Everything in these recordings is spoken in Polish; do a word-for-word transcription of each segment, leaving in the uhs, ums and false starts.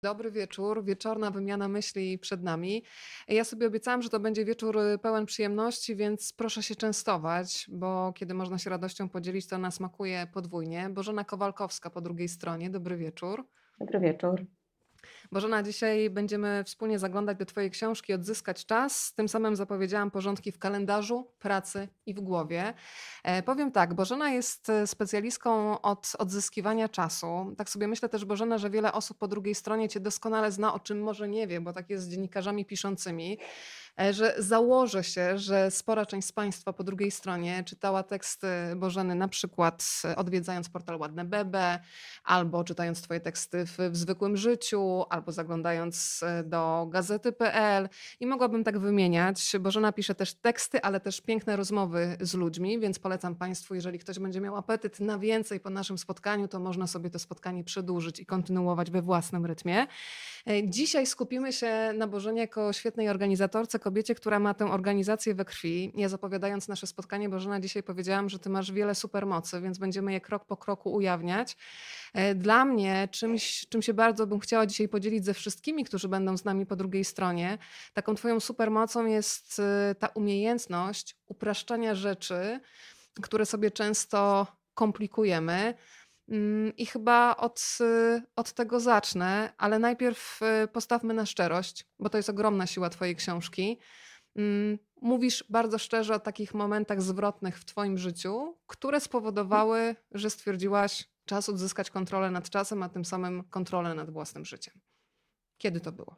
Dobry wieczór, wieczorna wymiana myśli przed nami. Ja sobie obiecałam, że to będzie wieczór y, pełen przyjemności, więc proszę się częstować, bo kiedy można się radością podzielić, to ona smakuje podwójnie. Bożena Kowalkowska po drugiej stronie, dobry wieczór. Dobry wieczór. Bożena, dzisiaj będziemy wspólnie zaglądać do Twojej książki Odzyskać czas. Tym samym zapowiedziałam porządki w kalendarzu, pracy i w głowie. E, powiem tak, Bożena jest e, specjalistką od odzyskiwania czasu. Tak sobie myślę też, Bożena, że wiele osób po drugiej stronie Cię doskonale zna, o czym może nie wie, bo tak jest z dziennikarzami piszącymi, e, że założę się, że spora część z Państwa po drugiej stronie czytała teksty Bożeny na przykład e, odwiedzając portal Ładne Bebe, albo czytając Twoje teksty w, w zwykłym życiu, albo zaglądając e, do gazety kropka pe el i mogłabym tak wymieniać. Bożena pisze też teksty, ale też piękne rozmowy z ludźmi, więc polecam Państwu, jeżeli ktoś będzie miał apetyt na więcej po naszym spotkaniu, to można sobie to spotkanie przedłużyć i kontynuować we własnym rytmie. E, Dzisiaj skupimy się na Bożenie jako świetnej organizatorce, kobiecie, która ma tę organizację we krwi. Ja zapowiadając nasze spotkanie, Bożena, dzisiaj powiedziałam, że Ty masz wiele supermocy, więc będziemy je krok po kroku ujawniać. E, Dla mnie czymś, czym się bardzo bym chciała dzisiaj podzielić ze wszystkimi, którzy będą z nami po drugiej stronie, taką Twoją supermocą jest e, ta umiejętność upraszczania rzeczy, które sobie często komplikujemy. Mm, I chyba od, y, od tego zacznę, ale najpierw y, postawmy na szczerość, bo to jest ogromna siła Twojej książki. Mm, Mówisz bardzo szczerze o takich momentach zwrotnych w Twoim życiu, które spowodowały, że stwierdziłaś, czas odzyskać kontrolę nad czasem, a tym samym kontrolę nad własnym życiem. Kiedy to było?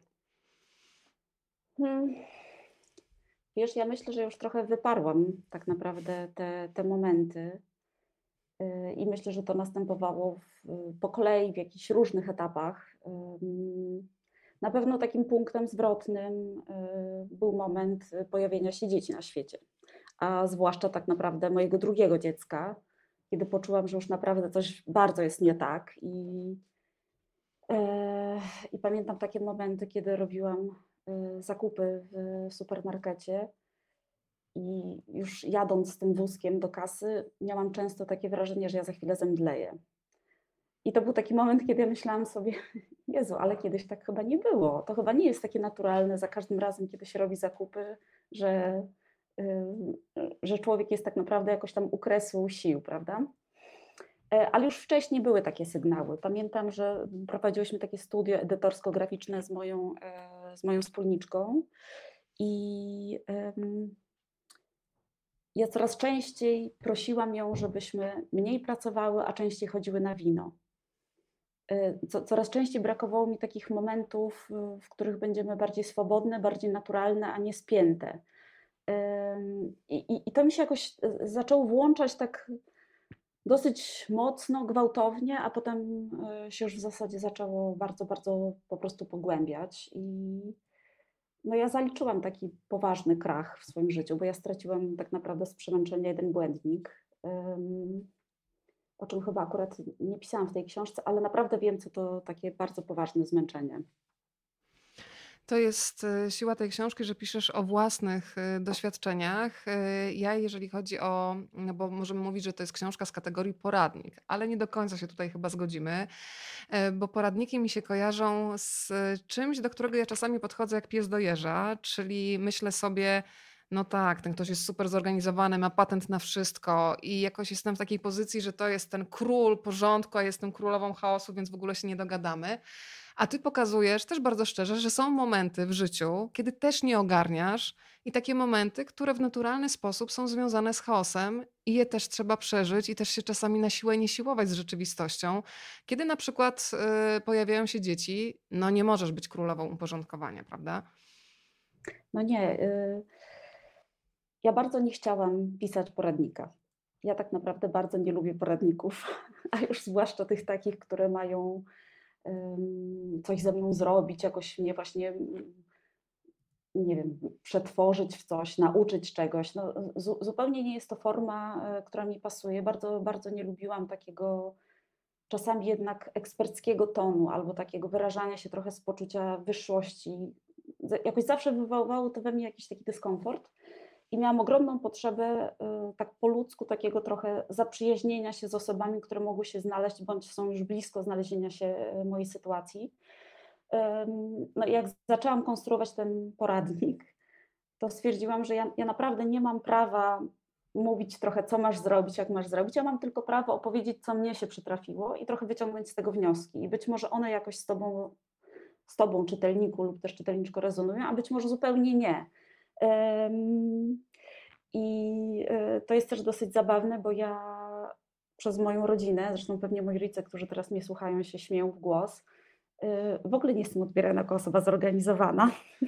Hmm, Wiesz, ja myślę, że już trochę wyparłam tak naprawdę te, te momenty y, i myślę, że to następowało w, po kolei w jakichś różnych etapach. Ym, Na pewno takim punktem zwrotnym y, był moment pojawienia się dzieci na świecie, a zwłaszcza tak naprawdę mojego drugiego dziecka, kiedy poczułam, że już naprawdę coś bardzo jest nie tak i Eee, I pamiętam takie momenty, kiedy robiłam, y, zakupy w supermarkecie i już jadąc z tym wózkiem do kasy, miałam często takie wrażenie, że ja za chwilę zemdleję. I to był taki moment, kiedy ja myślałam sobie: „Jezu, ale kiedyś tak chyba nie było. To chyba nie jest takie naturalne za każdym razem, kiedy się robi zakupy, że, y, że człowiek jest tak naprawdę jakoś tam u kresu sił", prawda? E, ale już wcześniej były takie sygnały. Pamiętam, że prowadziłyśmy takie studio edytorsko-graficzne z moją, e, z moją wspólniczką i em, ja coraz częściej prosiłam ją, żebyśmy mniej pracowały, a częściej chodziły na wino. E, Co, coraz częściej brakowało mi takich momentów, y, w których będziemy bardziej swobodne, bardziej naturalne, a nie spięte. Em, I, i, i to mi się jakoś e, zaczęło włączać tak dosyć mocno, gwałtownie, a potem, e, się już w zasadzie zaczęło bardzo, bardzo po prostu pogłębiać i no ja zaliczyłam taki poważny krach w swoim życiu, bo ja straciłam tak naprawdę z przemęczenia jeden błędnik, ym, o czym chyba akurat nie pisałam w tej książce, ale naprawdę wiem, co to takie bardzo poważne zmęczenie. To jest y, siła tej książki, że piszesz o własnych y, doświadczeniach. Y, Ja, jeżeli chodzi o, no bo możemy mówić, że to jest książka z kategorii poradnik, ale nie do końca się tutaj chyba zgodzimy, y, bo poradniki mi się kojarzą z czymś, do którego ja czasami podchodzę jak pies do jeża, czyli myślę sobie, no tak, ten ktoś jest super zorganizowany, ma patent na wszystko i jakoś jestem w takiej pozycji, że to jest ten król porządku, a jestem królową chaosu, więc w ogóle się nie dogadamy. A ty pokazujesz też bardzo szczerze, że są momenty w życiu, kiedy też nie ogarniasz i takie momenty, które w naturalny sposób są związane z chaosem i je też trzeba przeżyć i też się czasami na siłę nie siłować z rzeczywistością. Kiedy na przykład y, pojawiają się dzieci, no nie możesz być królową uporządkowania, prawda? No nie, y, ja bardzo nie chciałam pisać poradnika. Ja tak naprawdę bardzo nie lubię poradników, a już zwłaszcza tych takich, które mają ym, coś ze mną zrobić, jakoś mnie właśnie, mm, nie wiem, przetworzyć w coś, nauczyć czegoś. No, zu zupełnie nie jest to forma, e, która mi pasuje. Bardzo, bardzo nie lubiłam takiego czasami jednak eksperckiego tonu albo takiego wyrażania się trochę z poczucia wyższości. Z Jakoś zawsze wywoływało to we mnie jakiś taki dyskomfort i miałam ogromną potrzebę, y, tak po ludzku, takiego trochę zaprzyjaźnienia się z osobami, które mogły się znaleźć bądź są już blisko znalezienia się, y, mojej sytuacji. Ym, No, jak zaczęłam konstruować ten poradnik, to stwierdziłam, że ja, ja naprawdę nie mam prawa mówić trochę, co masz zrobić, jak masz zrobić. Ja mam tylko prawo opowiedzieć, co mnie się przytrafiło i trochę wyciągnąć z tego wnioski. I być może one jakoś z tobą, z tobą czytelniku lub też czytelniczko rezonują, a być może zupełnie nie. Ym, I y, to jest też dosyć zabawne, bo ja przez moją rodzinę, zresztą pewnie moi rodzice, którzy teraz mnie słuchają, się śmieją w głos, y, w ogóle nie jestem odbierana jako osoba zorganizowana.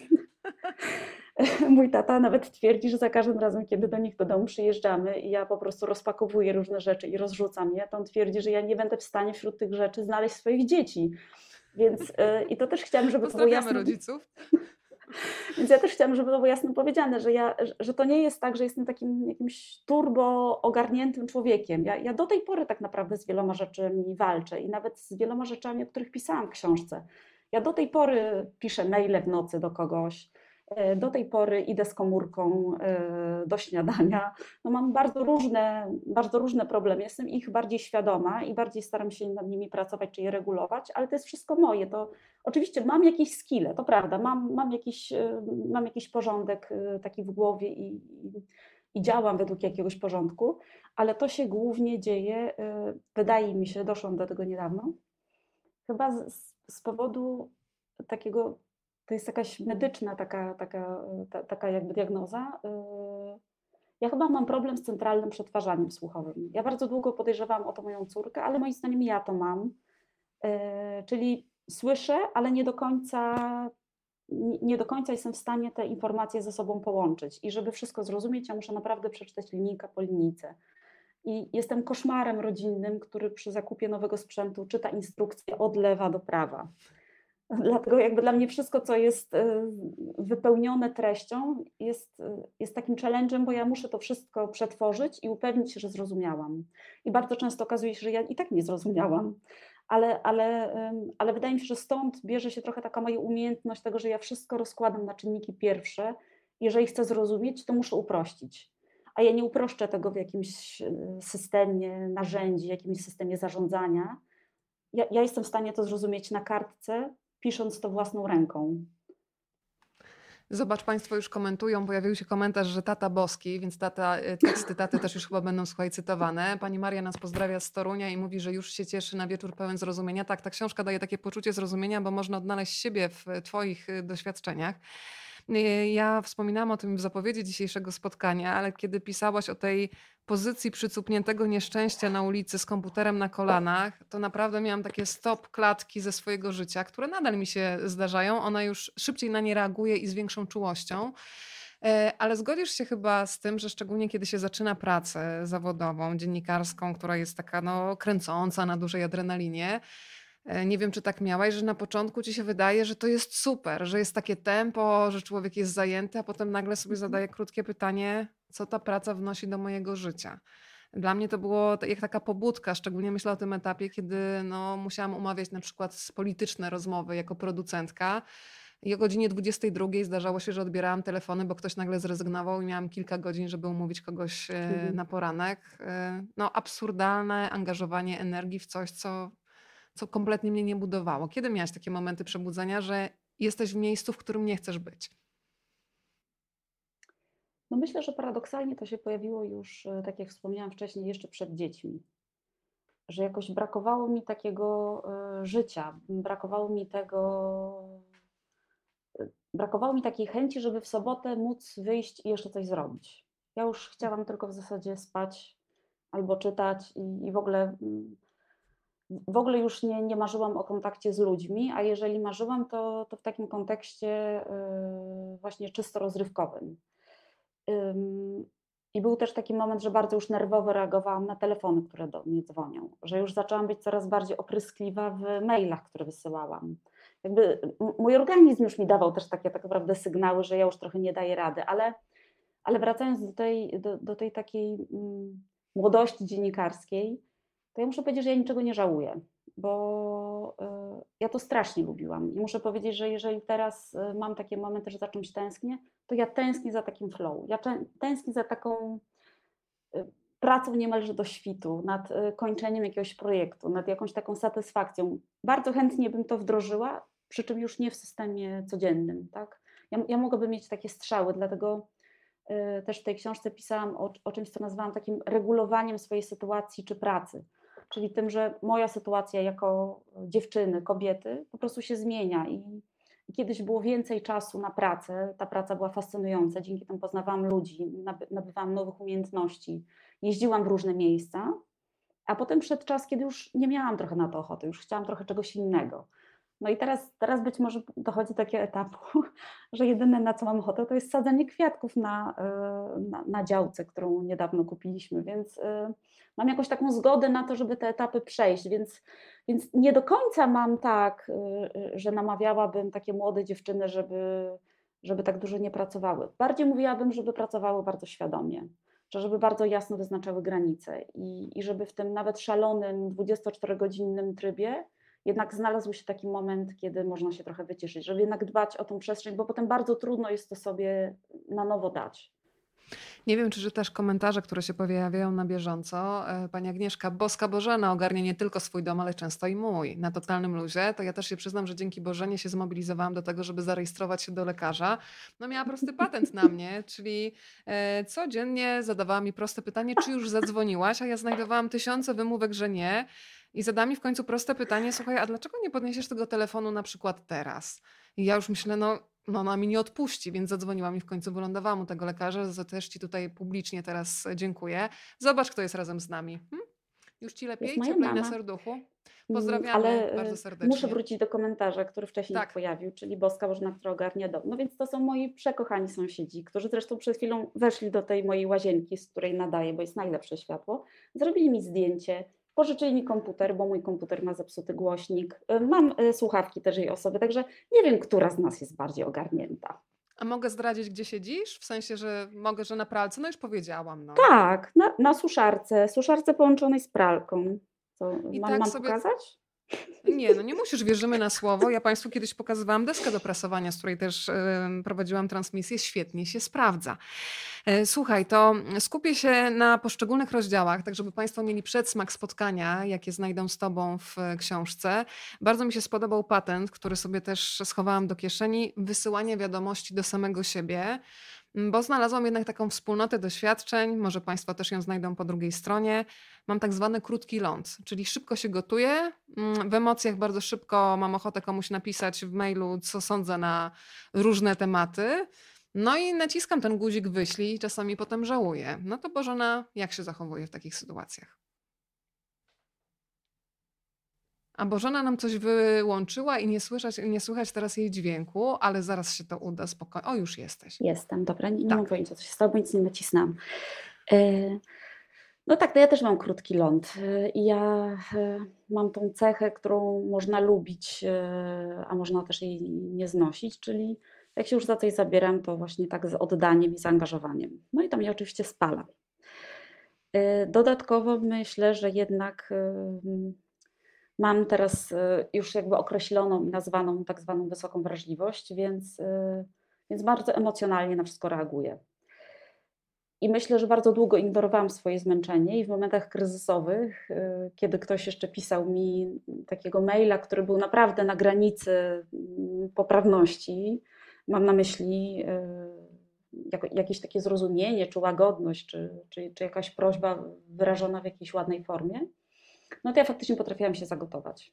Mój tata nawet twierdzi, że za każdym razem, kiedy do nich do domu przyjeżdżamy i ja po prostu rozpakowuję różne rzeczy i rozrzucam je, to on twierdzi, że ja nie będę w stanie wśród tych rzeczy znaleźć swoich dzieci. Więc y, i to też chciałam, żeby to było Pozdrawiamy jasne. rodziców. Więc ja też chciałam, żeby to było jasno powiedziane, że, ja, że to nie jest tak, że jestem takim jakimś turbo ogarniętym człowiekiem. Ja, ja do tej pory tak naprawdę z wieloma rzeczami walczę i nawet z wieloma rzeczami, o których pisałam w książce. Ja do tej pory piszę maile w nocy do kogoś, e, do tej pory idę z komórką e, do śniadania. No mam bardzo różne, bardzo różne problemy. Jestem ich bardziej świadoma i bardziej staram się nad nimi pracować czy je regulować, ale to jest wszystko moje. To oczywiście mam jakieś skille, to prawda, mam, mam, jakiś, y, mam jakiś porządek y, taki w głowie i, i, i działam według jakiegoś porządku, ale to się głównie dzieje, y, wydaje mi się, doszłam do tego niedawno, chyba z, z powodu takiego, to jest jakaś medyczna taka, taka, ta, taka jakby diagnoza. y, Ja chyba mam problem z centralnym przetwarzaniem słuchowym. Ja bardzo długo podejrzewałam o to moją córkę, ale moim zdaniem ja to mam. E, Czyli słyszę, ale nie do końca, nie nie do końca jestem w stanie te informacje ze sobą połączyć. I żeby wszystko zrozumieć, ja muszę naprawdę przeczytać linijkę po linijce. I jestem koszmarem rodzinnym, który przy zakupie nowego sprzętu czyta instrukcję od lewa do prawa. Dlatego jakby dla mnie wszystko, co jest y, wypełnione treścią, jest, y, jest takim challenge'em, bo ja muszę to wszystko przetworzyć i upewnić się, że zrozumiałam. I bardzo często okazuje się, że ja i tak nie zrozumiałam. Ale, ale, ym, ale wydaje mi się, że stąd bierze się trochę taka moja umiejętność tego, że ja wszystko rozkładam na czynniki pierwsze. Jeżeli chcę zrozumieć, to muszę uprościć. A ja nie uproszczę tego w jakimś y, systemie narzędzi, jakimś systemie zarządzania. Ja, ja jestem w stanie to zrozumieć na kartce, pisząc to własną ręką. Zobacz, Państwo już komentują, pojawił się komentarz, że tata boski, więc tata, y, teksty taty też już chyba będą, słuchaj, cytowane. Pani Maria nas pozdrawia z Torunia i mówi, że już się cieszy na wieczór pełen zrozumienia. Tak, ta książka daje takie poczucie zrozumienia, bo można odnaleźć siebie w Twoich y, doświadczeniach. Y, Ja wspominałam o tym w zapowiedzi dzisiejszego spotkania, ale kiedy pisałaś o tej pozycji przycupniętego nieszczęścia na ulicy z komputerem na kolanach, to naprawdę miałam takie stop klatki ze swojego życia, które nadal mi się zdarzają. Ona już szybciej na nie reaguje i z większą czułością. E, Ale zgodzisz się chyba z tym, że szczególnie kiedy się zaczyna pracę zawodową, dziennikarską, która jest taka no, kręcąca na dużej adrenalinie, e, nie wiem, czy tak miałaś, że na początku ci się wydaje, że to jest super, że jest takie tempo, że człowiek jest zajęty, a potem nagle sobie Mhm. zadaje krótkie pytanie, co ta praca wnosi do mojego życia. Dla mnie to było ta- jak taka pobudka, szczególnie myślę o tym etapie, kiedy no, musiałam umawiać na przykład polityczne rozmowy jako producentka. I o godzinie dwudziestej drugiej zdarzało się, że odbierałam telefony, bo ktoś nagle zrezygnował i miałam kilka godzin, żeby umówić kogoś e, Mhm. na poranek. E, No, absurdalne angażowanie energii w coś, co, co kompletnie mnie nie budowało. Kiedy miałaś takie momenty przebudzenia, że jesteś w miejscu, w którym nie chcesz być? No myślę, że paradoksalnie to się pojawiło już, e, tak jak wspomniałam wcześniej, jeszcze przed dziećmi. Że jakoś brakowało mi takiego e, życia, brakowało mi tego, e, brakowało mi takiej chęci, żeby w sobotę móc wyjść i jeszcze coś zrobić. Ja już chciałam tylko w zasadzie spać albo czytać i, i w ogóle mm, w ogóle już nie, nie marzyłam o kontakcie z ludźmi, a jeżeli marzyłam, to, to w takim kontekście y, właśnie czysto rozrywkowym. Ym, I był też taki moment, że bardzo już nerwowo reagowałam na telefony, które do mnie dzwonią, że już zaczęłam być coraz bardziej opryskliwa w mailach, które wysyłałam. Jakby m- mój organizm już mi dawał też takie tak naprawdę sygnały, że ja już trochę nie daję rady, ale, ale wracając do tej, do, do tej takiej mm, młodości dziennikarskiej, to ja muszę powiedzieć, że ja niczego nie żałuję, bo y, ja to strasznie lubiłam. I muszę powiedzieć, że jeżeli teraz y, mam takie momenty, że za czymś tęsknię, to ja tęsknię za takim flow. Ja czę- tęsknię za taką y, pracą niemalże do świtu, nad y, kończeniem jakiegoś projektu, nad jakąś taką satysfakcją. Bardzo chętnie bym to wdrożyła, przy czym już nie w systemie codziennym, tak. Ja ja mogłabym mieć takie strzały, dlatego, y, też w tej książce pisałam o o czymś, co nazwałam takim regulowaniem swojej sytuacji czy pracy. Czyli tym, że moja sytuacja jako dziewczyny, kobiety po prostu się zmienia i i kiedyś było więcej czasu na pracę, ta praca była fascynująca, dzięki temu poznawałam ludzi, naby nabywałam nowych umiejętności, jeździłam w różne miejsca, a potem przyszedł czas, kiedy już nie miałam trochę na to ochoty, już chciałam trochę czegoś innego. No i teraz teraz być może dochodzi do takiego etapu, że jedyne, na co mam ochotę, to jest sadzenie kwiatków na, y, na na działce, którą niedawno kupiliśmy, więc, y, mam jakąś taką zgodę na to, żeby te etapy przejść, więc więc nie do końca mam tak, y, y, że namawiałabym takie młode dziewczyny, żeby żeby tak dużo nie pracowały. Bardziej mówiłabym, żeby pracowały bardzo świadomie, że żeby bardzo jasno wyznaczały granice i i żeby w tym nawet szalonym dwudziestoczterogodzinnym trybie jednak znalazł się taki moment, kiedy można się trochę wyciszyć, żeby jednak dbać o tą przestrzeń, bo potem bardzo trudno jest to sobie na nowo dać. Nie wiem, czy czytasz komentarze, które się pojawiają na bieżąco. E, Pani Agnieszka, boska Bożena ogarnia nie tylko swój dom, ale często i mój. Na totalnym luzie. To ja też się przyznam, że dzięki Bożenie się zmobilizowałam do tego, żeby zarejestrować się do lekarza. No miała prosty patent na mnie, czyli e, codziennie zadawała mi proste pytanie, czy już zadzwoniłaś, a ja znajdowałam tysiące wymówek, że nie. I zadała mi w końcu proste pytanie, słuchaj, a dlaczego nie podniesiesz tego telefonu na przykład teraz? I ja już myślę, no, no ona mi nie odpuści, więc zadzwoniłam i w końcu wylądowałam u tego lekarza, za co też Ci tutaj publicznie teraz dziękuję. Zobacz, kto jest razem z nami. Hm? Już Ci Jest lepiej? moja Cieplej na mama. serduchu? Mm, Pozdrawiamy ale, bardzo y, muszę serdecznie. wrócić do komentarza, który wcześniej się Tak, pojawił, czyli boska Bożena, która ogarnia dom. No więc to są moi przekochani sąsiedzi, którzy zresztą przed chwilą weszli do tej mojej łazienki, z której nadaję, bo jest najlepsze światło. Zrobili mi zdjęcie, pożyczyli mi komputer, bo mój komputer ma zepsuty głośnik. Y, Mam y, słuchawki też jej osoby, także nie wiem, która z nas jest bardziej ogarnięta. a mogę zdradzić, gdzie siedzisz? W sensie, że mogę, że na pralce? No już powiedziałam, no. Tak, na, na suszarce, suszarce połączonej z pralką. Co, I mam, tak mam sobie pokazać? Nie, no nie musisz, wierzymy na słowo. Ja Państwu kiedyś pokazywałam deskę do prasowania, z której też em, prowadziłam transmisję. Świetnie się sprawdza. E, Słuchaj, to skupię się na poszczególnych rozdziałach, tak żeby Państwo mieli przedsmak spotkania, jakie znajdą z Tobą w e, książce. Bardzo mi się spodobał patent, który sobie też schowałam do kieszeni. Wysyłanie wiadomości do samego siebie. Mm, Bo znalazłam jednak taką wspólnotę doświadczeń, może Państwo też ją znajdą po drugiej stronie. Mam tak zwany krótki ląd, czyli szybko się gotuję, mm, w emocjach bardzo szybko mam ochotę komuś napisać w mailu, co sądzę na różne tematy. No i naciskam ten guzik wyślij i czasami potem żałuję. No to Bożena, jak się zachowuje w takich sytuacjach? A Bożena nam coś wyłączyła i nie słychać, nie słychać teraz jej dźwięku, ale zaraz się to uda spokojnie. O, już jesteś. Jestem, dobra, nie, nie mam Tak. pojęcia, co się stało, bo nic nie nacisnęłam. E, No tak, to ja też mam krótki ląd. e, I ja e, mam tą cechę, którą można lubić, e, a można też jej nie znosić, czyli jak się już za coś zabieram, to właśnie tak z oddaniem i zaangażowaniem. No i to mnie oczywiście spala. E, Dodatkowo myślę, że jednak em, mam teraz e, już jakby określoną i nazwaną tak zwaną wysoką wrażliwość, więc, e, więc bardzo emocjonalnie na wszystko reaguję. I myślę, że bardzo długo ignorowałam swoje zmęczenie i w momentach kryzysowych, y, kiedy ktoś jeszcze pisał mi takiego maila, który był naprawdę na granicy mm, poprawności, mam na myśli y, jako, jakieś takie zrozumienie, czy łagodność, czy, czy, czy jakaś prośba wyrażona w jakiejś ładnej formie, no to ja faktycznie potrafiłam się zagotować.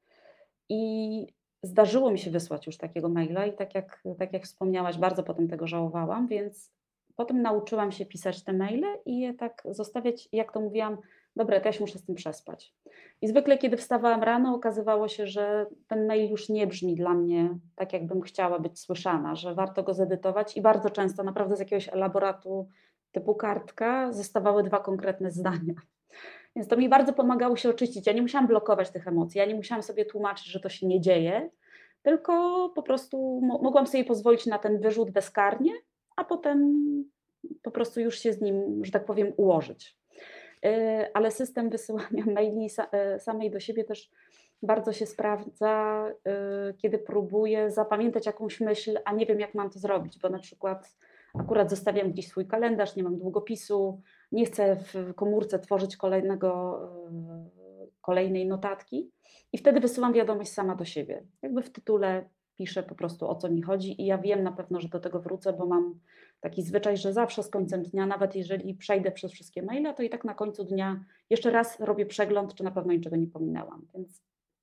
I zdarzyło mi się wysłać już takiego maila i tak jak, tak jak wspomniałaś, bardzo potem tego żałowałam, więc potem nauczyłam się pisać te maile i je tak zostawiać, jak to mówiłam, dobra, to ja się muszę z tym przespać. I zwykle, kiedy wstawałam rano, okazywało się, że ten mail już nie brzmi dla mnie tak, jakbym chciała być słyszana, że warto go zedytować i bardzo często naprawdę z jakiegoś elaboratu typu kartka zostawały dwa konkretne zdania. Więc to mi bardzo pomagało się oczyścić. Ja nie musiałam blokować tych emocji, ja nie musiałam sobie tłumaczyć, że to się nie dzieje, tylko po prostu mo mogłam sobie pozwolić na ten wyrzut bezkarnie, a potem po prostu już się z nim, że tak powiem, ułożyć. Yy, ale system wysyłania maili sa e, samej do siebie też bardzo się sprawdza, yy, kiedy próbuję zapamiętać jakąś myśl, a nie wiem, jak mam to zrobić, bo na przykład akurat zostawiam gdzieś swój kalendarz, nie mam długopisu, nie chcę w komórce tworzyć kolejnego, yy, kolejnej notatki i wtedy wysyłam wiadomość sama do siebie. Jakby w tytule piszę po prostu, o co mi chodzi i ja wiem na pewno, że do tego wrócę, bo mam taki zwyczaj, że zawsze z końcem dnia, nawet jeżeli przejdę przez wszystkie maile, to i tak na końcu dnia jeszcze raz robię przegląd, czy na pewno niczego nie pominęłam, więc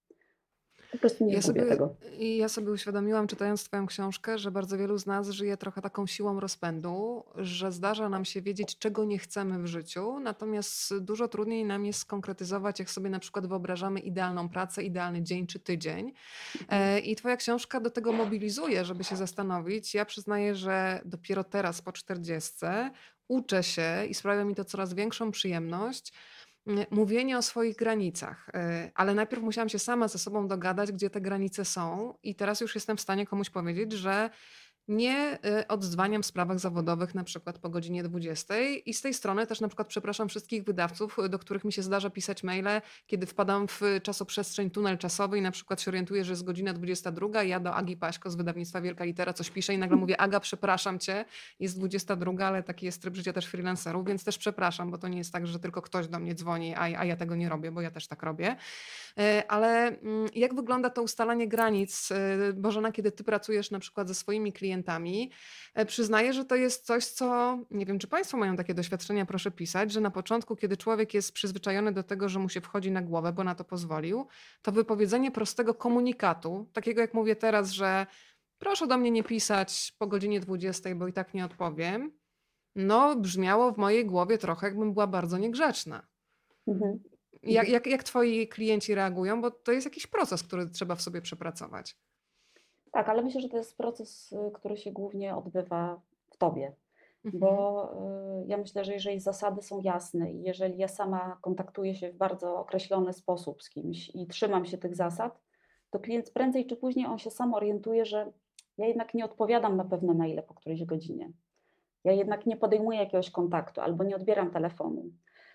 po prostu nie Ja zgubię sobie, tego. i ja sobie uświadomiłam, czytając Twoją książkę, że bardzo wielu z nas żyje trochę taką siłą rozpędu, że zdarza nam się wiedzieć, czego nie chcemy w życiu, natomiast dużo trudniej nam jest skonkretyzować, jak sobie na przykład wyobrażamy idealną pracę, idealny dzień czy tydzień. Mhm. E, I Twoja książka do tego mobilizuje, żeby się zastanowić. Ja przyznaję, że dopiero teraz po czterdziestce uczę się i sprawia mi to coraz większą przyjemność. mm, Mówienie o swoich granicach, y, ale najpierw musiałam się sama ze sobą dogadać, gdzie te granice są, i teraz już jestem w stanie komuś powiedzieć, że nie y, odzwaniam w sprawach zawodowych na przykład po godzinie dwudziestej, i z tej strony też na przykład przepraszam wszystkich wydawców, y, do których mi się zdarza pisać maile, kiedy wpadam w czasoprzestrzeń, tunel czasowy i na przykład się orientuję, że jest godzina dwudziesta druga, ja do Agi Paśko z wydawnictwa Wielka Litera coś piszę i nagle mówię: Aga, przepraszam cię, jest dwudziesta druga, ale taki jest tryb życia też freelancerów, więc też przepraszam, bo to nie jest tak, że tylko ktoś do mnie dzwoni, a, a ja tego nie robię, bo ja też tak robię. E, Ale mm, jak wygląda to ustalanie granic, e, Bożena, kiedy ty pracujesz na przykład ze swoimi klientami? E, Przyznaję, że to jest coś, co nie wiem, czy Państwo mają takie doświadczenia, proszę pisać, że na początku, kiedy człowiek jest przyzwyczajony do tego, że mu się wchodzi na głowę, bo na to pozwolił, to wypowiedzenie prostego komunikatu, takiego jak mówię teraz, że proszę do mnie nie pisać po godzinie dwudziestej, bo i tak nie odpowiem, no brzmiało w mojej głowie trochę, jakbym była bardzo niegrzeczna. Mhm. Jak, Mhm. jak, jak twoi klienci reagują? Bo to jest jakiś proces, który trzeba w sobie przepracować. Tak, ale myślę, że to jest proces, y, który się głównie odbywa w tobie, Mhm. bo y, ja myślę, że jeżeli zasady są jasne i jeżeli ja sama kontaktuję się w bardzo określony sposób z kimś i trzymam się tych zasad, to klient prędzej czy później on się sam orientuje, że ja jednak nie odpowiadam na pewne maile po którejś godzinie. Ja jednak nie podejmuję jakiegoś kontaktu albo nie odbieram telefonu.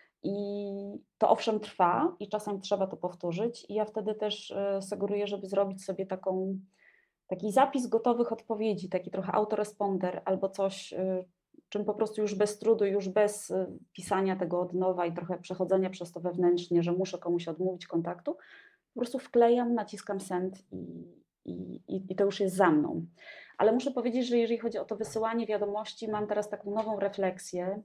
I to owszem trwa i czasem trzeba to powtórzyć i ja wtedy też y, sugeruję, żeby zrobić sobie taką taki zapis gotowych odpowiedzi, taki trochę autoresponder albo coś, y, czym po prostu już bez trudu, już bez y, pisania tego od nowa i trochę przechodzenia przez to wewnętrznie, że muszę komuś odmówić kontaktu, po prostu wklejam, naciskam send i, i, i i to już jest za mną. Ale muszę powiedzieć, że jeżeli chodzi o to wysyłanie wiadomości, mam teraz taką nową refleksję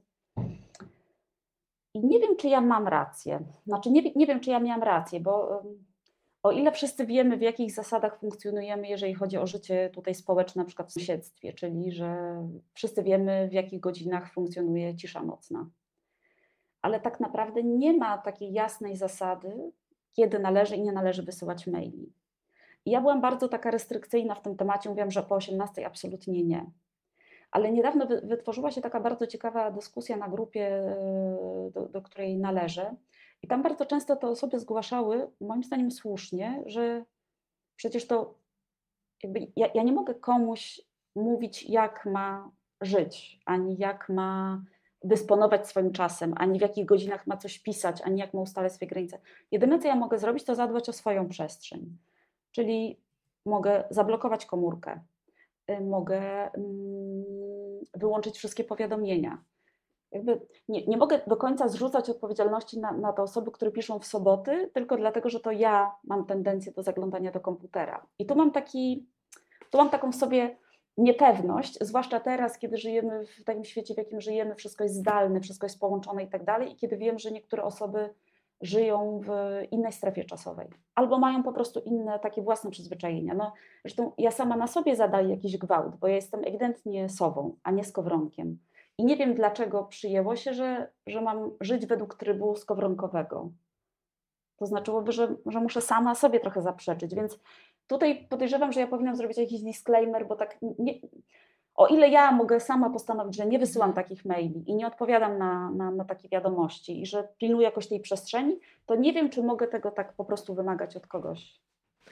i nie wiem, czy ja mam rację. Znaczy, nie, nie wiem, czy ja miałam rację, bo ym, o ile wszyscy wiemy, w jakich zasadach funkcjonujemy, jeżeli chodzi o życie tutaj społeczne, na przykład w sąsiedztwie, czyli że wszyscy wiemy, w jakich godzinach funkcjonuje cisza nocna. Ale tak naprawdę nie ma takiej jasnej zasady, kiedy należy i nie należy wysyłać maili. I ja byłam bardzo taka restrykcyjna w tym temacie, mówiłam, że po osiemnastej absolutnie nie. Ale niedawno wy, wytworzyła się taka bardzo ciekawa dyskusja na grupie, y, do, do której należę. I tam bardzo często te osoby zgłaszały, moim zdaniem słusznie, że przecież to jakby ja, ja nie mogę komuś mówić, jak ma żyć, ani jak ma dysponować swoim czasem, ani w jakich godzinach ma coś pisać, ani jak ma ustalać swoje granice. Jedyne, co ja mogę zrobić, to zadbać o swoją przestrzeń. Czyli mogę zablokować komórkę, y, mogę mm, wyłączyć wszystkie powiadomienia. Jakby nie, nie mogę do końca zrzucać odpowiedzialności na, na te osoby, które piszą w soboty, tylko dlatego, że to ja mam tendencję do zaglądania do komputera. I tu mam taki, tu mam taką w sobie niepewność, zwłaszcza teraz, kiedy żyjemy w takim świecie, w jakim żyjemy, wszystko jest zdalne, wszystko jest połączone i tak dalej, i kiedy wiem, że niektóre osoby żyją w innej strefie czasowej, albo mają po prostu inne takie własne przyzwyczajenia. No, zresztą ja sama na sobie zadaję jakiś gwałt, bo ja jestem ewidentnie sową, a nie skowronkiem. I nie wiem, dlaczego przyjęło się, że, że mam żyć według trybu skowronkowego. To znaczyłoby, że, że muszę sama sobie trochę zaprzeczyć, więc tutaj podejrzewam, że ja powinnam zrobić jakiś disclaimer, bo tak nie, o ile ja mogę sama postanowić, że nie wysyłam Mhm. takich maili i nie odpowiadam na, na, na takie wiadomości i że pilnuję jakoś tej przestrzeni, to nie wiem, czy mogę tego tak po prostu wymagać od kogoś.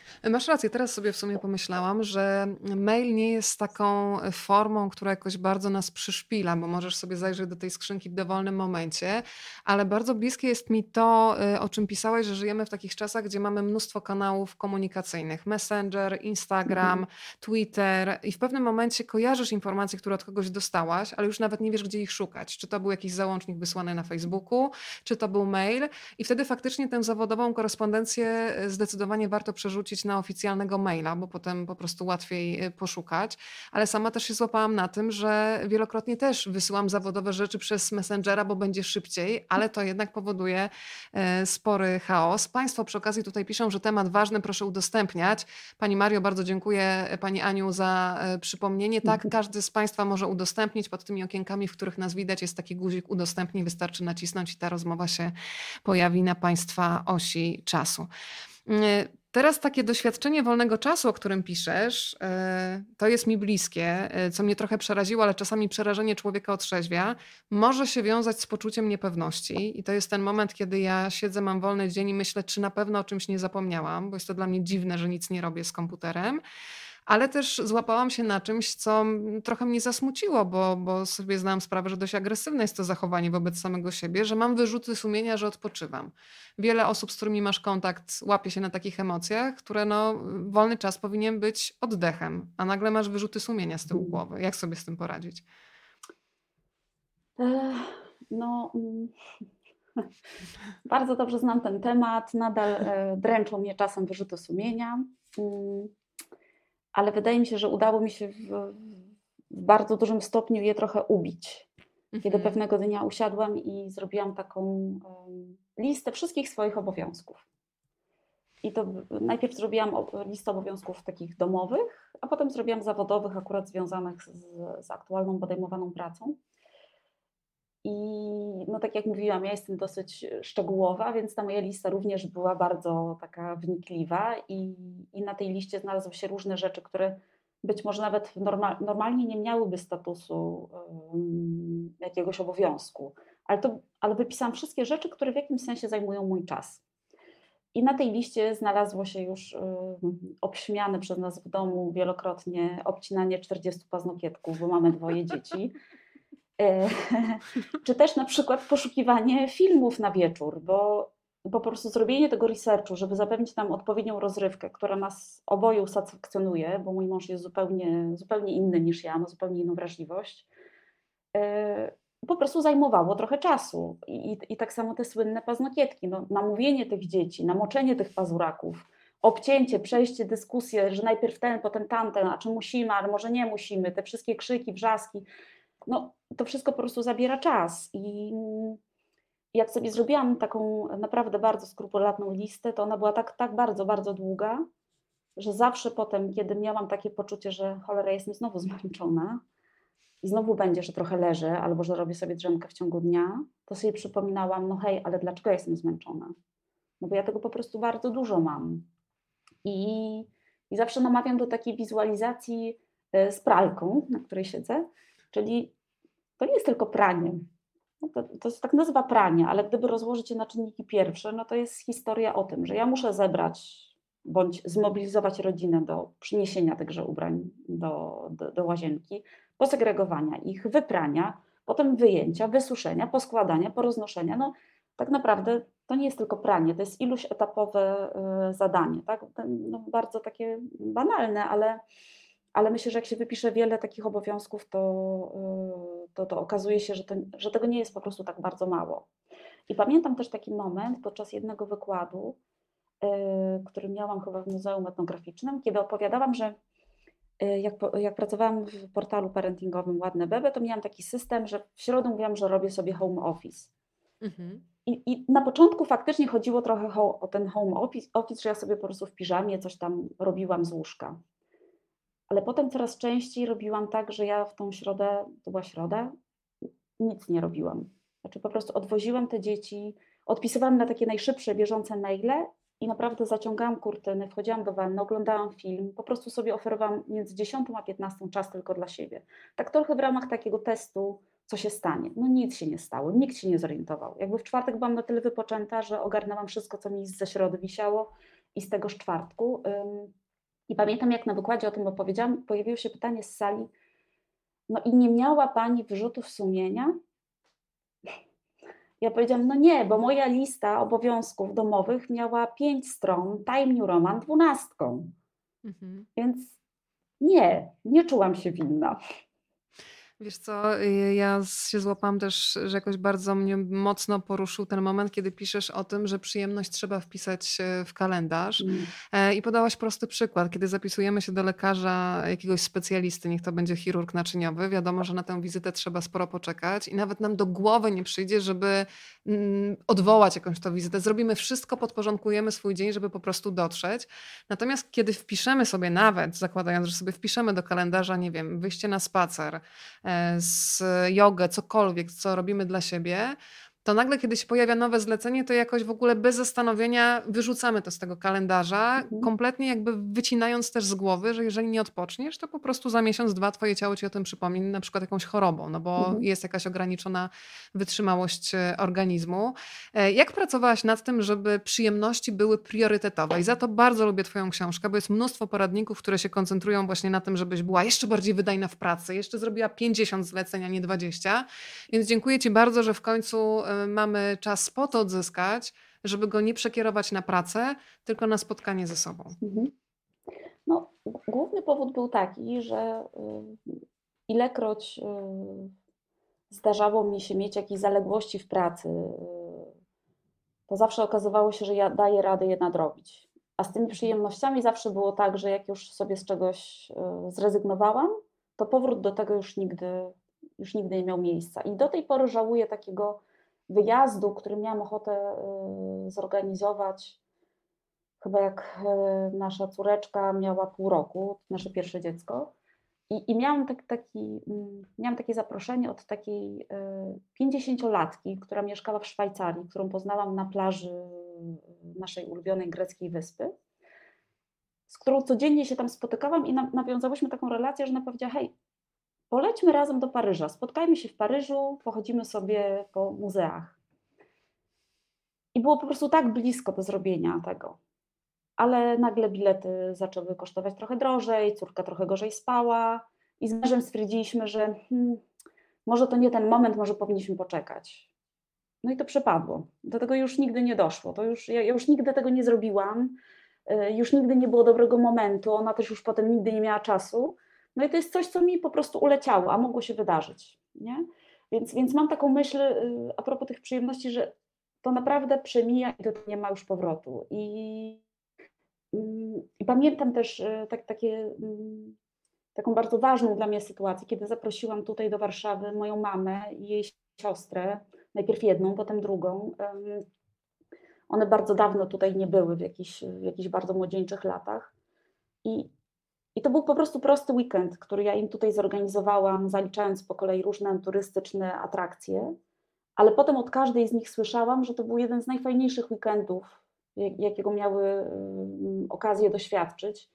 Masz rację, teraz sobie w sumie pomyślałam, że mail nie jest taką formą, która jakoś bardzo nas przyszpila, bo możesz sobie zajrzeć do tej skrzynki w dowolnym momencie, ale bardzo bliskie jest mi to, y, o czym pisałeś, że żyjemy w takich czasach, gdzie mamy mnóstwo kanałów komunikacyjnych. Messenger, Mhm. Instagram, Twitter i w pewnym momencie kojarzysz informacje, które od kogoś dostałaś, ale już nawet nie wiesz, gdzie ich szukać. Czy to był jakiś załącznik wysłany na Facebooku, czy to był mail i wtedy faktycznie tę zawodową korespondencję y, zdecydowanie warto przerzucić na oficjalnego maila, bo potem po prostu łatwiej y, poszukać. Ale sama też się złapałam na tym, że wielokrotnie też wysyłam zawodowe rzeczy przez Messengera, bo będzie szybciej, ale to jednak powoduje e, spory chaos. Państwo przy okazji tutaj piszą, że temat ważny, proszę udostępniać. Pani Mario, bardzo dziękuję e, Pani Aniu za e, przypomnienie. Tak, każdy z Państwa może udostępnić pod tymi okienkami, w których nas widać, jest taki guzik udostępnij, wystarczy nacisnąć i ta rozmowa się pojawi na Państwa osi czasu. Mm, Teraz takie doświadczenie wolnego czasu, o którym piszesz, e, to jest mi bliskie, e, co mnie trochę przeraziło, ale czasami przerażenie człowieka otrzeźwia. Może się wiązać z poczuciem niepewności i to jest ten moment, kiedy ja siedzę, mam wolny dzień i myślę, czy na pewno o czymś nie zapomniałam, bo jest to dla mnie dziwne, że nic nie robię z komputerem. Ale też złapałam się na czymś, co m, trochę mnie zasmuciło, bo, bo sobie zdałam sprawę, że dość agresywne jest to zachowanie wobec samego siebie, że mam wyrzuty sumienia, że odpoczywam. Wiele osób, z którymi masz kontakt, łapie się na takich emocjach, które no, wolny czas powinien być oddechem, a nagle masz wyrzuty sumienia z tyłu Mhm. głowy. Jak sobie z tym poradzić? Ech, No, mm, bardzo dobrze znam ten temat, nadal e, dręczą mnie czasem wyrzuty sumienia, mm, ale wydaje mi się, że udało mi się w, w bardzo dużym stopniu je trochę ubić. Kiedy Mhm. pewnego dnia usiadłam i zrobiłam taką em, listę wszystkich swoich obowiązków. I to b- najpierw zrobiłam o- listę obowiązków takich domowych, a potem zrobiłam zawodowych, akurat związanych z, z aktualną podejmowaną pracą. I no tak jak mówiłam, ja jestem dosyć szczegółowa, więc ta moja lista również była bardzo taka wnikliwa i, i na tej liście znalazły się różne rzeczy, które być może nawet w norma, normalnie nie miałyby statusu um, jakiegoś obowiązku, ale, to, ale wypisałam wszystkie rzeczy, które w jakimś sensie zajmują mój czas. I na tej liście znalazło się już um, obśmiane przez nas w domu wielokrotnie obcinanie czterdziestu paznokietków, bo mamy dwoje dzieci. E, Czy też na przykład poszukiwanie filmów na wieczór, bo po prostu zrobienie tego researchu, żeby zapewnić nam odpowiednią rozrywkę, która nas oboje usatysfakcjonuje, bo mój mąż jest zupełnie, zupełnie inny niż ja, ma zupełnie inną wrażliwość, e, po prostu zajmowało trochę czasu. I, i, i tak samo te słynne paznokietki, no, namówienie tych dzieci, namoczenie tych pazuraków, obcięcie, przejście, dyskusję, że najpierw ten, potem tamten, a czy musimy, ale może nie musimy, te wszystkie krzyki, wrzaski, no, to wszystko po prostu zabiera czas i jak sobie zrobiłam taką naprawdę bardzo skrupulatną listę, to ona była tak, tak bardzo, bardzo długa, że zawsze potem, kiedy miałam takie poczucie, że cholera, jestem znowu zmęczona i znowu będzie, że trochę leżę albo że robię sobie drzemkę w ciągu dnia, to sobie przypominałam, no hej, ale dlaczego ja jestem zmęczona? No bo ja tego po prostu bardzo dużo mam. I, i zawsze namawiam do takiej wizualizacji e, z pralką, na której siedzę, czyli to nie jest tylko pranie. No to, to się tak nazywa pranie, ale gdyby rozłożyć je na czynniki pierwsze, no to jest historia o tym, że ja muszę zebrać bądź zmobilizować rodzinę do przyniesienia tychże ubrań do, do, do łazienki, posegregowania ich, wyprania, potem wyjęcia, wysuszenia, poskładania, poroznoszenia. No tak naprawdę to nie jest tylko pranie, to jest iluś etapowe y, zadanie, tak? No, bardzo takie banalne, ale ale myślę, że jak się wypisze wiele takich obowiązków, to, y, to, to okazuje się, że, to, że tego nie jest po prostu tak bardzo mało. I pamiętam też taki moment podczas jednego wykładu, y, który miałam chyba w Muzeum Etnograficznym, kiedy opowiadałam, że y, jak, po- jak pracowałam w portalu parentingowym Ładne Bebe, to miałam taki system, że w środę mówiłam, że robię sobie home office. Mhm. I, I na początku faktycznie chodziło trochę ho, o ten home office, office, że ja sobie po prostu w piżamie coś tam robiłam z łóżka. Ale potem coraz częściej robiłam tak, że ja w tą środę, to była środa, nic nie robiłam. Znaczy po prostu odwoziłam te dzieci, odpisywałam na takie najszybsze, bieżące maile i naprawdę zaciągałam kurtyny, wchodziłam do wanny, oglądałam film, po prostu sobie oferowałam między dziesiątą a piętnastą czas tylko dla siebie. Tak trochę w ramach takiego testu, co się stanie. No nic się nie stało, nikt się nie zorientował. Jakby w czwartek byłam na tyle wypoczęta, że ogarnęłam wszystko, co mi ze środy wisiało i z tegoż czwartku. Ym, I pamiętam, jak na wykładzie o tym opowiedziałam, pojawiło się pytanie z sali: no i nie miała Pani wyrzutów sumienia? Ja powiedziałam: no nie, bo moja lista obowiązków domowych miała pięć stron, Time New Roman dwunastką. Mhm. Więc nie, nie czułam się winna. Wiesz co, y, ja z- się złapałam też, że jakoś bardzo mnie mocno poruszył ten moment, kiedy piszesz o tym, że przyjemność trzeba wpisać e, w kalendarz. Mm. E, I podałaś prosty przykład, kiedy zapisujemy się do lekarza, jakiegoś specjalisty, niech to będzie chirurg naczyniowy, wiadomo, że na tę wizytę trzeba sporo poczekać i nawet nam do głowy nie przyjdzie, żeby mm, odwołać jakąś tą wizytę. Zrobimy wszystko, podporządkujemy swój dzień, żeby po prostu dotrzeć. Natomiast kiedy wpiszemy sobie nawet, zakładając, że sobie wpiszemy do kalendarza, nie wiem, wyjście na spacer, e, z jogę, cokolwiek, co robimy dla siebie, to nagle, kiedy się pojawia nowe zlecenie, to jakoś w ogóle bez zastanowienia wyrzucamy to z tego kalendarza, Mhm. kompletnie jakby wycinając też z głowy, że jeżeli nie odpoczniesz, to po prostu za miesiąc, dwa twoje ciało ci o tym przypomni, na przykład jakąś chorobą, no bo Mhm. jest jakaś ograniczona wytrzymałość e, organizmu. E, Jak pracowałaś nad tym, żeby przyjemności były priorytetowe? I za to bardzo lubię twoją książkę, bo jest mnóstwo poradników, które się koncentrują właśnie na tym, żebyś była jeszcze bardziej wydajna w pracy, jeszcze zrobiła pięćdziesiąt zleceń, a nie dwadzieścia. Więc dziękuję ci bardzo, że w końcu e, mamy czas po to odzyskać, żeby go nie przekierować na pracę, tylko na spotkanie ze sobą. Mhm. No, g- główny powód był taki, że y, ilekroć y, zdarzało mi się mieć jakieś zaległości w pracy, y, to zawsze okazywało się, że ja daję radę je nadrobić. A z tymi przyjemnościami zawsze było tak, że jak już sobie z czegoś y, zrezygnowałam, to powrót do tego już nigdy, już nigdy nie miał miejsca. I do tej pory żałuję takiego wyjazdu, który miałam ochotę y, zorganizować, chyba jak y, nasza córeczka miała pół roku, nasze pierwsze dziecko. I, i miałam, tak, taki, mm, miałam takie zaproszenie od takiej y, pięćdziesięciolatki, która mieszkała w Szwajcarii, którą poznałam na plaży y, naszej ulubionej greckiej wyspy, z którą codziennie się tam spotykałam i na, nawiązałyśmy taką relację, że ona powiedziała: hej, polećmy razem do Paryża, spotkajmy się w Paryżu, pochodzimy sobie po muzeach. I było po prostu tak blisko do zrobienia tego. Ale nagle bilety zaczęły kosztować trochę drożej, córka trochę gorzej spała i z mężem stwierdziliśmy, że hmm, może to nie ten moment, może powinniśmy poczekać. No i to przepadło. Do tego już nigdy nie doszło. To już, ja, ja już nigdy tego nie zrobiłam. y, Już nigdy nie było dobrego momentu. Ona też już potem nigdy nie miała czasu. No i to jest coś, co mi po prostu uleciało, a mogło się wydarzyć. Nie? Więc, więc mam taką myśl y, a propos tych przyjemności, że to naprawdę przemija i do tego nie ma już powrotu. I Mm, I pamiętam też e, tak, takie, mm, taką bardzo ważną dla mnie sytuację, kiedy zaprosiłam tutaj do Warszawy moją mamę i jej siostrę, najpierw jedną, potem drugą. Em, One bardzo dawno tutaj nie były, w jakichś, w jakichś bardzo młodzieńczych latach. I, I to był po prostu prosty weekend, który ja im tutaj zorganizowałam, zaliczając po kolei różne turystyczne atrakcje. Ale potem od każdej z nich słyszałam, że to był jeden z najfajniejszych weekendów, jak- jakiego miały ym, okazję doświadczyć.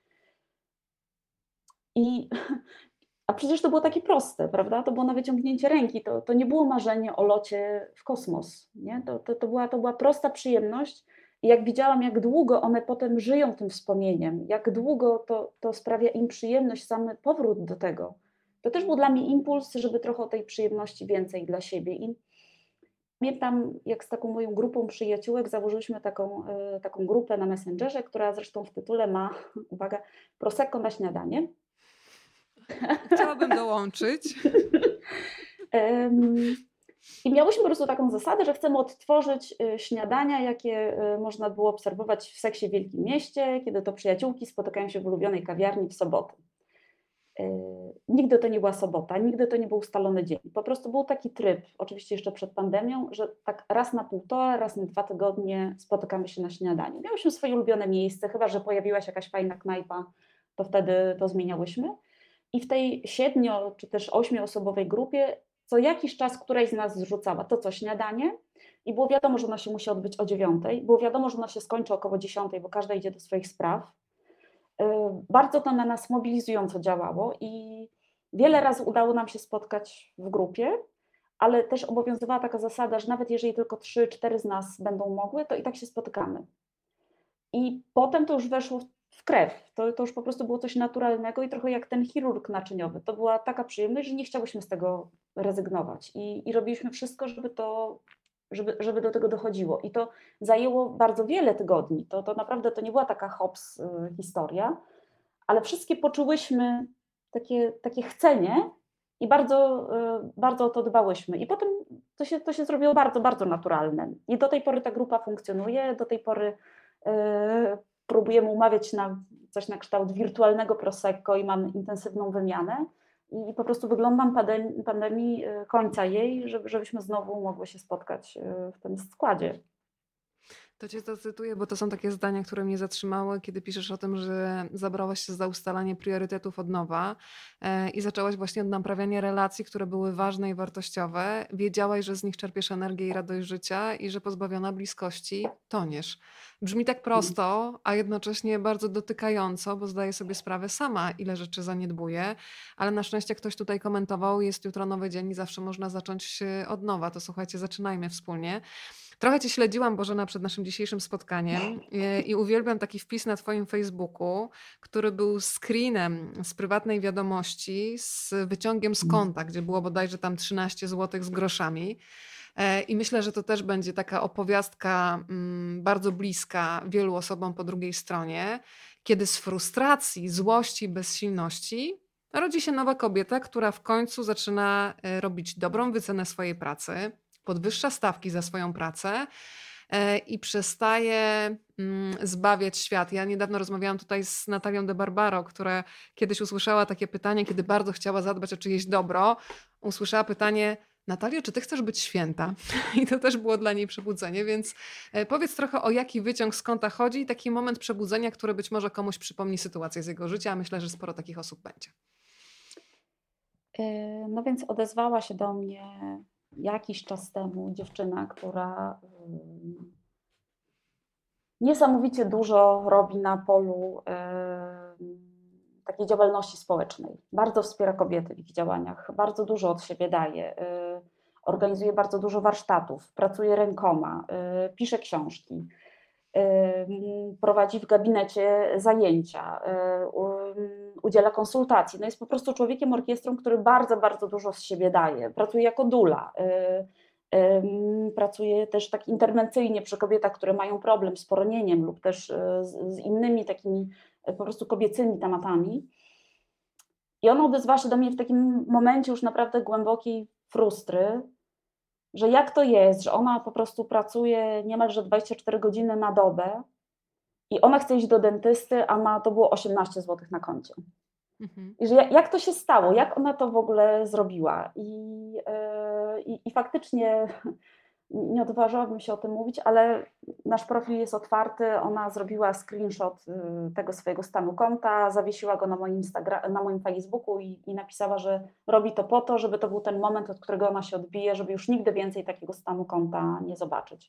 I, a przecież to było takie proste, prawda? To było na wyciągnięcie ręki, to, to nie było marzenie o locie w kosmos, nie? To, to, to, była, to była prosta przyjemność. I jak widziałam, jak długo one potem żyją tym wspomnieniem, jak długo to, to sprawia im przyjemność, sam powrót do tego, to też był dla mnie impuls, żeby trochę o tej przyjemności więcej dla siebie. I pamiętam, jak z taką moją grupą przyjaciółek założyliśmy taką, e, taką grupę na Messengerze, która zresztą w tytule ma, uwaga, Prosecco na śniadanie. Chciałabym dołączyć. Em, I miałyśmy po prostu taką zasadę, że chcemy odtworzyć y, śniadania, jakie y, można było obserwować w Seksie w Wielkim Mieście, kiedy to przyjaciółki spotykają się w ulubionej kawiarni w sobotę. Y, Nigdy to nie była sobota, nigdy to nie był ustalony dzień. Po prostu był taki tryb, oczywiście jeszcze przed pandemią, że tak raz na półtora, raz na dwa tygodnie spotykamy się na śniadaniu. Miałyśmy swoje ulubione miejsce, chyba że pojawiła się jakaś fajna knajpa, to wtedy to zmieniałyśmy. I w tej siedmiu czy też ośmioosobowej grupie co jakiś czas któraś z nas zrzucała to, co śniadanie, i było wiadomo, że ona się musi odbyć o dziewiątej, było wiadomo, że ona się skończy około dziesiątej, bo każda idzie do swoich spraw. Yy, Bardzo to na nas mobilizująco działało i wiele razy udało nam się spotkać w grupie, ale też obowiązywała taka zasada, że nawet jeżeli tylko trzy, cztery z nas będą mogły, to i tak się spotykamy. I potem to już weszło w w krew. To to już po prostu było coś naturalnego i trochę jak ten chirurg naczyniowy. To była taka przyjemność, że nie chciałyśmy z tego rezygnować i i robiliśmy wszystko, żeby to żeby żeby do tego dochodziło. I to zajęło bardzo wiele tygodni. To to naprawdę to nie była taka hops, y, historia, ale wszystkie poczułyśmy takie takie chcenie i bardzo, y, bardzo o to dbałyśmy. I potem to się to się zrobiło bardzo, bardzo naturalne. I do tej pory ta grupa funkcjonuje, do tej pory, y, próbujemy umawiać się na coś na kształt wirtualnego prosecco i mamy intensywną wymianę. I po prostu wyglądam pandem pandemii, y, końca jej, żeby żebyśmy znowu mogły się spotkać, y, w tym składzie. To cię zacytuję, bo to są takie zdania, które mnie zatrzymały, kiedy piszesz o tym, że zabrałaś się za ustalanie priorytetów od nowa e, i zaczęłaś właśnie od naprawiania relacji, które były ważne i wartościowe. Wiedziałaś, że z nich czerpiesz energię i radość życia i że pozbawiona bliskości toniesz. Brzmi tak Mhm. prosto, a jednocześnie bardzo dotykająco, bo zdaję sobie sprawę sama, ile rzeczy zaniedbuję, ale na szczęście ktoś tutaj komentował, jest jutro nowy dzień i zawsze można zacząć e, od nowa. To słuchajcie, zaczynajmy wspólnie. Trochę cię śledziłam, Bożena, przed naszym dzisiejszym spotkaniem e, i uwielbiam taki wpis na twoim Facebooku, który był screenem z prywatnej wiadomości z wyciągiem z konta, gdzie było bodajże tam trzynaście złotych z groszami. E, I myślę, że to też będzie taka opowiastka mm, bardzo bliska wielu osobom po drugiej stronie, kiedy z frustracji, złości, bezsilności rodzi się nowa kobieta, która w końcu zaczyna e, robić dobrą wycenę swojej pracy, podwyższa stawki za swoją pracę e, i przestaje mm, zbawiać świat. Ja niedawno rozmawiałam tutaj z Natalią de Barbaro, która kiedyś usłyszała takie pytanie, kiedy bardzo chciała zadbać o czyjeś dobro, usłyszała pytanie: Natalio, czy ty chcesz być święta? I to też było dla niej przebudzenie, więc e, powiedz trochę, o jaki wyciąg z kąta chodzi i taki moment przebudzenia, który być może komuś przypomni sytuację z jego życia, a myślę, że sporo takich osób będzie. Y, no więc odezwała się do mnie jakiś czas temu dziewczyna, która, ym, niesamowicie dużo robi na polu, ym, takiej działalności społecznej. Bardzo wspiera kobiety w ich działaniach, bardzo dużo od siebie daje, y, organizuje bardzo dużo warsztatów, pracuje rękoma, y, pisze książki. Ym, prowadzi w gabinecie zajęcia, y, u udziela konsultacji. No jest po prostu człowiekiem orkiestrą, który bardzo, bardzo dużo z siebie daje. Pracuje jako dula, y, ym, pracuje też tak interwencyjnie przy kobietach, które mają problem z poronieniem lub też, y, z z innymi takimi, y, po prostu kobiecymi tematami. I ona odezwała się do mnie w takim momencie już naprawdę głębokiej frustry, że jak to jest, że ona po prostu pracuje niemalże dwadzieścia cztery godziny na dobę i ona chce iść do dentysty, a ma to było osiemnaście złotych na koncie. Mhm. I że jak jak to się stało? Jak ona to w ogóle zrobiła? I, yy, i i faktycznie nie odważyłabym się o tym mówić, ale nasz profil jest otwarty. Ona zrobiła screenshot, yy, tego swojego stanu konta, zawiesiła go na moim Instagra na moim Facebooku i i napisała, że robi to po to, żeby to był ten moment, od którego ona się odbije, żeby już nigdy więcej takiego stanu konta nie zobaczyć.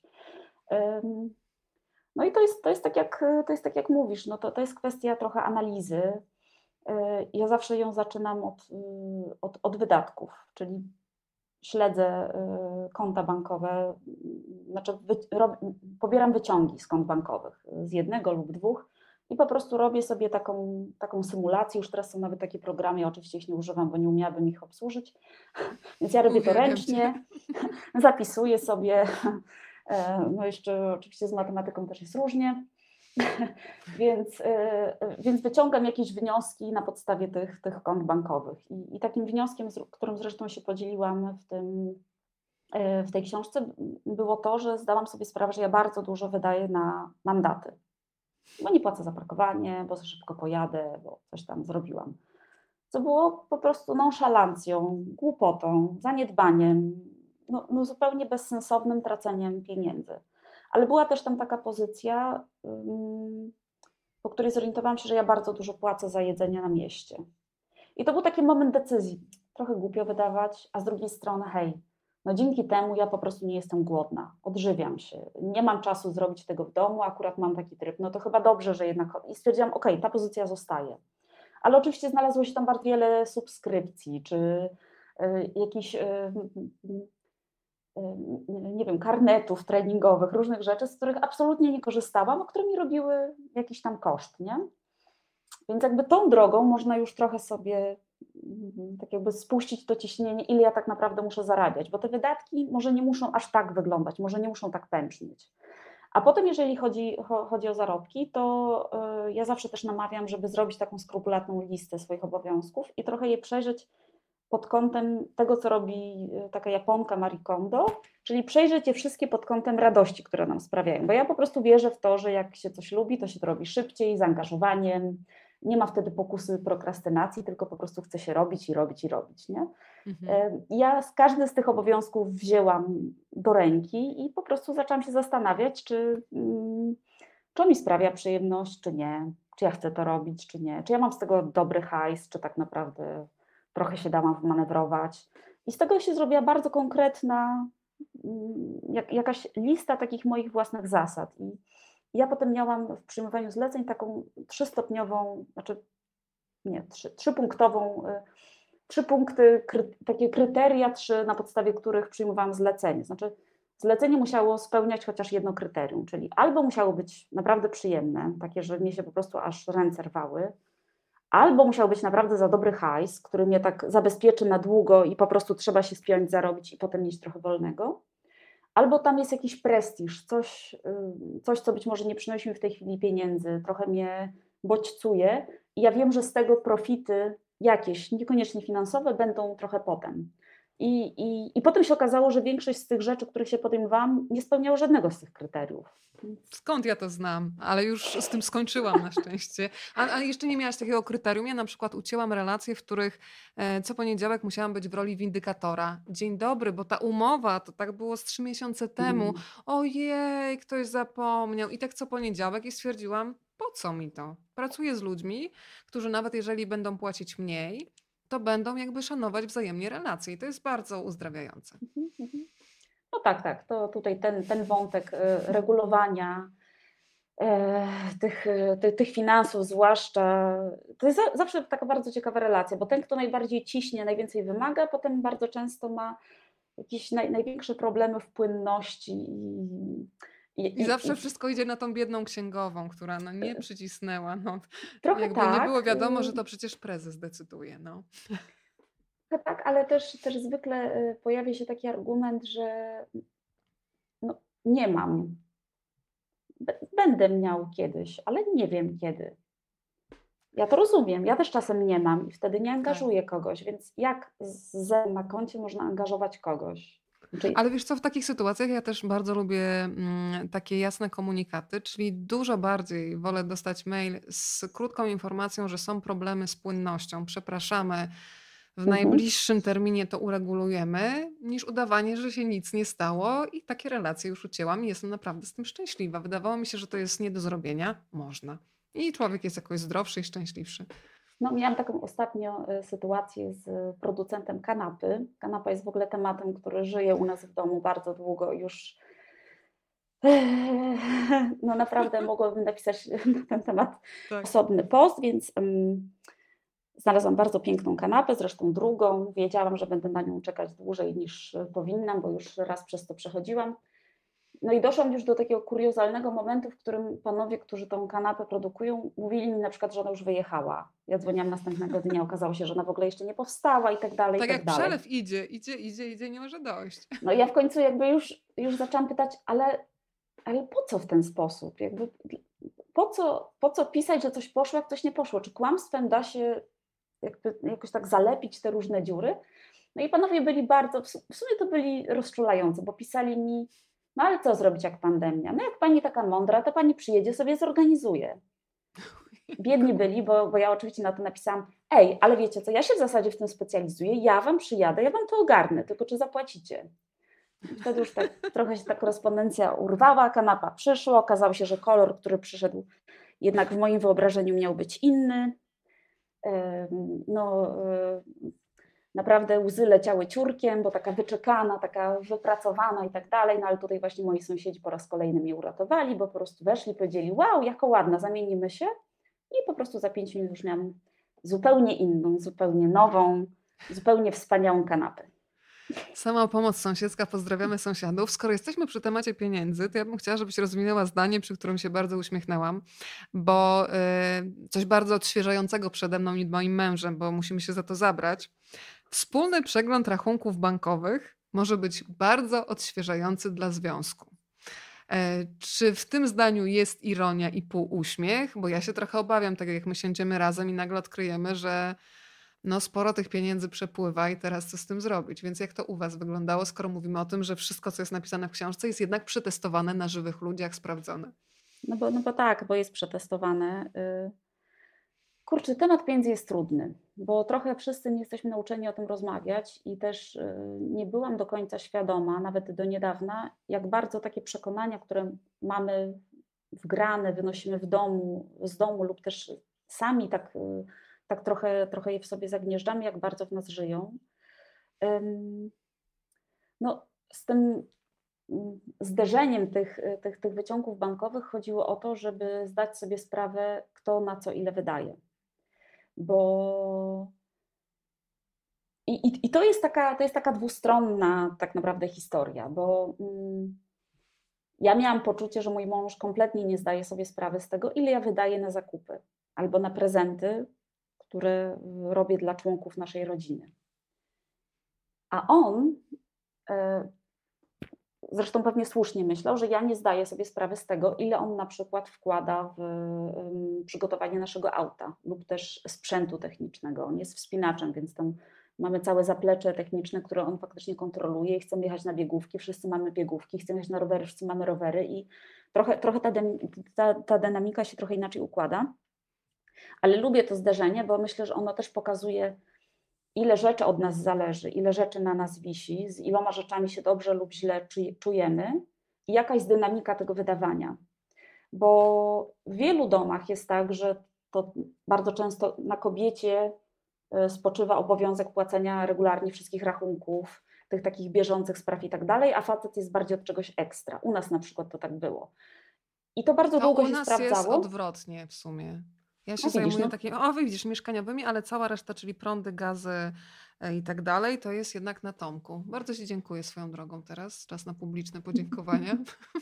Ym, no i to jest to jest tak jak, to jest tak jak mówisz, no to to jest kwestia trochę analizy. Yy, ja zawsze ją zaczynam od, yy, od od wydatków, czyli śledzę, y, konta bankowe, mm, znaczy wy rob pobieram wyciągi z kont bankowych, y, z jednego lub dwóch i po prostu robię sobie taką taką symulację. Już teraz są nawet takie programy, ja oczywiście ich nie używam, bo nie umiałabym ich obsłużyć, więc ja robię to Uwielbiam cię. ręcznie, zapisuję sobie, e, no jeszcze oczywiście z matematyką też jest różnie. Więc, y, y, więc wyciągam jakieś wnioski na podstawie tych tych kont bankowych. I i takim wnioskiem, z którym zresztą się podzieliłam w tym, y, w tej książce, b było to, że zdałam sobie sprawę, że ja bardzo dużo wydaję na mandaty. Bo nie płacę za parkowanie, bo za szybko pojadę, bo coś tam zrobiłam. Co było po prostu nonszalancją, głupotą, zaniedbaniem, no no zupełnie bezsensownym traceniem pieniędzy. Ale była też tam taka pozycja, ym, po której zorientowałam się, że ja bardzo dużo płacę za jedzenie na mieście. I to był taki moment decyzji. Trochę głupio wydawać, a z drugiej strony, hej, no dzięki temu ja po prostu nie jestem głodna, odżywiam się, nie mam czasu zrobić tego w domu, akurat mam taki tryb, no to chyba dobrze, że jednak. I stwierdziłam, okej, ta pozycja zostaje. Ale oczywiście znalazło się tam bardzo wiele subskrypcji, czy y, jakichś y, nie wiem, karnetów treningowych, różnych rzeczy, z których absolutnie nie korzystałam, a które mi robiły jakiś tam koszt, nie? Więc jakby tą drogą można już trochę sobie mm, tak jakby spuścić to ciśnienie, ile ja tak naprawdę muszę zarabiać, bo te wydatki może nie muszą aż tak wyglądać, może nie muszą tak pęcznieć. A potem, jeżeli chodzi, cho- chodzi o zarobki, to y, ja zawsze też namawiam, żeby zrobić taką skrupulatną listę swoich obowiązków i trochę je przejrzeć pod kątem tego, co robi y, taka Japonka Marie Kondo, czyli przejrzeć je wszystkie pod kątem radości, które nam sprawiają. Bo ja po prostu wierzę w to, że jak się coś lubi, to się to robi szybciej, zaangażowaniem. Nie ma wtedy pokusy prokrastynacji, tylko po prostu chce się robić i robić i robić. Nie? Mhm. E, Ja z każdy z tych obowiązków wzięłam do ręki i po prostu zaczęłam się zastanawiać, czy, mm, czy on mi sprawia przyjemność, czy nie, czy ja chcę to robić, czy nie, czy ja mam z tego dobry hajs, czy tak naprawdę trochę się dałam wmanewrować. I z tego się zrobiła bardzo konkretna mm, jak, jakaś lista takich moich własnych zasad. I ja potem miałam w przyjmowaniu zleceń taką trzystopniową, znaczy nie, trzy, trzypunktową, y, trzy punkty, kry, takie kryteria, trzy, na podstawie których przyjmowałam zlecenie. Znaczy zlecenie musiało spełniać chociaż jedno kryterium, czyli albo musiało być naprawdę przyjemne, takie, że mnie się po prostu aż ręce rwały, albo musiał być naprawdę za dobry hajs, który mnie tak zabezpieczy na długo i po prostu trzeba się spiąć, zarobić i potem mieć trochę wolnego, albo tam jest jakiś prestiż, coś, y, coś, co być może nie przynosi mi w tej chwili pieniędzy, trochę mnie bodźcuje i ja wiem, że z tego profity jakieś, niekoniecznie finansowe, będą trochę potem. I, i, I potem się okazało, że większość z tych rzeczy, których się podejmowałam, nie spełniało żadnego z tych kryteriów. Skąd ja to znam? Ale już z tym skończyłam na szczęście. A, a jeszcze nie miałaś takiego kryterium? Ja na przykład ucięłam relacje, w których e, co poniedziałek musiałam być w roli windykatora. Dzień dobry, bo ta umowa to tak było z trzy miesiące temu. Mm. Ojej, ktoś zapomniał. I tak co poniedziałek i stwierdziłam, po co mi to? Pracuję z ludźmi, którzy nawet jeżeli będą płacić mniej, to będą jakby szanować wzajemnie relacje. I to jest bardzo uzdrawiające. Mhm, mhm. No tak, tak. To tutaj ten, ten wątek e, regulowania e, tych, e, ty, tych finansów, zwłaszcza, to jest za, zawsze taka bardzo ciekawa relacja, bo ten, kto najbardziej ciśnie, najwięcej wymaga, potem bardzo często ma jakieś naj, największe problemy w płynności i, i, I i, zawsze i wszystko idzie na tą biedną księgową, która no nie przycisnęła. No. trochę Jakby nie było tak, wiadomo, że y, to przecież prezes decyduje. No. trochę tak, ale też, też zwykle y, pojawia się taki argument, że no, nie mam, B- będę miał kiedyś, ale nie wiem kiedy. Ja to rozumiem, ja też czasem nie mam i wtedy nie Tak. angażuję kogoś, więc jak z zera na koncie można angażować kogoś? Znaczy, Ale wiesz co, w takich sytuacjach ja też bardzo lubię mm, takie jasne komunikaty, czyli dużo bardziej wolę dostać mail z krótką informacją, że są problemy z płynnością, przepraszamy, w mhm. najbliższym terminie to uregulujemy, niż udawanie, że się nic nie stało i takie relacje już ucięłam i jestem naprawdę z tym szczęśliwa. Wydawało mi się, że to jest nie do zrobienia. Można. I człowiek jest jakoś zdrowszy i szczęśliwszy. No, miałam taką ostatnio y, sytuację z producentem kanapy. Kanapa jest w ogóle tematem, który żyje u nas w domu bardzo długo już. No naprawdę mogłabym napisać na ten temat Tak. osobny post, więc um, znalazłam bardzo piękną kanapę, zresztą drugą. Wiedziałam, że będę na nią czekać dłużej niż y, powinnam, bo już raz przez to przechodziłam. No i doszłam już do takiego kuriozalnego momentu, w którym panowie, którzy tą kanapę produkują, mówili mi na przykład, że ona już wyjechała. Ja dzwoniłam następnego dnia, okazało się, że ona w ogóle jeszcze nie powstała i tak dalej, i Tak tak jak dalej. przelew idzie, idzie, idzie, idzie, nie może dojść. No i ja w końcu jakby już, już zaczęłam pytać, ale, ale po co w ten sposób? Jakby, po, co, po co pisać, że coś poszło, jak coś nie poszło? Czy kłamstwem da się jakby jakoś tak zalepić te różne dziury? No i panowie byli bardzo, w su- w sumie to byli rozczulający, bo pisali mi, no ale co zrobić jak pandemia? No jak pani taka mądra, to pani przyjedzie, sobie zorganizuje. Biedni byli, bo, bo ja oczywiście na to napisałam, ej, ale wiecie co, ja się w zasadzie w tym specjalizuję, ja wam przyjadę, ja wam to ogarnę, tylko czy zapłacicie? I wtedy już tak trochę się ta korespondencja urwała, kanapa przyszła, okazało się, że kolor, który przyszedł, jednak w moim wyobrażeniu miał być inny. Em, No, e, naprawdę łzy leciały ciurkiem, bo taka wyczekana, taka wypracowana i tak dalej, no ale tutaj właśnie moi sąsiedzi po raz kolejny mnie uratowali, bo po prostu weszli, powiedzieli, wow, jaka ładna, zamienimy się i po prostu za pięć minut już miałam zupełnie inną, zupełnie nową, zupełnie wspaniałą kanapę. Samopomoc sąsiedzka, pozdrawiamy sąsiadów. Skoro jesteśmy przy temacie pieniędzy, to ja bym chciała, żebyś rozwinęła zdanie, przy którym się bardzo uśmiechnęłam, bo y, coś bardzo odświeżającego przede mną i moim mężem, bo musimy się za to zabrać. Wspólny przegląd rachunków bankowych może być bardzo odświeżający dla związku. E, Czy w tym zdaniu jest ironia i półuśmiech? Bo ja się trochę obawiam, tak jak my siądziemy razem i nagle odkryjemy, że no sporo tych pieniędzy przepływa i teraz co z tym zrobić? Więc jak to u was wyglądało, skoro mówimy o tym, że wszystko, co jest napisane w książce, jest jednak przetestowane na żywych ludziach, sprawdzone? No bo, no bo tak, bo jest przetestowane. y, Kurczę, temat pieniędzy jest trudny, bo trochę wszyscy nie jesteśmy nauczeni o tym rozmawiać i też y, nie byłam do końca świadoma, nawet do niedawna, jak bardzo takie przekonania, które mamy wgrane, wynosimy w domu, z domu lub też sami tak, y, tak trochę, trochę je w sobie zagnieżdżamy, jak bardzo w nas żyją. Ym, No, z tym mm, zderzeniem tych, y, tych, tych wyciągów bankowych chodziło o to, żeby zdać sobie sprawę, kto na co ile wydaje. Bo i, i, i to jest taka, to jest taka dwustronna tak naprawdę historia, bo mm, ja miałam poczucie, że mój mąż kompletnie nie zdaje sobie sprawy z tego, ile ja wydaję na zakupy albo na prezenty, które robię dla członków naszej rodziny. A on e, zresztą pewnie słusznie myślał, że ja nie zdaję sobie sprawy z tego, ile on na przykład wkłada w em, przygotowanie naszego auta lub też sprzętu technicznego. On jest wspinaczem, więc tam mamy całe zaplecze techniczne, które on faktycznie kontroluje i chcemy jechać na biegówki, wszyscy mamy biegówki, chcemy jechać na rowery, wszyscy mamy rowery i trochę, trochę ta, ta, ta dynamika się trochę inaczej układa, ale lubię to zderzenie, bo myślę, że ono też pokazuje, ile rzeczy od nas zależy, ile rzeczy na nas wisi, z iloma rzeczami się dobrze lub źle czujemy i jaka jest dynamika tego wydawania. Bo w wielu domach jest tak, że to bardzo często na kobiecie y, spoczywa obowiązek płacenia regularnie wszystkich rachunków, tych takich bieżących spraw i tak dalej, a facet jest bardziej od czegoś ekstra. U nas na przykład to tak było. I to bardzo To długo u się nas jest sprawdzało. odwrotnie w sumie. Ja No się widzisz, zajmuję no, takimi, o wy widzisz, mieszkaniowymi, ale cała reszta, czyli prądy, gazy e, i tak dalej, to jest jednak na Tomku. Bardzo ci dziękuję swoją drogą teraz. Czas na publiczne podziękowania.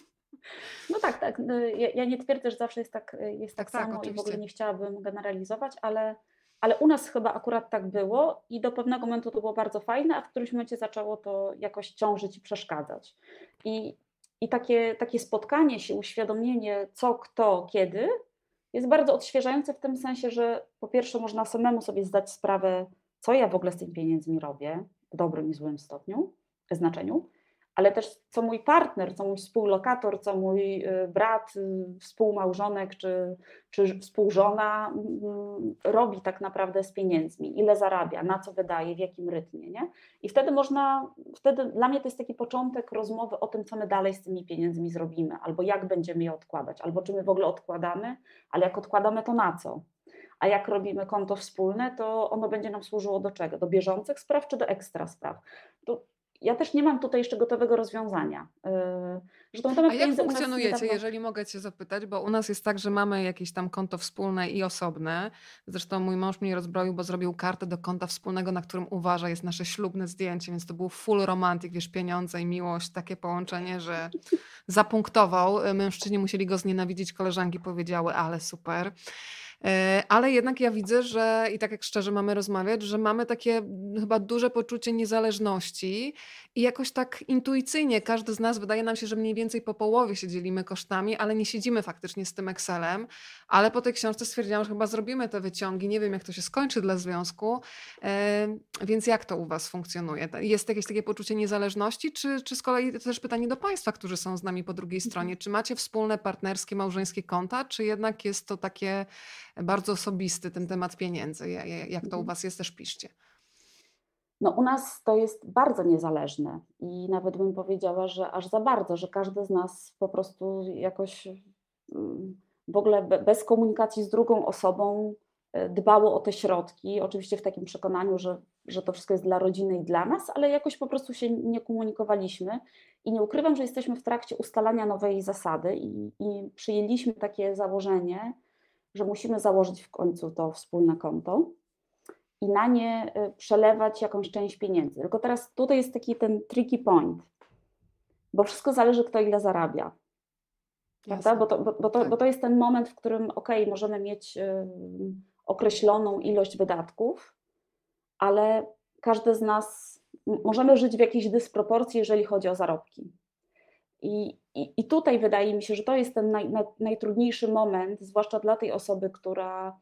no tak, tak. y, Ja, ja nie twierdzę, że zawsze jest tak, y, jest Tak, tak tak, samo i w ogóle oczywiście. nie chciałabym generalizować, ale, ale u nas chyba akurat tak było i do pewnego momentu to było bardzo fajne, a w którymś momencie zaczęło to jakoś ciążyć i przeszkadzać. I, i takie, takie spotkanie się, uświadomienie co, kto, kiedy jest bardzo odświeżające w tym sensie, że po pierwsze można samemu sobie zdać sprawę, co ja w ogóle z tymi pieniędzmi robię, w dobrym i złym stopniu, znaczeniu, ale też co mój partner, co mój współlokator, co mój y, brat, y, współmałżonek czy, czy współżona mm, robi tak naprawdę z pieniędzmi, ile zarabia, na co wydaje, w jakim rytmie. Nie? I wtedy można, wtedy dla mnie to jest taki początek rozmowy o tym, co my dalej z tymi pieniędzmi zrobimy, albo jak będziemy je odkładać, albo czy my w ogóle odkładamy, ale jak odkładamy, to na co? A jak robimy konto wspólne, to ono będzie nam służyło do czego? Do bieżących spraw czy do ekstra spraw? To ja też nie mam tutaj jeszcze gotowego rozwiązania. Yy, Zresztą A temat jak pieniędzy u nas funkcjonujecie, niedawno. jeżeli mogę cię zapytać, bo u nas jest tak, że mamy jakieś tam konto wspólne i osobne. Zresztą mój mąż mnie rozbroił, bo zrobił kartę do konta wspólnego, na którym uważa jest nasze ślubne zdjęcie, więc to był full romantyk, wiesz, pieniądze i miłość, takie połączenie, że zapunktował. Mężczyźni musieli go znienawidzić, koleżanki powiedziały, ale super. E, Ale jednak ja widzę, że i tak jak szczerze mamy rozmawiać, że mamy takie mm, chyba duże poczucie niezależności i jakoś tak intuicyjnie każdy z nas wydaje nam się, że mniej więcej po połowie się dzielimy kosztami, ale nie siedzimy faktycznie z tym Excelem. Ale po tej książce stwierdziłam, że chyba zrobimy te wyciągi. Nie wiem, jak to się skończy dla związku. E, Więc jak to u was funkcjonuje? Jest jakieś takie poczucie niezależności, czy, czy z kolei to też pytanie do państwa, którzy są z nami po drugiej stronie. Czy macie wspólne partnerskie, małżeńskie konta, czy jednak jest to takie bardzo osobisty ten temat pieniędzy? Ja- ja- Jak to u was jest, też piszcie. No, u nas to jest bardzo niezależne i nawet bym powiedziała, że aż za bardzo, że każdy z nas po prostu jakoś mm, w ogóle be- bez komunikacji z drugą osobą e, dbało o te środki. Oczywiście w takim przekonaniu, że, że to wszystko jest dla rodziny i dla nas, ale jakoś po prostu się nie komunikowaliśmy. I nie ukrywam, że jesteśmy w trakcie ustalania nowej zasady i, i przyjęliśmy takie założenie, że musimy założyć w końcu to wspólne konto. i na nie y, przelewać jakąś część pieniędzy. Tylko teraz tutaj jest taki ten tricky point, bo wszystko zależy, kto ile zarabia. Prawda? Jasne. Bo to, bo, bo, to, Tak. bo to jest ten moment, w którym ok, możemy mieć y, określoną ilość wydatków, ale każdy z nas m- możemy żyć w jakiejś dysproporcji, jeżeli chodzi o zarobki. I, i, i tutaj wydaje mi się, że to jest ten naj, naj, najtrudniejszy moment, zwłaszcza dla tej osoby, która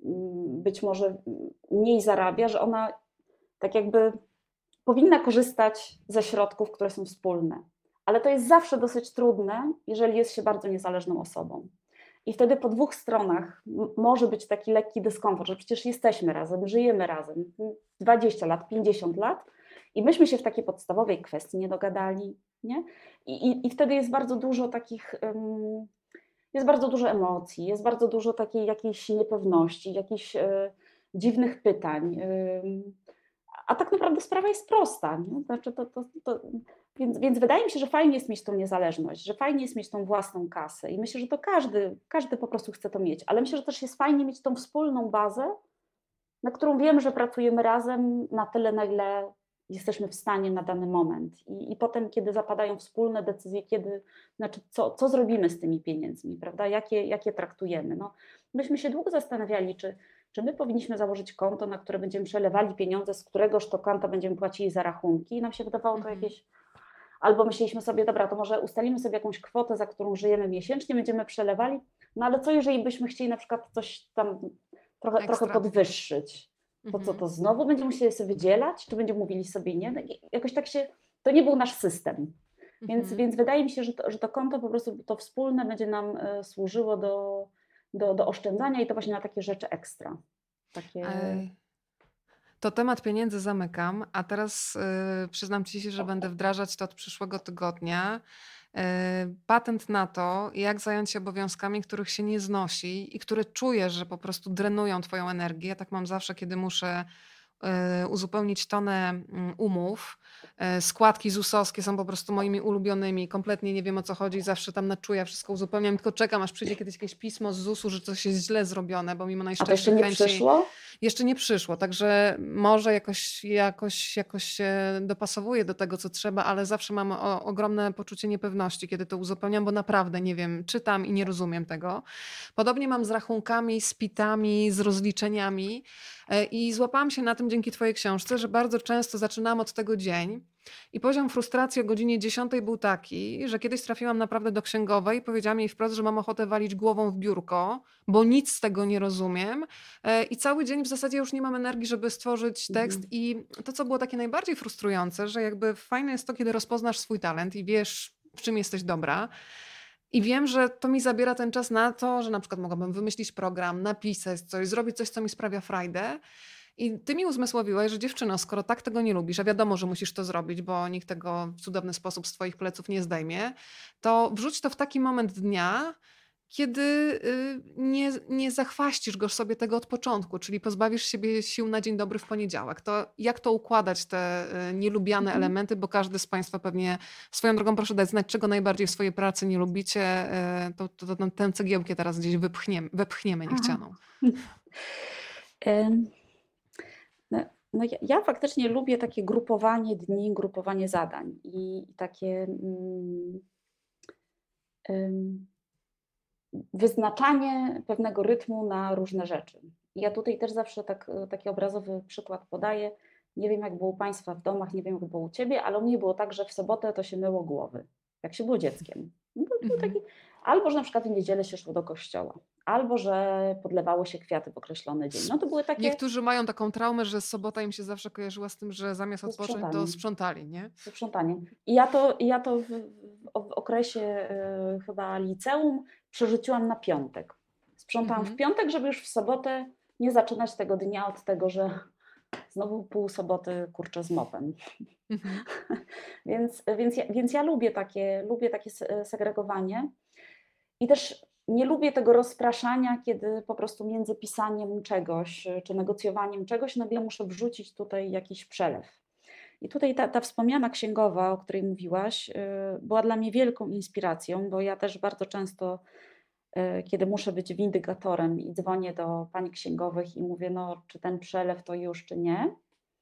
mm, być może mniej zarabia, że ona tak jakby powinna korzystać ze środków, które są wspólne. Ale to jest zawsze dosyć trudne, jeżeli jest się bardzo niezależną osobą. I wtedy po dwóch stronach m- może być taki lekki dyskomfort, że przecież jesteśmy razem, żyjemy razem dwadzieścia lat, pięćdziesiąt lat i myśmy się w takiej podstawowej kwestii nie dogadali. Nie? I, i, I wtedy jest bardzo dużo takich, um, jest bardzo dużo emocji, jest bardzo dużo takiej jakiejś niepewności, jakichś e, dziwnych pytań. Ym, a tak naprawdę sprawa jest prosta. Nie? Znaczy to, to, to, więc, więc wydaje mi się, że fajnie jest mieć tą niezależność, że fajnie jest mieć tą własną kasę i myślę, że to każdy, każdy po prostu chce to mieć, ale myślę, że też jest fajnie mieć tą wspólną bazę, na którą wiemy, że pracujemy razem na tyle, na ile jesteśmy w stanie na dany moment. I, i potem, kiedy zapadają wspólne decyzje, kiedy, znaczy co, co zrobimy z tymi pieniędzmi, prawda? Jakie, jakie traktujemy. No, myśmy się długo zastanawiali, czy, czy my powinniśmy założyć konto, na które będziemy przelewali pieniądze, z któregoż to konta będziemy płacili za rachunki. I nam się wydawało to Mhm. jakieś... Albo myśleliśmy sobie, dobra, to może ustalimy sobie jakąś kwotę, za którą żyjemy miesięcznie, będziemy przelewali, no ale co jeżeli byśmy chcieli na przykład coś tam trochę, trochę Ekstra. podwyższyć? To co, Mhm. to znowu będziemy musieli sobie wydzielać? Czy będziemy mówili sobie nie? No i jakoś tak się, to nie był nasz system. Więc, Mhm. więc wydaje mi się, że to, że to konto po prostu, to wspólne będzie nam e, służyło do, do, do oszczędzania i to właśnie na takie rzeczy ekstra. Takie... Ej, To temat pieniędzy zamykam, a teraz y, przyznam ci się, że będę wdrażać to od przyszłego tygodnia. Y, patent na to, jak zająć się obowiązkami, których się nie znosi i które czujesz, że po prostu drenują twoją energię. Ja tak mam zawsze, kiedy muszę y, uzupełnić tonę mm, umów. Y, Składki zusowskie są po prostu moimi ulubionymi. Kompletnie nie wiem, o co chodzi. Zawsze tam na czuja wszystko uzupełniam, tylko czekam, aż przyjdzie kiedyś jakieś pismo z zusu, że coś jest źle zrobione, bo mimo A to jeszcze najszczerszych nie chęci przyszło? jeszcze nie przyszło, także może jakoś, jakoś, jakoś się dopasowuję do tego, co trzeba, ale zawsze mam o, ogromne poczucie niepewności, kiedy to uzupełniam, bo naprawdę nie wiem, czytam i nie rozumiem tego. Podobnie mam z rachunkami, z pitami, z rozliczeniami e, i złapałam się na tym dzięki twojej książce, że bardzo często zaczynam od tego dzień i poziom frustracji o godzinie dziesiątej był taki, że kiedyś trafiłam naprawdę do księgowej i powiedziałam jej wprost, że mam ochotę walić głową w biurko, bo nic z tego nie rozumiem. E, I cały dzień w zasadzie już nie mam energii, żeby stworzyć tekst. Mhm. I to, co było takie najbardziej frustrujące, że jakby fajne jest to, kiedy rozpoznasz swój talent i wiesz, w czym jesteś dobra. I wiem, że to mi zabiera ten czas na to, że na przykład mogłabym wymyślić program, napisać coś, zrobić coś, co mi sprawia frajdę. I ty mi uzmysłowiłeś, że dziewczyno, skoro tak tego nie lubisz, a wiadomo, że musisz to zrobić, bo nikt tego w cudowny sposób z twoich pleców nie zdejmie, to wrzuć to w taki moment dnia, kiedy y, nie, nie zachwaścisz go sobie tego od początku, czyli pozbawisz siebie sił na dzień dobry w poniedziałek. To jak to układać, te y, nielubiane Mhm. elementy, bo każdy z Państwa pewnie swoją drogą proszę dać znać, czego najbardziej w swojej pracy nie lubicie, y, to, to, to tę cegiełkę teraz gdzieś wypchniemy, wepchniemy Aha. niechcianą. Em, No, no ja, ja faktycznie lubię takie grupowanie dni, grupowanie zadań i, i takie mm, ym, wyznaczanie pewnego rytmu na różne rzeczy. I ja tutaj też zawsze tak, taki obrazowy przykład podaję. Nie wiem, jak było u Państwa w domach, nie wiem, jak było u Ciebie, ale u mnie było tak, że w sobotę to się myło głowy, jak się było dzieckiem. No to był taki, Mhm. albo, że na przykład w niedzielę się szło do kościoła, albo, że podlewało się kwiaty w określony dzień. S- No to były takie Niektórzy mają taką traumę, że sobota im się zawsze kojarzyła z tym, że zamiast ze odpocząć, to sprzątaniem. sprzątali, nie? Ze sprzątaniem. I ja to, i ja to w, w, w okresie y, chyba liceum przerzuciłam na piątek. Sprzątałam w Mhm. piątek, żeby już w sobotę nie zaczynać tego dnia od tego, że znowu pół soboty kurczę z mopem. Mhm. Więc, więc, ja, więc ja lubię takie, lubię takie se- segregowanie i też nie lubię tego rozpraszania, kiedy po prostu między pisaniem czegoś y, czy negocjowaniem czegoś nagle muszę wrzucić tutaj jakiś przelew. I tutaj ta, ta wspomniana księgowa, o której mówiłaś, y, była dla mnie wielką inspiracją, bo ja też bardzo często y, kiedy muszę być windykatorem i dzwonię do pani księgowych i mówię, no czy ten przelew to już, czy nie,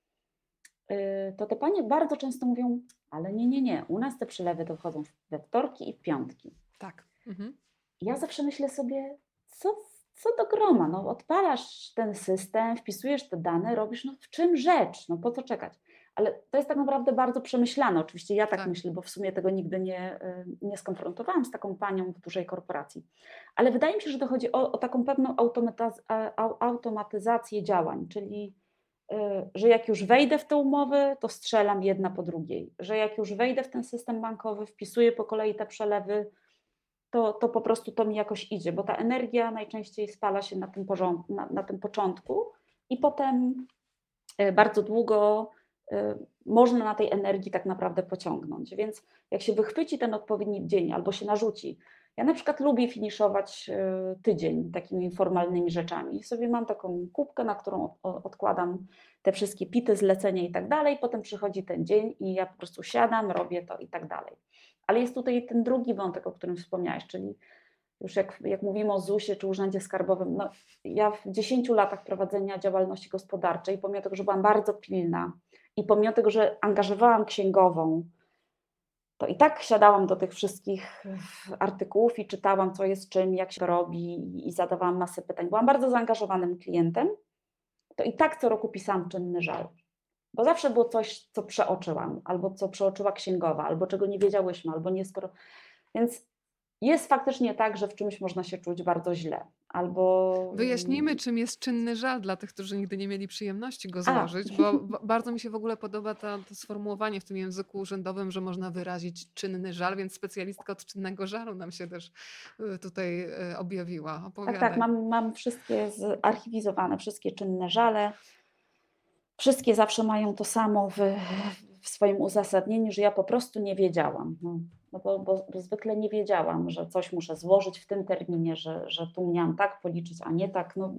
y, to te panie bardzo często mówią, ale nie, nie, nie, u nas te przelewy to wchodzą we wtorki i w piątki. Tak. Mhm. Ja zawsze myślę sobie, co, co do groma, no odpalasz ten system, wpisujesz te dane, robisz, no w czym rzecz, no po co czekać? Ale to jest tak naprawdę bardzo przemyślane. Oczywiście ja tak Tak. myślę, bo w sumie tego nigdy nie, y, nie skonfrontowałam z taką panią w dużej korporacji. Ale wydaje mi się, że to chodzi o, o taką pewną automata- a- automatyzację działań, czyli y, że jak już wejdę w te umowy, to strzelam jedna po drugiej, że jak już wejdę w ten system bankowy, wpisuję po kolei te przelewy, to, to po prostu to mi jakoś idzie, bo ta energia najczęściej spala się na tym, porząd- na, na tym początku i potem e, bardzo długo e, można na tej energii tak naprawdę pociągnąć. Więc jak się wychwyci ten odpowiedni dzień albo się narzuci, ja na przykład lubię finiszować e, tydzień takimi formalnymi rzeczami. I sobie mam taką kubkę, na którą od- o- odkładam te wszystkie pity, zlecenia i tak dalej. Potem przychodzi ten dzień i ja po prostu siadam, robię to i tak dalej. Ale jest tutaj ten drugi wątek, o którym wspomniałaś, czyli już jak, jak mówimy o zusie czy urzędzie skarbowym, no ja w dziesięciu latach prowadzenia działalności gospodarczej, pomimo tego, że byłam bardzo pilna i pomimo tego, że angażowałam księgową, to i tak siadałam do tych wszystkich artykułów i czytałam, co jest czym, jak się to robi i zadawałam masę pytań. Byłam bardzo zaangażowanym klientem, to i tak co roku pisałam czynny żal. Bo zawsze było coś, co przeoczyłam, albo co przeoczyła księgowa, albo czego nie wiedziałyśmy, albo nie skoro. Więc jest faktycznie tak, że w czymś można się czuć bardzo źle, albo Wyjaśnijmy, czym jest czynny żal dla tych, którzy nigdy nie mieli przyjemności go a, złożyć, bo b- bardzo mi się w ogóle podoba to, to sformułowanie w tym języku urzędowym, że można wyrazić czynny żal, więc specjalistka od czynnego żalu nam się też y, tutaj y, objawiła. tak, tak, Opowiadaj. mam, mam wszystkie zarchiwizowane, wszystkie czynne żale. Wszystkie zawsze mają to samo w, w swoim uzasadnieniu, że ja po prostu nie wiedziałam. No, no bo, bo, bo zwykle nie wiedziałam, że coś muszę złożyć w tym terminie, że, że tu miałam tak policzyć, a nie tak. No,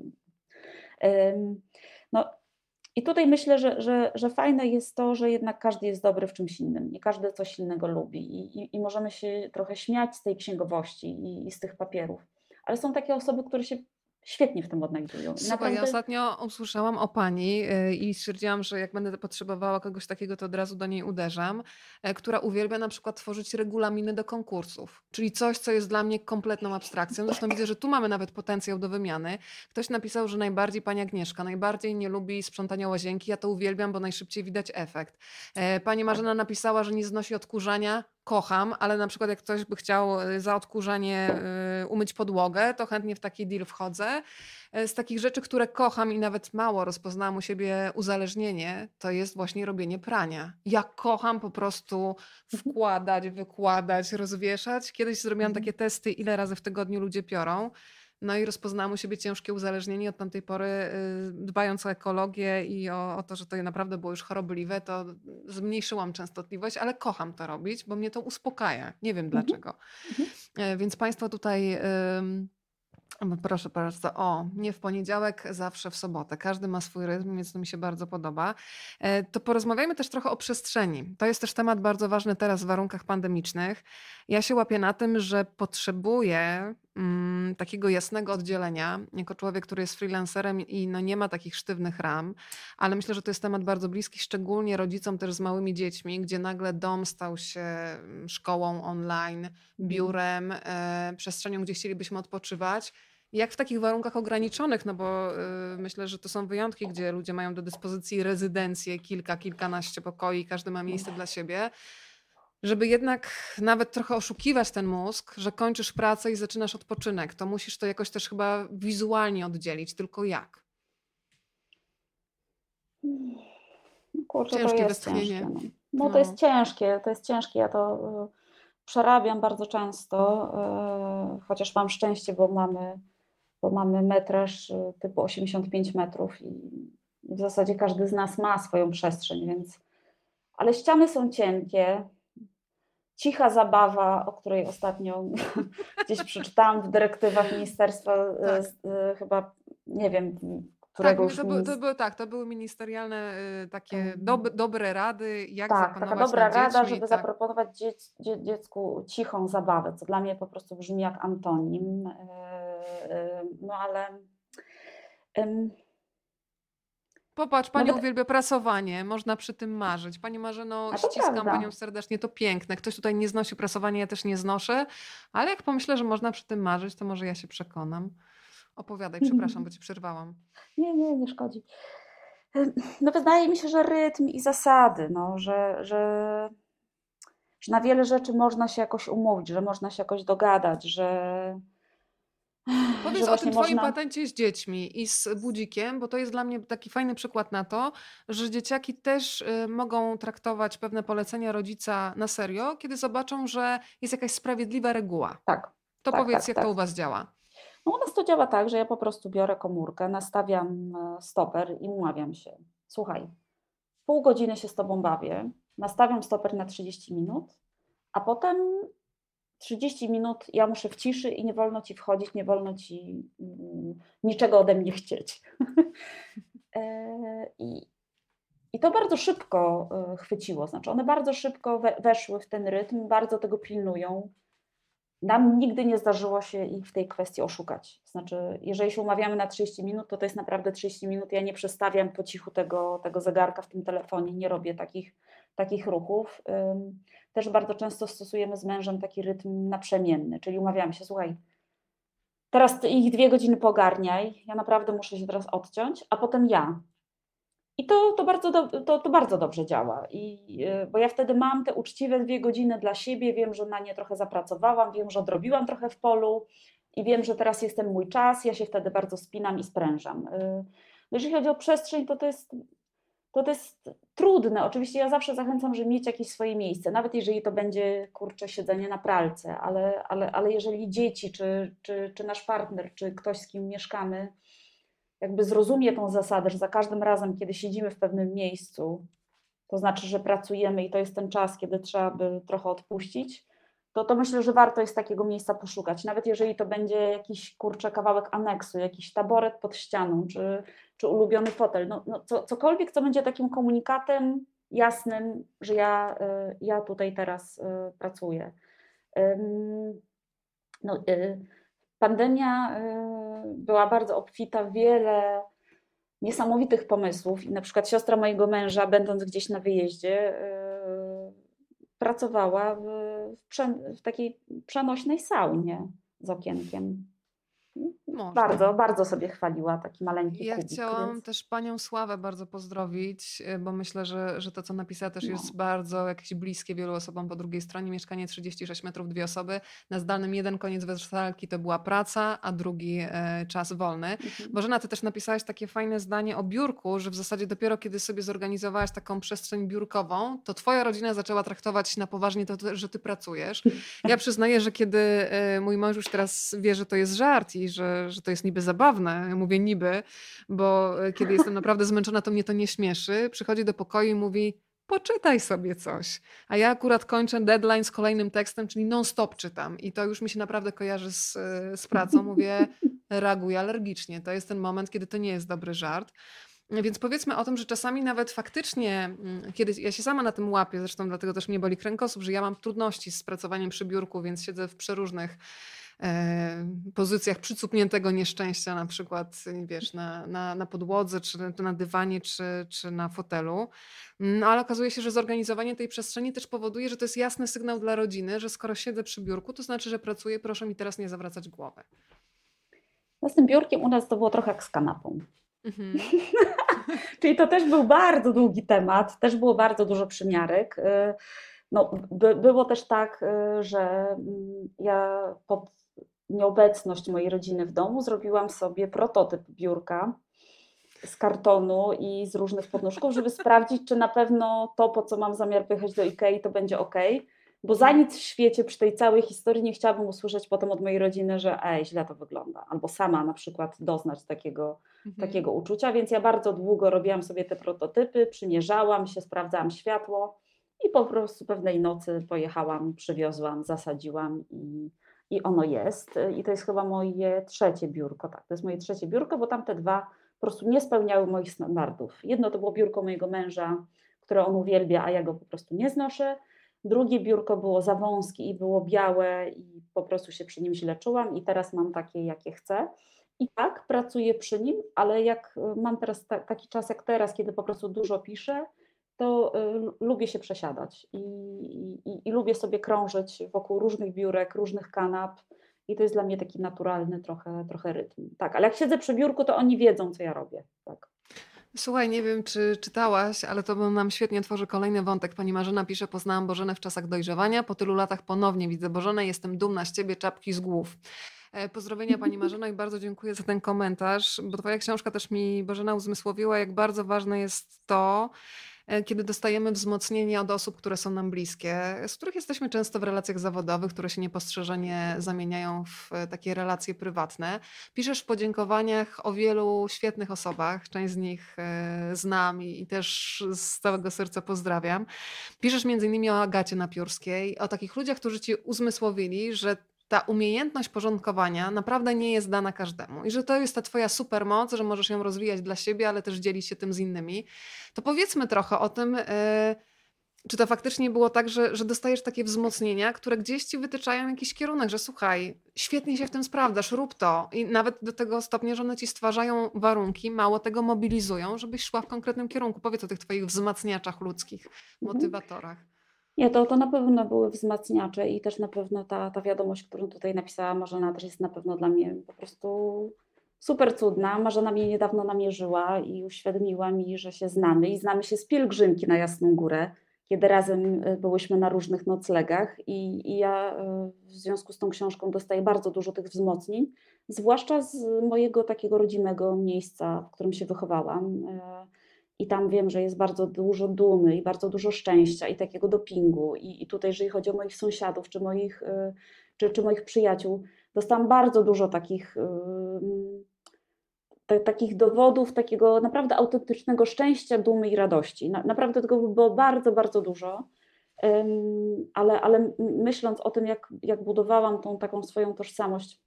ym, no i tutaj myślę, że, że, że fajne jest to, że jednak każdy jest dobry w czymś innym i każdy coś innego lubi i, i, i możemy się trochę śmiać z tej księgowości i, i z tych papierów. Ale są takie osoby, które się świetnie w tym odnajdują. I Słuchaj, ja naprawdę ostatnio usłyszałam o pani y, i stwierdziłam, że jak będę potrzebowała kogoś takiego, to od razu do niej uderzam, e, która uwielbia na przykład tworzyć regulaminy do konkursów, czyli coś, co jest dla mnie kompletną abstrakcją. Zresztą widzę, że tu mamy nawet potencjał do wymiany. Ktoś napisał, że najbardziej pani Agnieszka, najbardziej nie lubi sprzątania łazienki. Ja to uwielbiam, bo najszybciej widać efekt. E, Pani Marzena napisała, że nie znosi odkurzania. Kocham, ale na przykład jak ktoś by chciał y, za odkurzanie y, umyć podłogę, to chętnie w taki deal wchodzę. E, Z takich rzeczy, które kocham i nawet mało rozpoznałam u siebie uzależnienie, to jest właśnie robienie prania. Ja kocham po prostu wkładać, wykładać, rozwieszać. Kiedyś zrobiłam takie testy, ile razy w tygodniu ludzie piorą. No i rozpoznałam u siebie ciężkie uzależnienie. Od tamtej pory, y, dbając o ekologię i o, o to, że to naprawdę było już chorobliwe, to zmniejszyłam częstotliwość, ale kocham to robić, bo mnie to uspokaja. Nie wiem Mhm, dlaczego. mhm. E, Więc Państwo tutaj. ym, no proszę bardzo, o, nie w poniedziałek, zawsze w sobotę. Każdy ma swój rytm, więc to mi się bardzo podoba. E, To porozmawiajmy też trochę o przestrzeni. To jest też temat bardzo ważny teraz w warunkach pandemicznych. Ja się łapię na tym, że potrzebuję mm, takiego jasnego oddzielenia, jako człowiek, który jest freelancerem i no nie ma takich sztywnych ram, ale myślę, że to jest temat bardzo bliski, szczególnie rodzicom też z małymi dziećmi, gdzie nagle dom stał się mm, szkołą online, biurem, e, przestrzenią, gdzie chcielibyśmy odpoczywać. Jak w takich warunkach ograniczonych, no bo y, myślę, że to są wyjątki, gdzie ludzie mają do dyspozycji rezydencje, kilka, kilkanaście pokoi, każdy ma miejsce dla siebie, żeby jednak nawet trochę oszukiwać ten mózg, że kończysz pracę i zaczynasz odpoczynek, to musisz to jakoś też chyba wizualnie oddzielić, tylko jak? No kurczę, to Ciężkie jest ciężkie. westchnienie. No. No to jest No. ciężkie, to jest ciężkie. Ja to y, przerabiam bardzo często, y, chociaż mam szczęście, bo mamy, bo mamy metraż y, typu osiemdziesiąt pięć metrów i w zasadzie każdy z nas ma swoją przestrzeń, więc. Ale ściany są cienkie. Cicha zabawa, o której ostatnio gdzieś przeczytałam w dyrektywach ministerstwa, y, Tak. y, chyba, nie wiem, Tak, którego mi już to mi były to nic... były tak, to były ministerialne, y, takie dob em, dobre rady, jak Tak, taka zapanować nad dobra rada, dziećmi, żeby tak. zaproponować dziec, dzie, dziecku cichą zabawę, co dla mnie po prostu brzmi jak antonim. Yy, yy, no ale ym, Popatrz, no pani wyda- uwielbia prasowanie, można przy tym marzyć. Pani Marzeno, a to ściskam panią prawda. serdecznie, to piękne. Ktoś tutaj nie znosi prasowania, ja też nie znoszę, ale jak pomyślę, że można przy tym marzyć, to może ja się przekonam. Opowiadaj, przepraszam, bo ci przerwałam. Nie, nie, nie szkodzi. Ym, No wydaje mi się, że rytm i zasady, no, że, że, że na wiele rzeczy można się jakoś umówić, że można się jakoś dogadać, że, że Powiedz o tym właśnie twoim można... patencie z dziećmi i z budzikiem, bo to jest dla mnie taki fajny przykład na to, że dzieciaki też y, mogą traktować pewne polecenia rodzica na serio, kiedy zobaczą, że jest jakaś sprawiedliwa reguła. Tak, To tak, powiedz, tak, jak to u tak. was działa. No u nas to działa tak, że ja po prostu biorę komórkę, nastawiam e, stoper i umawiam się. Słuchaj, pół godziny się z tobą bawię, nastawiam stoper na trzydzieści minut, a potem trzydzieści minut ja muszę w ciszy i nie wolno ci wchodzić, nie wolno ci mm, niczego ode mnie chcieć. E, I, I to bardzo szybko e, chwyciło, znaczy one bardzo szybko we, weszły w ten rytm, bardzo tego pilnują. Nam nigdy nie zdarzyło się ich w tej kwestii oszukać. Znaczy, jeżeli się umawiamy na trzydzieści minut, to to jest naprawdę trzydzieści minut. Ja nie przestawiam po cichu tego, tego zegarka w tym telefonie, nie robię takich, takich ruchów. Ym, Też bardzo często stosujemy z mężem taki rytm naprzemienny, czyli umawiamy się, słuchaj, teraz ty ich dwie godziny pogarniaj, ja naprawdę muszę się teraz odciąć, a potem ja. I to, to, bardzo, do, to, to bardzo dobrze działa, I, y, bo ja wtedy mam te uczciwe dwie godziny dla siebie, wiem, że na nie trochę zapracowałam, wiem, że odrobiłam trochę w polu i wiem, że teraz jest ten mój czas, ja się wtedy bardzo spinam i sprężam. Y, Jeżeli chodzi o przestrzeń, to to jest, to, to jest trudne. Oczywiście ja zawsze zachęcam, żeby mieć jakieś swoje miejsce, nawet jeżeli to będzie, kurczę, siedzenie na pralce, ale, ale, ale jeżeli dzieci, czy, czy, czy nasz partner, czy ktoś, z kim mieszkamy, jakby zrozumie tą zasadę, że za każdym razem, kiedy siedzimy w pewnym miejscu, to znaczy, że pracujemy i to jest ten czas, kiedy trzeba by trochę odpuścić, to, to myślę, że warto jest takiego miejsca poszukać. Nawet jeżeli to będzie jakiś, kurczę, kawałek aneksu, jakiś taboret pod ścianą, czy, czy ulubiony fotel, no, no, co, cokolwiek, co będzie takim komunikatem jasnym, że ja, y, ja tutaj teraz y, pracuję. Ym, No, y, pandemia y, była bardzo obfita w wiele niesamowitych pomysłów i na przykład siostra mojego męża, będąc gdzieś na wyjeździe, y, pracowała w, w, prze, w takiej przenośnej saunie z okienkiem. Można. Bardzo, bardzo sobie chwaliła taki maleńki Ja kubik, chciałam więc też panią Sławę bardzo pozdrowić, y, bo myślę, że, że to, co napisała, też no. jest bardzo jakieś bliskie wielu osobom po drugiej stronie. Mieszkanie trzydzieści sześć metrów, dwie osoby. Na zdalnym jeden koniec wersalki to była praca, a drugi e, czas wolny. Mhm. Bożena, ty też napisałaś takie fajne zdanie o biurku, że w zasadzie dopiero kiedy sobie zorganizowałaś taką przestrzeń biurkową, to twoja rodzina zaczęła traktować na poważnie to, że ty pracujesz. Ja przyznaję, że kiedy e, mój mąż już teraz wie, że to jest żart i że, że to jest niby zabawne, ja mówię niby, bo e, kiedy jestem naprawdę zmęczona, to mnie to nie śmieszy. Przychodzi do pokoju i mówi: poczytaj sobie coś. A ja akurat kończę deadline z kolejnym tekstem, czyli non-stop czytam. I to już mi się naprawdę kojarzy z, e, z pracą. Mówię, reaguję alergicznie. To jest ten moment, kiedy to nie jest dobry żart. Więc powiedzmy o tym, że czasami nawet faktycznie, mm, kiedy ja się sama na tym łapię, zresztą dlatego też mnie boli kręgosłup, że ja mam trudności z pracowaniem przy biurku, więc siedzę w przeróżnych e, pozycjach przycupniętego nieszczęścia, na przykład, y, wiesz, na, na, na podłodze, czy na dywanie, czy, czy na fotelu. No ale okazuje się, że zorganizowanie tej przestrzeni też powoduje, że to jest jasny sygnał dla rodziny, że skoro siedzę przy biurku, to znaczy, że pracuję, proszę mi teraz nie zawracać głowy. No z tym biurkiem u nas to było trochę jak z kanapą. Mhm. Czyli to też był bardzo długi temat, też było bardzo dużo przymiarek. Y, No, by, było też tak, y, że mm, ja pod nieobecność mojej rodziny w domu zrobiłam sobie prototyp biurka z kartonu i z różnych podnóżków, żeby sprawdzić, czy na pewno to, po co mam zamiar pojechać do Ikei, to będzie ok. Bo za nic w świecie przy tej całej historii nie chciałabym usłyszeć potem od mojej rodziny, że ej, źle to wygląda. Albo sama na przykład doznać takiego, Mhm. takiego uczucia. Więc ja bardzo długo robiłam sobie te prototypy, przymierzałam się, sprawdzałam światło i po prostu pewnej nocy pojechałam, przywiozłam, zasadziłam i, i ono jest. I to jest chyba moje trzecie biurko. Tak, to jest moje trzecie biurko, bo tamte dwa po prostu nie spełniały moich standardów. Jedno to było biurko mojego męża, które on uwielbia, a ja go po prostu nie znoszę. Drugie biurko było za wąskie i było białe i po prostu się przy nim źle czułam i teraz mam takie, jakie chcę. I tak, pracuję przy nim, ale jak y, mam teraz ta, taki czas jak teraz, kiedy po prostu dużo piszę, to y, lubię się przesiadać i, i, i lubię sobie krążyć wokół różnych biurek, różnych kanap i to jest dla mnie taki naturalny trochę, trochę rytm. Tak, ale jak siedzę przy biurku, to oni wiedzą, co ja robię. Tak. Słuchaj, nie wiem, czy czytałaś, ale to nam świetnie tworzy kolejny wątek. Pani Marzena pisze: poznałam Bożenę w czasach dojrzewania. Po tylu latach ponownie widzę Bożenę. Jestem dumna z ciebie, czapki z głów. E, Pozdrowienia Pani Marzena i bardzo dziękuję za ten komentarz, bo Twoja książka też mi, Bożena, uzmysłowiła, jak bardzo ważne jest to, e, kiedy dostajemy wzmocnienie od osób, które są nam bliskie, z których jesteśmy często w relacjach zawodowych, które się niepostrzeżenie zamieniają w e, takie relacje prywatne. Piszesz w podziękowaniach o wielu świetnych osobach, część z nich e, znam i, i też z całego serca pozdrawiam. Piszesz między innymi o Agacie Napiórskiej, o takich ludziach, którzy ci uzmysłowili, że ta umiejętność porządkowania naprawdę nie jest dana każdemu i że to jest ta twoja supermoc, że możesz ją rozwijać dla siebie, ale też dzielić się tym z innymi. To powiedzmy trochę o tym, e, czy to faktycznie było tak, że, że dostajesz takie wzmocnienia, które gdzieś ci wytyczają jakiś kierunek, że słuchaj, świetnie się w tym sprawdzasz, rób to. I nawet do tego stopnia, że one ci stwarzają warunki, mało tego mobilizują, żebyś szła w konkretnym kierunku. Powiedz o tych twoich wzmacniaczach ludzkich, Mhm. motywatorach. Nie, to, to na pewno były wzmacniacze i też na pewno ta, ta wiadomość, którą tutaj napisała Marzena, też jest na pewno dla mnie po prostu super cudna. Marzena mnie niedawno namierzyła i uświadomiła mi, że się znamy i znamy się z pielgrzymki na Jasną Górę, kiedy razem y, byłyśmy na różnych noclegach i, i ja y, w związku z tą książką dostaję bardzo dużo tych wzmocnień, zwłaszcza z mojego takiego rodzimego miejsca, w którym się wychowałam. y, I tam wiem, że jest bardzo dużo dumy i bardzo dużo szczęścia i takiego dopingu. I, i tutaj, jeżeli chodzi o moich sąsiadów czy moich, y, czy, czy moich przyjaciół, dostałam bardzo dużo takich, y, ta, takich dowodów, takiego naprawdę autentycznego szczęścia, dumy i radości. Na, naprawdę tego było bardzo, bardzo dużo. Ym, ale, ale myśląc o tym, jak, jak budowałam tą taką swoją tożsamość,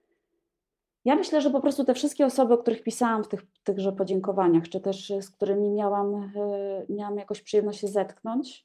ja myślę, że po prostu te wszystkie osoby, o których pisałam w tych, tychże podziękowaniach, czy też z którymi miałam, e, miałam jakoś przyjemność się zetknąć,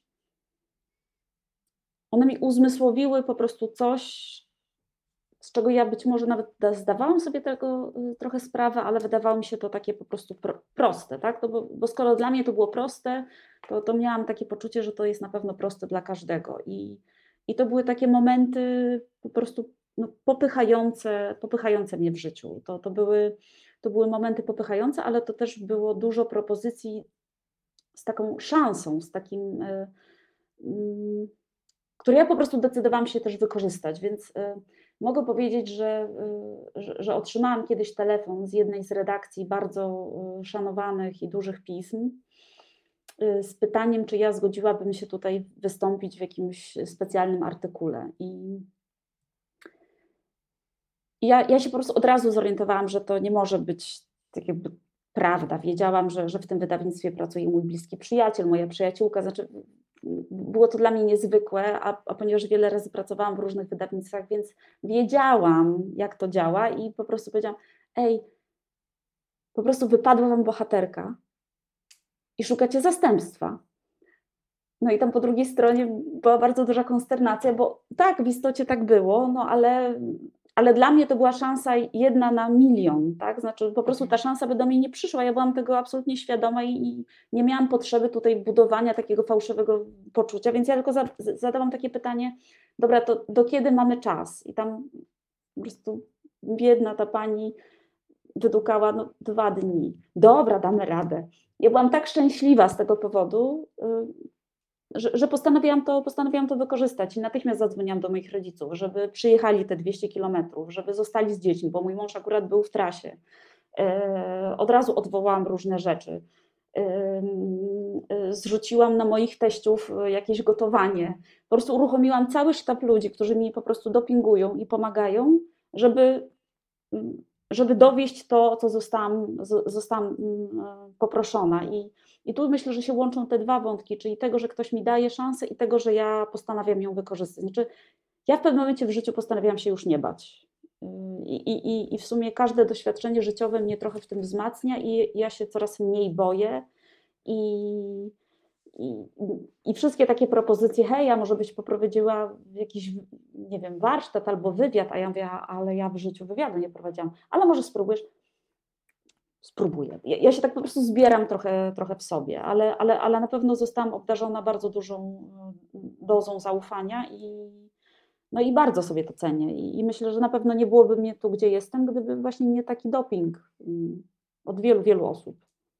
one mi uzmysłowiły po prostu coś, z czego ja być może nawet da- zdawałam sobie tego y, trochę sprawę, ale wydawało mi się to takie po prostu pro, proste, tak? To bo, bo skoro dla mnie to było proste, to, to miałam takie poczucie, że to jest na pewno proste dla każdego. I, i to były takie momenty po prostu no, popychające, popychające mnie w życiu. To, to, były, to były momenty popychające, ale to też było dużo propozycji z taką szansą, z takim, y, mm, które ja po prostu decydowałam się też wykorzystać, więc y, mogę powiedzieć, że, y, że, że otrzymałam kiedyś telefon z jednej z redakcji bardzo y, szanowanych i dużych pism y, z pytaniem, czy ja zgodziłabym się tutaj wystąpić w jakimś specjalnym artykule. I i ja, ja się po prostu od razu zorientowałam, że to nie może być tak jakby prawda. Wiedziałam, że, że w tym wydawnictwie pracuje mój bliski przyjaciel, moja przyjaciółka, znaczy było to dla mnie niezwykłe, a, a ponieważ wiele razy pracowałam w różnych wydawnictwach, więc wiedziałam, jak to działa i po prostu powiedziałam, ej, po prostu wypadła wam bohaterka i szukacie zastępstwa. No i tam po drugiej stronie była bardzo duża konsternacja, bo tak, w istocie tak było, no ale, ale dla mnie to była szansa jedna na milion, tak? Znaczy po prostu ta Mhm. szansa by do mnie nie przyszła, ja byłam tego absolutnie świadoma i, i nie miałam potrzeby tutaj budowania takiego fałszywego poczucia, więc ja tylko za, zadałam takie pytanie, dobra, to do kiedy mamy czas? I tam po prostu biedna ta pani wydukała, no dwa dni. Dobra, damy radę. Ja byłam tak szczęśliwa z tego powodu, y, że, że postanowiłam, to, postanowiłam to wykorzystać i natychmiast zadzwoniłam do moich rodziców, żeby przyjechali te dwieście kilometrów, żeby zostali z dziećmi, bo mój mąż akurat był w trasie. E, od razu odwołałam różne rzeczy. E, e, zrzuciłam na moich teściów jakieś gotowanie. Po prostu uruchomiłam cały sztab ludzi, którzy mi po prostu dopingują i pomagają, żeby, żeby dowieść to, co zostałam, zostałam mm, poproszona. I, I tu myślę, że się łączą te dwa wątki, czyli tego, że ktoś mi daje szansę i tego, że ja postanawiam ją wykorzystać. Znaczy, ja w pewnym momencie w życiu postanawiałam się już nie bać. I, i, I w sumie każde doświadczenie życiowe mnie trochę w tym wzmacnia i ja się coraz mniej boję. I, i, i wszystkie takie propozycje, hej, a może byś poprowadziła jakiś, nie wiem, warsztat albo wywiad, a ja mówię, ale ja w życiu wywiadu nie prowadziłam, ale może spróbujesz? Spróbuję. Ja, ja się tak po prostu zbieram trochę, trochę w sobie, ale, ale, ale na pewno zostałam obdarzona bardzo dużą dozą zaufania i, no i bardzo sobie to cenię. I, I myślę, że na pewno nie byłoby mnie tu, gdzie jestem, gdyby właśnie nie taki doping od wielu, wielu osób.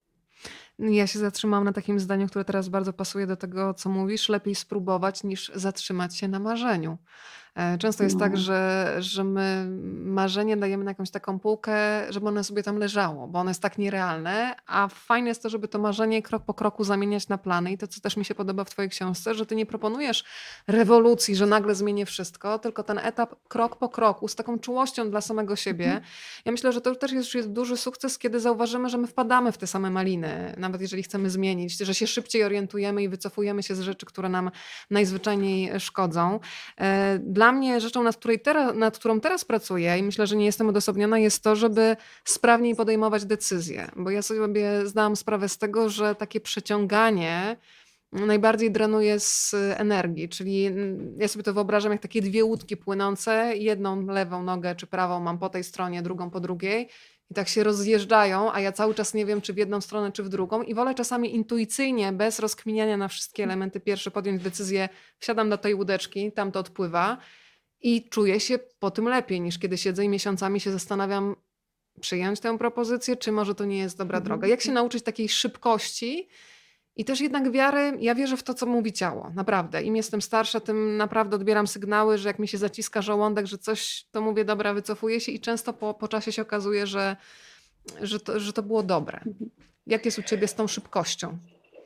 Ja się zatrzymałam na takim zdaniu, które teraz bardzo pasuje do tego, co mówisz. Lepiej spróbować niż zatrzymać się na marzeniu. Często jest tak, No. że, że my marzenie dajemy na jakąś taką półkę, żeby ono sobie tam leżało, bo ono jest tak nierealne, a fajne jest to, żeby to marzenie krok po kroku zamieniać na plany. I to, co też mi się podoba w twojej książce, że ty nie proponujesz rewolucji, że nagle zmienię wszystko, tylko ten etap krok po kroku, z taką czułością dla samego siebie. Mhm. Ja myślę, że to też jest, jest duży sukces, kiedy zauważymy, że my wpadamy w te same maliny, nawet jeżeli chcemy zmienić, że się szybciej orientujemy i wycofujemy się z rzeczy, które nam najzwyczajniej szkodzą. Dla mnie rzeczą, nad, której teraz, nad którą teraz pracuję i myślę, że nie jestem odosobniona, jest to, żeby sprawniej podejmować decyzje, bo ja sobie zdałam sprawę z tego, że takie przeciąganie najbardziej drenuje z energii, czyli ja sobie to wyobrażam jak takie dwie łódki płynące, jedną lewą nogę czy prawą mam po tej stronie, drugą po drugiej i tak się rozjeżdżają, a ja cały czas nie wiem, czy w jedną stronę, czy w drugą i wolę czasami intuicyjnie, bez rozkminiania na wszystkie elementy, pierwsze podjąć decyzję, wsiadam do tej łódeczki, tam to odpływa i czuję się po tym lepiej, niż kiedy siedzę i miesiącami się zastanawiam, przyjąć tę propozycję, czy może to nie jest dobra droga. Jak się nauczyć takiej szybkości i też jednak wiary, ja wierzę w to, co mówi ciało, naprawdę. Im jestem starsza, tym naprawdę odbieram sygnały, że jak mi się zaciska żołądek, że coś, to mówię, dobra, wycofuję się i często po, po czasie się okazuje, że, że, to, że to było dobre. Jak jest u ciebie z tą szybkością?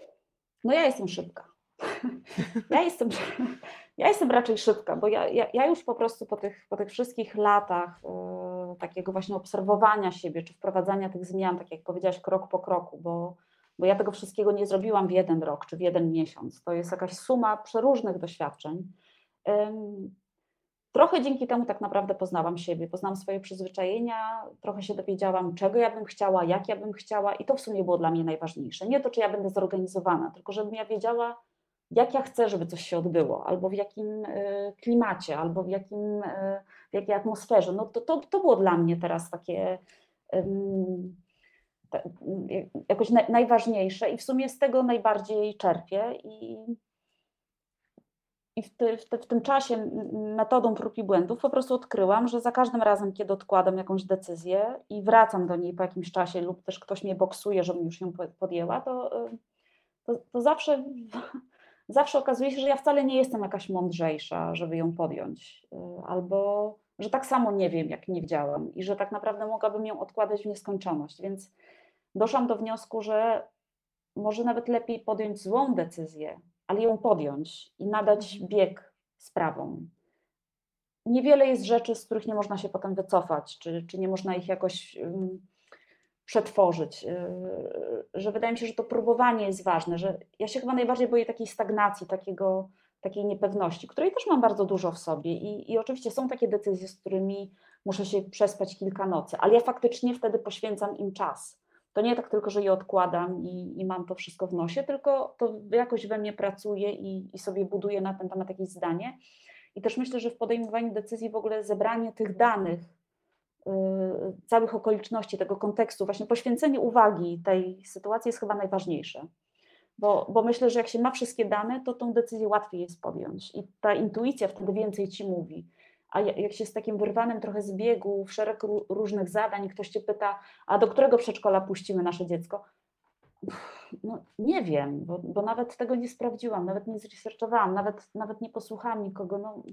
No ja jestem szybka. Ja jestem, ja jestem raczej szybka, bo ja, ja, ja już po prostu po tych, po tych wszystkich latach yy, takiego właśnie obserwowania siebie, czy wprowadzania tych zmian, tak jak powiedziałaś, krok po kroku, bo, bo ja tego wszystkiego nie zrobiłam w jeden rok, czy w jeden miesiąc. To jest jakaś suma przeróżnych doświadczeń. Yy, trochę dzięki temu tak naprawdę poznałam siebie, poznałam swoje przyzwyczajenia, trochę się dowiedziałam, czego ja bym chciała, jak ja bym chciała i to w sumie było dla mnie najważniejsze. Nie to, czy ja będę zorganizowana, tylko żebym ja wiedziała, jak ja chcę, żeby coś się odbyło, albo w jakim y, klimacie, albo w, jakim, y, w jakiej atmosferze. No to, to, to było dla mnie teraz takie y, te, y, jakoś na, najważniejsze i w sumie z tego najbardziej czerpię. I, i w, ty, w, ty, w tym czasie metodą prób i błędów po prostu odkryłam, że za każdym razem, kiedy odkładam jakąś decyzję i wracam do niej po jakimś czasie lub też ktoś mnie boksuje, żebym już ją podjęła, to, to, to zawsze... Zawsze okazuje się, że ja wcale nie jestem jakaś mądrzejsza, żeby ją podjąć, albo że tak samo nie wiem, jak nie wiedziałam i że tak naprawdę mogłabym ją odkładać w nieskończoność. Więc doszłam do wniosku, że może nawet lepiej podjąć złą decyzję, ale ją podjąć i nadać bieg sprawom. Niewiele jest rzeczy, z których nie można się potem wycofać, czy, czy nie można ich jakoś um, przetworzyć, że wydaje mi się, że to próbowanie jest ważne, że ja się chyba najbardziej boję takiej stagnacji, takiego, takiej niepewności, której też mam bardzo dużo w sobie i, i oczywiście są takie decyzje, z którymi muszę się przespać kilka nocy, ale ja faktycznie wtedy poświęcam im czas. To nie tak tylko, że je odkładam i, i mam to wszystko w nosie, tylko to jakoś we mnie pracuje i, i sobie buduję na ten temat jakieś zdanie. I też myślę, że w podejmowaniu decyzji w ogóle zebranie tych danych, całych okoliczności, tego kontekstu, właśnie poświęcenie uwagi tej sytuacji jest chyba najważniejsze. Bo, bo myślę, że jak się ma wszystkie dane, to tą decyzję łatwiej jest podjąć i ta intuicja wtedy więcej ci mówi. A jak się z takim wyrwanym trochę z biegu, w szereg różnych zadań, ktoś cię pyta, a do którego przedszkola puścimy nasze dziecko? No nie wiem, bo, bo nawet tego nie sprawdziłam, nawet nie zresearchowałam, nawet, nawet nie posłuchałam nikogo. No,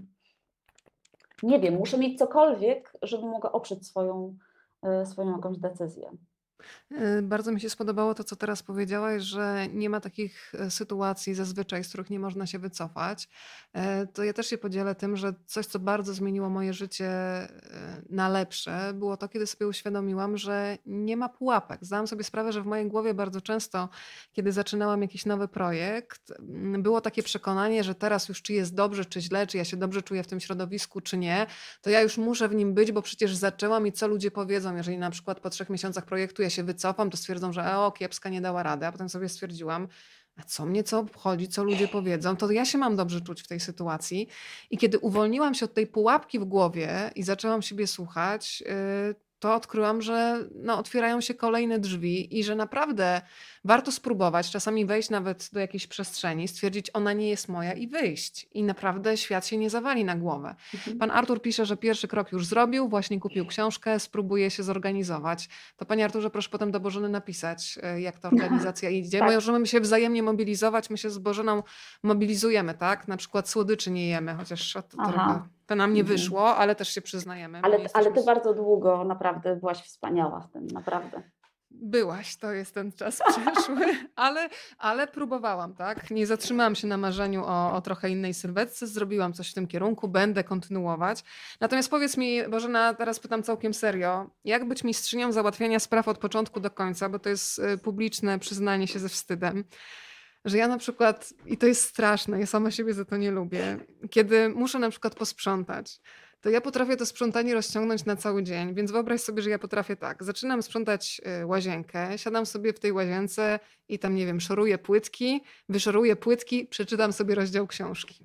nie wiem, muszę mieć cokolwiek, żeby mogła oprzeć swoją, swoją jakąś decyzję. Y, Bardzo mi się spodobało to, co teraz powiedziałaś, że nie ma takich e, sytuacji zazwyczaj, z których nie można się wycofać. E, To ja też się podzielę tym, że coś, co bardzo zmieniło moje życie e, na lepsze, było to, kiedy sobie uświadomiłam, że nie ma pułapek. Zdałam sobie sprawę, że w mojej głowie bardzo często, kiedy zaczynałam jakiś nowy projekt, mm, było takie przekonanie, że teraz już czy jest dobrze, czy źle, czy ja się dobrze czuję w tym środowisku, czy nie, to ja już muszę w nim być, bo przecież zaczęłam i co ludzie powiedzą, jeżeli na przykład po trzech miesiącach projektu ja się wycofam, to stwierdzą, że o, kiepska, nie dała rady, a potem sobie stwierdziłam, a co mnie co obchodzi, co ludzie powiedzą, to ja się mam dobrze czuć w tej sytuacji. I kiedy uwolniłam się od tej pułapki w głowie i zaczęłam siebie słuchać, yy, to odkryłam, że no, otwierają się kolejne drzwi i że naprawdę warto spróbować, czasami wejść nawet do jakiejś przestrzeni, stwierdzić, ona nie jest moja i wyjść. I naprawdę świat się nie zawali na głowę. Mhm. Pan Artur pisze, że pierwszy krok już zrobił, właśnie kupił książkę, spróbuje się zorganizować. To panie Arturze, proszę potem do Bożeny napisać, e, jak ta organizacja idzie. Tak. Możemy się wzajemnie mobilizować, my się z Bożeną mobilizujemy, tak? Na przykład słodyczy nie jemy, chociaż to, to trochę Aha. to nam nie Mhm. wyszło, ale też się przyznajemy. bo Ale, nie ale jesteśmy ty bardzo długo naprawdę byłaś wspaniała w tym, naprawdę. Byłaś, to jest ten czas przeszły, ale, ale próbowałam, tak? Nie zatrzymałam się na marzeniu o, o trochę innej sylwetce, zrobiłam coś w tym kierunku, będę kontynuować. Natomiast powiedz mi, Bożena, teraz pytam całkiem serio, jak być mistrzynią załatwiania spraw od początku do końca, bo to jest y, publiczne przyznanie się ze wstydem, że ja na przykład, i to jest straszne, ja sama siebie za to nie lubię, kiedy muszę na przykład posprzątać, to ja potrafię to sprzątanie rozciągnąć na cały dzień, więc wyobraź sobie, że ja potrafię tak, zaczynam sprzątać y, łazienkę, siadam sobie w tej łazience i tam, nie wiem, szoruję płytki, wyszoruję płytki, przeczytam sobie rozdział książki.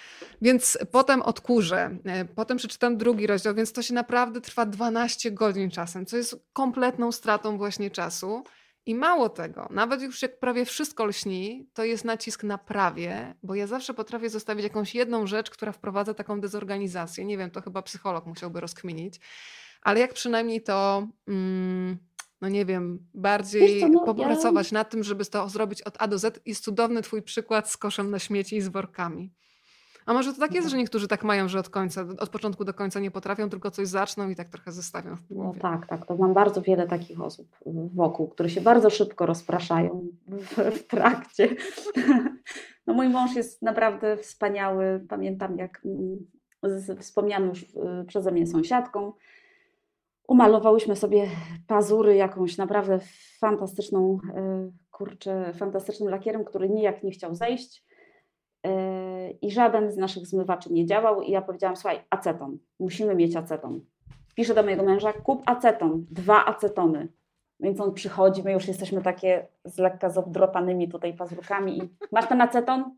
Więc potem odkurzę, e, potem przeczytam drugi rozdział, więc to się naprawdę trwa dwanaście godzin czasem, co jest kompletną stratą właśnie czasu. I mało tego, nawet już jak prawie wszystko lśni, to jest nacisk na prawie, bo ja zawsze potrafię zostawić jakąś jedną rzecz, która wprowadza taką dezorganizację. Nie wiem, to chyba psycholog musiałby rozkminić, ale jak przynajmniej to, mm, no nie wiem, Wiesz co, bardziej no ja popracować nad tym, żeby to zrobić od A do Z. Jest cudowny twój przykład z koszem na śmieci i z workami. A może to tak jest, no, że niektórzy tak mają, że od końca, od początku do końca nie potrafią, tylko coś zaczną i tak trochę zostawią w no głowie. tak, tak, to mam bardzo wiele takich osób wokół, które się bardzo szybko rozpraszają w, w trakcie. No mój mąż jest naprawdę wspaniały. Pamiętam, jak mm, z wspomnianą już y, przeze mnie sąsiadką umalowałyśmy sobie pazury jakąś naprawdę fantastyczną, y, kurczę, fantastycznym lakierem, który nijak nie chciał zejść. y, I żaden z naszych zmywaczy nie działał. I ja powiedziałam, słuchaj, aceton, musimy mieć aceton. Piszę do mojego męża, kup aceton, dwa acetony. Więc on przychodzi, my już jesteśmy takie z lekka zobdropanymi tutaj pazurkami i masz ten aceton?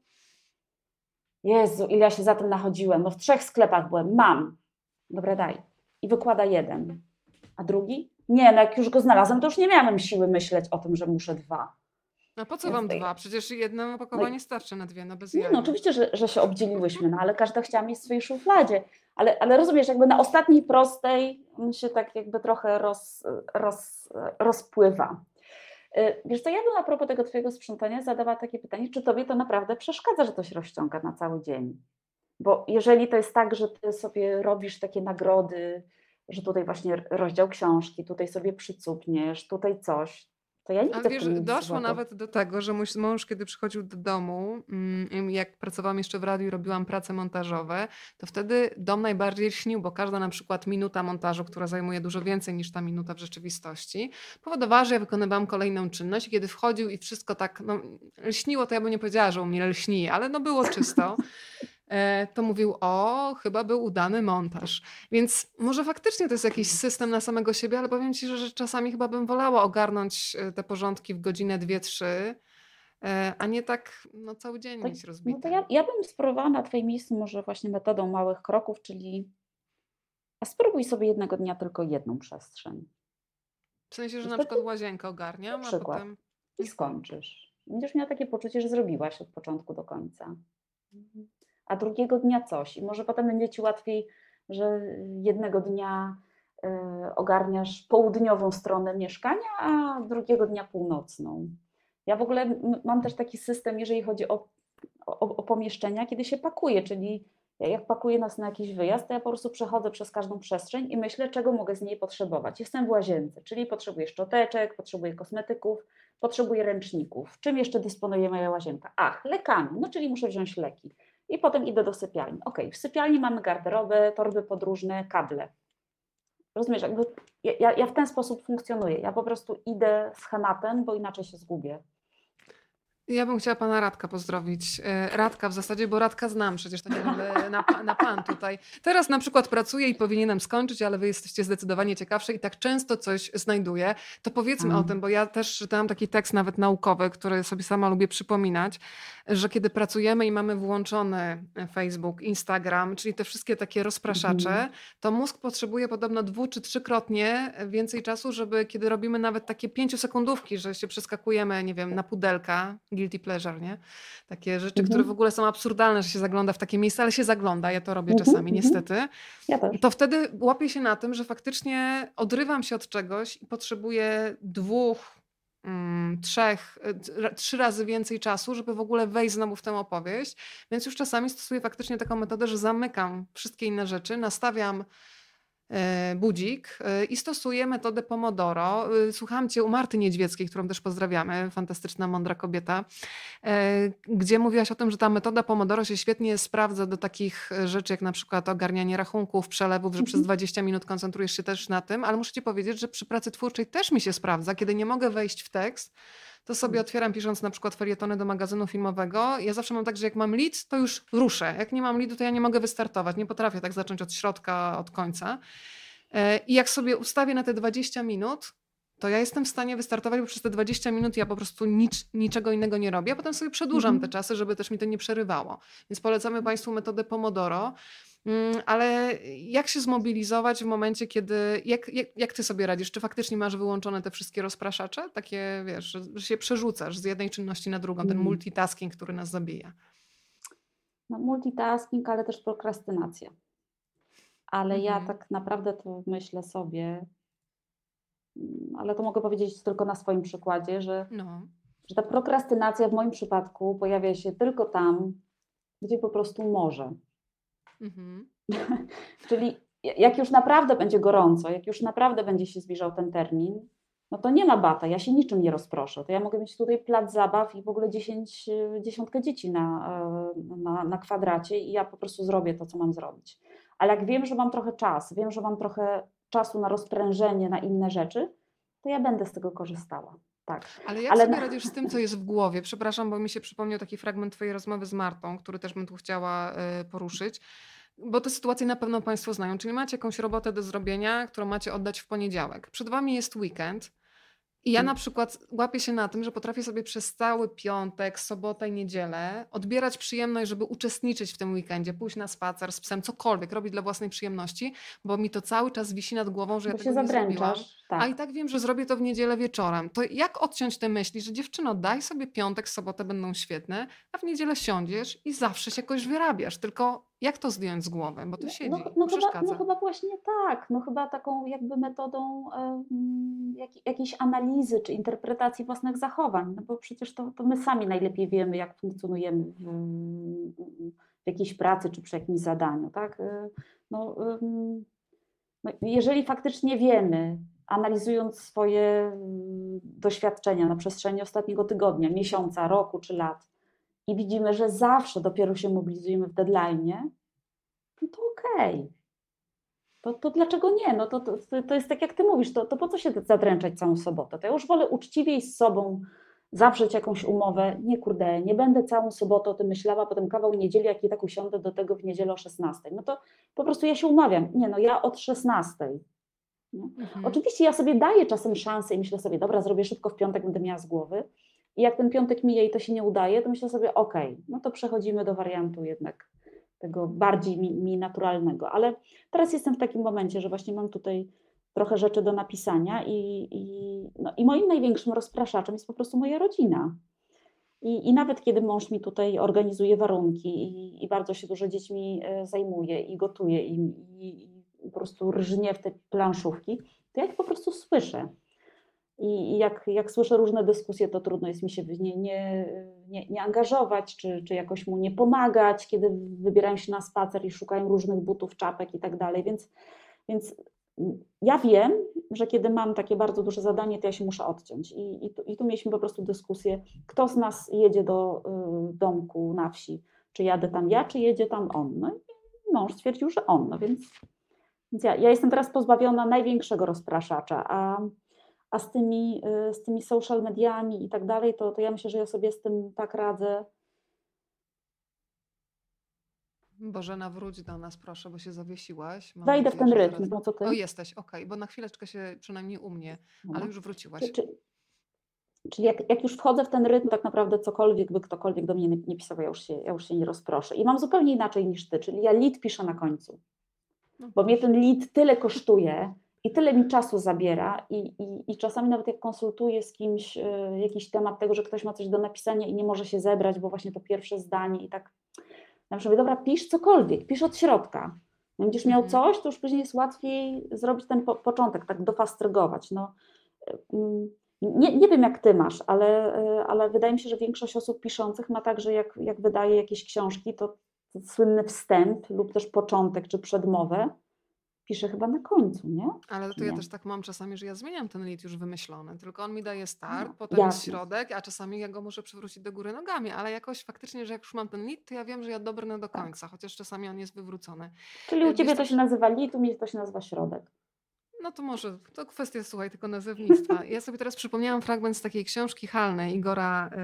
Jezu, ile ja się za tym nachodziłem. No w trzech sklepach byłem, mam. Dobra, daj. I wykłada jeden. A drugi? Nie, no jak już go znalazłem, to już nie miałem siły myśleć o tym, że muszę dwa. A po co Więc wam to- dwa? Przecież jedno opakowanie starczy na dwie, no bez Nie, jaj. no oczywiście, że, że się obdzieliłyśmy, no ale każda chciała mieć w swojej szufladzie. Ale, ale rozumiesz, jakby na ostatniej prostej on się tak jakby trochę roz, roz, rozpływa. Y, Wiesz co, ja bym a propos tego twojego sprzątania zadawała takie pytanie, czy tobie to naprawdę przeszkadza, że to się rozciąga na cały dzień? Bo jeżeli to jest tak, że ty sobie robisz takie nagrody, że tutaj właśnie rozdział książki, tutaj sobie przycupniesz, tutaj coś, to ja nie A widzę w wiesz, tym nic doszło złego. nawet do tego, że mój mąż, kiedy przychodził do domu, mm, jak pracowałam jeszcze w radiu i robiłam prace montażowe, to wtedy dom najbardziej lśnił, bo każda na przykład minuta montażu, która zajmuje dużo więcej niż ta minuta w rzeczywistości, powodowała, że ja wykonywałam kolejną czynność i kiedy wchodził i wszystko tak no, lśniło, to ja bym nie powiedziała, że u mnie lśni, ale no było czysto. e, To mówił, o, chyba był udany montaż. Więc może faktycznie to jest jakiś system na samego siebie, ale powiem ci, że, że czasami chyba bym wolała ogarnąć e, te porządki w godzinę, dwie, trzy, e, a nie tak no, cały dzień To, mieć no rozbite. to ja, ja bym spróbowała na twoim miejscu może właśnie metodą małych kroków, czyli a spróbuj sobie jednego dnia tylko jedną przestrzeń. W sensie, że I na wtedy przykład łazienkę ogarniam, na a przykład potem... i skończysz. Będziesz miała takie poczucie, że zrobiłaś od początku do końca. A drugiego dnia coś. I może potem będzie ci łatwiej, że jednego dnia y, ogarniasz południową stronę mieszkania, a drugiego dnia północną. Ja w ogóle m- mam też taki system, jeżeli chodzi o, o, o pomieszczenia, kiedy się pakuje, czyli Ja jak pakuję nas na jakiś wyjazd, to ja po prostu przechodzę przez każdą przestrzeń i myślę, czego mogę z niej potrzebować. Jestem w łazience, czyli potrzebuję szczoteczek, potrzebuję kosmetyków, potrzebuję ręczników. Czym jeszcze dysponuje moja łazienka? Ach, lekami, no czyli muszę wziąć leki. I potem idę do sypialni. Ok, w sypialni mamy garderobę, torby podróżne, kable. Rozumiesz, jakby ja, ja, ja w ten sposób funkcjonuję. Ja po prostu idę schematem, bo inaczej się zgubię. Ja bym chciała pana Radka pozdrowić. E, Radka w zasadzie, bo Radka znam, przecież to nie będę na, pa- na pan tutaj. Teraz na przykład pracuję i powinienem skończyć, ale wy jesteście zdecydowanie ciekawsze i tak często coś znajduję. To powiedzmy o tym, bo ja też czytałam taki tekst nawet naukowy, który sobie sama lubię przypominać, że kiedy pracujemy i mamy włączony Facebook, Instagram, czyli te wszystkie takie rozpraszacze, Mhm. to mózg potrzebuje podobno dwu czy trzykrotnie więcej czasu, żeby kiedy robimy nawet takie pięciosekundówki, że się przeskakujemy, nie wiem, na pudelka, guilty pleasure, nie? Takie rzeczy, które w Mhm. ogóle są absurdalne, że się zagląda w takie miejsca, ale się zagląda, ja to robię Mhm. czasami, Mhm. niestety. Ja też. To wtedy łapię się na tym, że faktycznie odrywam się od czegoś i potrzebuję dwóch, mm, trzech, y, t- trzy razy więcej czasu, żeby w ogóle wejść znowu w tę opowieść. Więc już czasami stosuję faktycznie taką metodę, że zamykam wszystkie inne rzeczy, nastawiam e, budzik e, i stosuję metodę Pomodoro. E, Słuchałam cię u Marty Niedźwieckiej, którą też pozdrawiamy, fantastyczna, mądra kobieta, e, gdzie mówiłaś o tym, że ta metoda Pomodoro się świetnie sprawdza do takich e, rzeczy, jak na przykład ogarnianie rachunków, przelewów, że przez Mhm. dwadzieścia minut koncentrujesz się też na tym, ale muszę ci powiedzieć, że przy pracy twórczej też mi się sprawdza, kiedy nie mogę wejść w tekst, to sobie otwieram, pisząc na przykład felietony do magazynu filmowego. Ja zawsze mam tak, że jak mam lead, to już ruszę. Jak nie mam leadu, to ja nie mogę wystartować. Nie potrafię tak zacząć od środka, od końca. E, I jak sobie ustawię na te dwadzieścia minut, to ja jestem w stanie wystartować, bo przez te dwadzieścia minut ja po prostu nic, niczego innego nie robię, a potem sobie przedłużam te Mhm. czasy, żeby też mi to nie przerywało. Więc polecamy Państwu metodę Pomodoro. Mm, Ale jak się zmobilizować w momencie, kiedy. Jak, jak, jak ty sobie radzisz? Czy faktycznie masz wyłączone te wszystkie rozpraszacze? Takie, wiesz, że, że się przerzucasz z jednej czynności na drugą, ten Mm. multitasking, który nas zabija. No, multitasking, ale też prokrastynacja. Ale ja Mhm. tak naprawdę to myślę sobie, mm, ale to mogę powiedzieć tylko na swoim przykładzie, że, No. że ta prokrastynacja w moim przypadku pojawia się tylko tam, gdzie po prostu może. Mhm. Czyli jak już naprawdę będzie gorąco, jak już naprawdę będzie się zbliżał ten termin, no to nie ma bata, ja się niczym nie rozproszę. To ja mogę mieć tutaj plac zabaw i w ogóle dziesięć, e, dziesiątkę dzieci na, e, na, na kwadracie i ja po prostu zrobię to, co mam zrobić. Ale jak wiem, że mam trochę czas, wiem, że mam trochę czasu na rozprężenie, na inne rzeczy, to ja będę z tego korzystała. Tak. Ale jak Ale sobie na, radzisz z tym, co jest w głowie? Przepraszam, bo mi się przypomniał taki fragment twojej rozmowy z Martą, który też bym tu chciała y, poruszyć. Bo te sytuacje na pewno Państwo znają. Czyli macie jakąś robotę do zrobienia, którą macie oddać w poniedziałek. Przed Wami jest weekend. I ja na przykład łapię się na tym, że potrafię sobie przez cały piątek, sobotę i niedzielę odbierać przyjemność, żeby uczestniczyć w tym weekendzie, pójść na spacer z psem, cokolwiek robić dla własnej przyjemności, bo mi to cały czas wisi nad głową, że ja bo się tego nie zrobiłam. zadręczasz, A i tak. tak wiem, że zrobię to w niedzielę wieczorem. To jak odciąć te myśli, że dziewczyno, daj sobie piątek, sobotę będą świetne, a w niedzielę siądziesz i zawsze się jakoś wyrabiasz. Tylko jak to zdjąć z głowy? Bo to No, no, siedzi, no, chyba, no przeszkadza. chyba właśnie tak, no chyba taką jakby metodą em, jak, jakiejś analizy czy interpretacji własnych zachowań, no bo przecież to, to my sami najlepiej wiemy, jak funkcjonujemy w, w jakiejś pracy czy przy jakimś zadaniu, tak? Y, No, em, no, jeżeli faktycznie wiemy, analizując swoje mm, doświadczenia na przestrzeni ostatniego tygodnia, miesiąca, roku czy lat i widzimy, że zawsze dopiero się mobilizujemy w deadline'ie, no to okej. To, to dlaczego nie? No to, to, to jest tak, jak ty mówisz, to, to po co się zadręczać całą sobotę? To ja już wolę uczciwiej z sobą zawrzeć jakąś umowę. Nie, kurde, nie będę całą sobotę o tym myślała, potem kawał niedzieli, jak i tak usiądę do tego w niedzielę o szesnastej. No to po prostu ja się umawiam. Nie, no ja od szesnastej. No. Mhm. Oczywiście ja sobie daję czasem szansę i myślę sobie, dobra, zrobię szybko w piątek, będę miała z głowy. I jak ten piątek mija i to się nie udaje, to myślę sobie, okej, no to przechodzimy do wariantu jednak tego bardziej mi, mi naturalnego. Ale teraz jestem w takim momencie, że właśnie mam tutaj trochę rzeczy do napisania i, i, no, i moim największym rozpraszaczem jest po prostu moja rodzina. I, I nawet kiedy mąż mi tutaj organizuje warunki i, i bardzo się dużo dziećmi e, zajmuje i gotuje i, i, i po prostu rżnie w te planszówki, to ja ich po prostu słyszę. I, i jak, jak słyszę różne dyskusje, to trudno jest mi się w nie, nie, nie, nie angażować, czy, czy jakoś mu nie pomagać, kiedy wybierają się na spacer i szukają różnych butów, czapek i tak dalej. Więc, więc ja wiem, że kiedy mam takie bardzo duże zadanie, to ja się muszę odciąć. I, i, tu, i tu mieliśmy po prostu dyskusję, kto z nas jedzie do y, domku na wsi. Czy jadę tam ja, czy jedzie tam on. No i mąż stwierdził, że on. No więc, więc ja, ja jestem teraz pozbawiona największego rozpraszacza, a, a z, tymi, y, z tymi social mediami i tak dalej, to, to ja myślę, że ja sobie z tym tak radzę. Bożena, wróć do nas, proszę, bo się zawiesiłaś. Mam Wejdę w nadzieję, ten że rytm, zaraz. no co ty? O, jesteś, okej, bo na chwileczkę się, przynajmniej u mnie, ale No. już Czy, wróciłaś. czy, Czyli jak, jak już wchodzę w ten rytm, tak naprawdę cokolwiek by ktokolwiek do mnie nie, nie pisał, ja już, się, ja już się nie rozproszę. I mam zupełnie inaczej niż ty, czyli ja lead piszę na końcu, No bo mnie proszę. ten lead tyle kosztuje i tyle mi czasu zabiera i, i, i czasami nawet jak konsultuję z kimś y, jakiś temat tego, że ktoś ma coś do napisania i nie może się zebrać, bo właśnie to pierwsze zdanie i tak na przykład, dobra, pisz cokolwiek, pisz od środka. Będziesz miał Mhm. coś, to już później jest łatwiej zrobić ten po, początek, tak dofastrygować. No, nie, nie wiem, jak ty masz, ale, ale wydaje mi się, że większość osób piszących ma tak, że jak, jak wydaje jakieś książki, to, to słynny wstęp lub też początek czy przedmowę pisze chyba na końcu, nie? Ale Czy to ja nie? też tak mam czasami, że ja zmieniam ten lead już wymyślony, tylko on mi daje start, A, potem jest jasne. środek, a czasami ja go muszę przywrócić do góry nogami, ale jakoś faktycznie, że jak już mam ten lead, to ja wiem, że ja dobrnę do Tak. końca, chociaż czasami on jest wywrócony. Czyli u E, Gdzieś ciebie to to się przy... nazywa lead, u mnie to się nazywa środek. No to może, to kwestia, słuchaj, tylko nazewnictwa. Ja sobie teraz przypomniałam fragment z takiej książki Halnej, Igora y,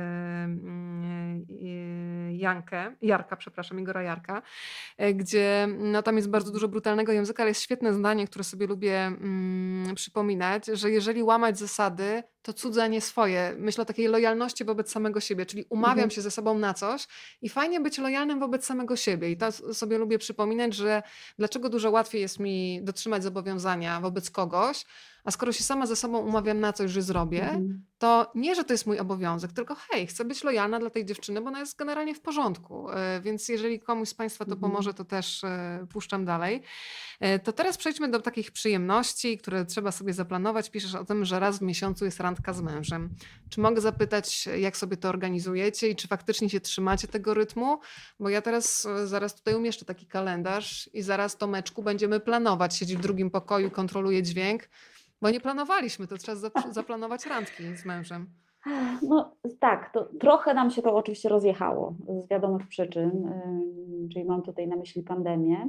y, Jankę, Jarka, przepraszam, Igora Jarka, y, gdzie no, tam jest bardzo dużo brutalnego języka, ale jest świetne zdanie, które sobie lubię mm, przypominać, że jeżeli łamać zasady, to cudze, a nie swoje. Myślę o takiej lojalności wobec samego siebie, czyli umawiam Mhm. się ze sobą na coś i fajnie być lojalnym wobec samego siebie. I to sobie lubię przypominać, że dlaczego dużo łatwiej jest mi dotrzymać zobowiązania wobec kogoś, a skoro się sama ze sobą umawiam na coś, że zrobię, Mhm. to nie, że to jest mój obowiązek, tylko hej, chcę być lojalna dla tej dziewczyny, bo ona jest generalnie w porządku. E, Więc jeżeli komuś z Państwa to Mhm. pomoże, to też e, puszczam dalej. E, To teraz przejdźmy do takich przyjemności, które trzeba sobie zaplanować. Piszesz o tym, że raz w miesiącu jest randka z mężem. Czy mogę zapytać, jak sobie to organizujecie i czy faktycznie się trzymacie tego rytmu? Bo ja teraz e, zaraz tutaj umieszczę taki kalendarz i zaraz Tomeczku będziemy planować. Siedzi w drugim pokoju, kontroluje dźwięk, bo nie planowaliśmy, to trzeba zapr- zaplanować randki z mężem. No tak, to trochę nam się to oczywiście rozjechało z wiadomych przyczyn, ym, czyli mam tutaj na myśli pandemię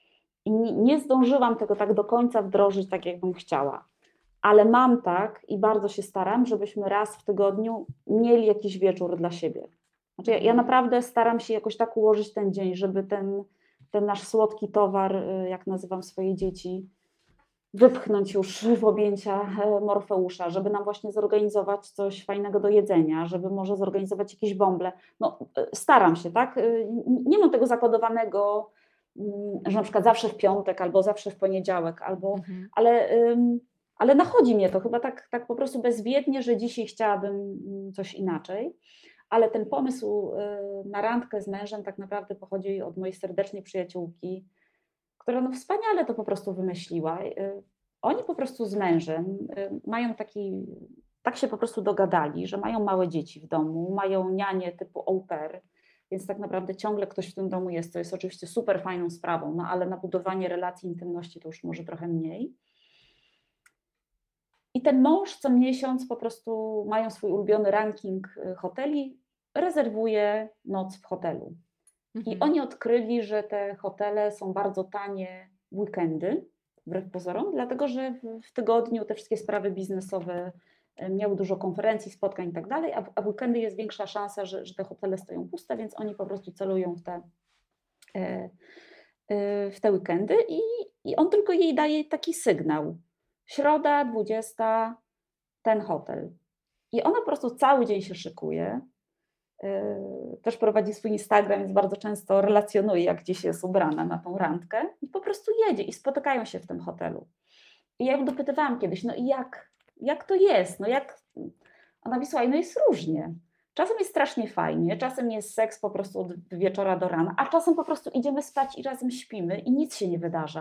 i nie, nie zdążyłam tego tak do końca wdrożyć, tak jakbym chciała, ale mam tak i bardzo się staram, żebyśmy raz w tygodniu mieli jakiś wieczór dla siebie. Znaczy ja, ja Mhm. naprawdę staram się jakoś tak ułożyć ten dzień, żeby ten, ten nasz słodki towar, y, jak nazywam swoje dzieci, wypchnąć już w objęcia e, Morfeusza, żeby nam właśnie zorganizować coś fajnego do jedzenia, żeby może zorganizować jakieś bąble. No, e, staram się, tak? E, Nie mam tego zakodowanego, mm, że na przykład zawsze w piątek, albo zawsze w poniedziałek, albo, Mhm. ale, ym, ale nachodzi mnie to chyba tak, tak po prostu bezwiednie, że dzisiaj chciałabym mm, coś inaczej. Ale ten pomysł e, na randkę z mężem tak naprawdę pochodzi od mojej serdecznej przyjaciółki, która no wspaniale to po prostu wymyśliła. Y, Oni po prostu z mężem y, mają taki, tak się po prostu dogadali, że mają małe dzieci w domu, mają nianię typu au pair, więc tak naprawdę ciągle ktoś w tym domu jest, to jest oczywiście super fajną sprawą, no ale na budowanie relacji, intymności to już może trochę mniej. I ten mąż co miesiąc po prostu mają swój ulubiony ranking y, hoteli, rezerwuje noc w hotelu. I Mhm. oni odkryli, że te hotele są bardzo tanie w weekendy, wbrew pozorom, dlatego że w, w tygodniu te wszystkie sprawy biznesowe e, miały dużo konferencji, spotkań i tak dalej, a w, a w weekendy jest większa szansa, że, że te hotele stoją puste, więc oni po prostu celują w te, e, e, w te weekendy i, i on tylko jej daje taki sygnał. Środa, dwudziesta, ten hotel. I ona po prostu cały dzień się szykuje. Yy, też prowadzi swój Instagram, więc bardzo często relacjonuje, jak gdzieś jest ubrana na tą randkę i po prostu jedzie i spotykają się w tym hotelu. I ja ją dopytywałam kiedyś, no i jak, jak to jest? No jak? Ona mi, słuchaj, no jest różnie. Czasem jest strasznie fajnie, czasem jest seks po prostu od wieczora do rana, a czasem po prostu idziemy spać i razem śpimy i nic się nie wydarza.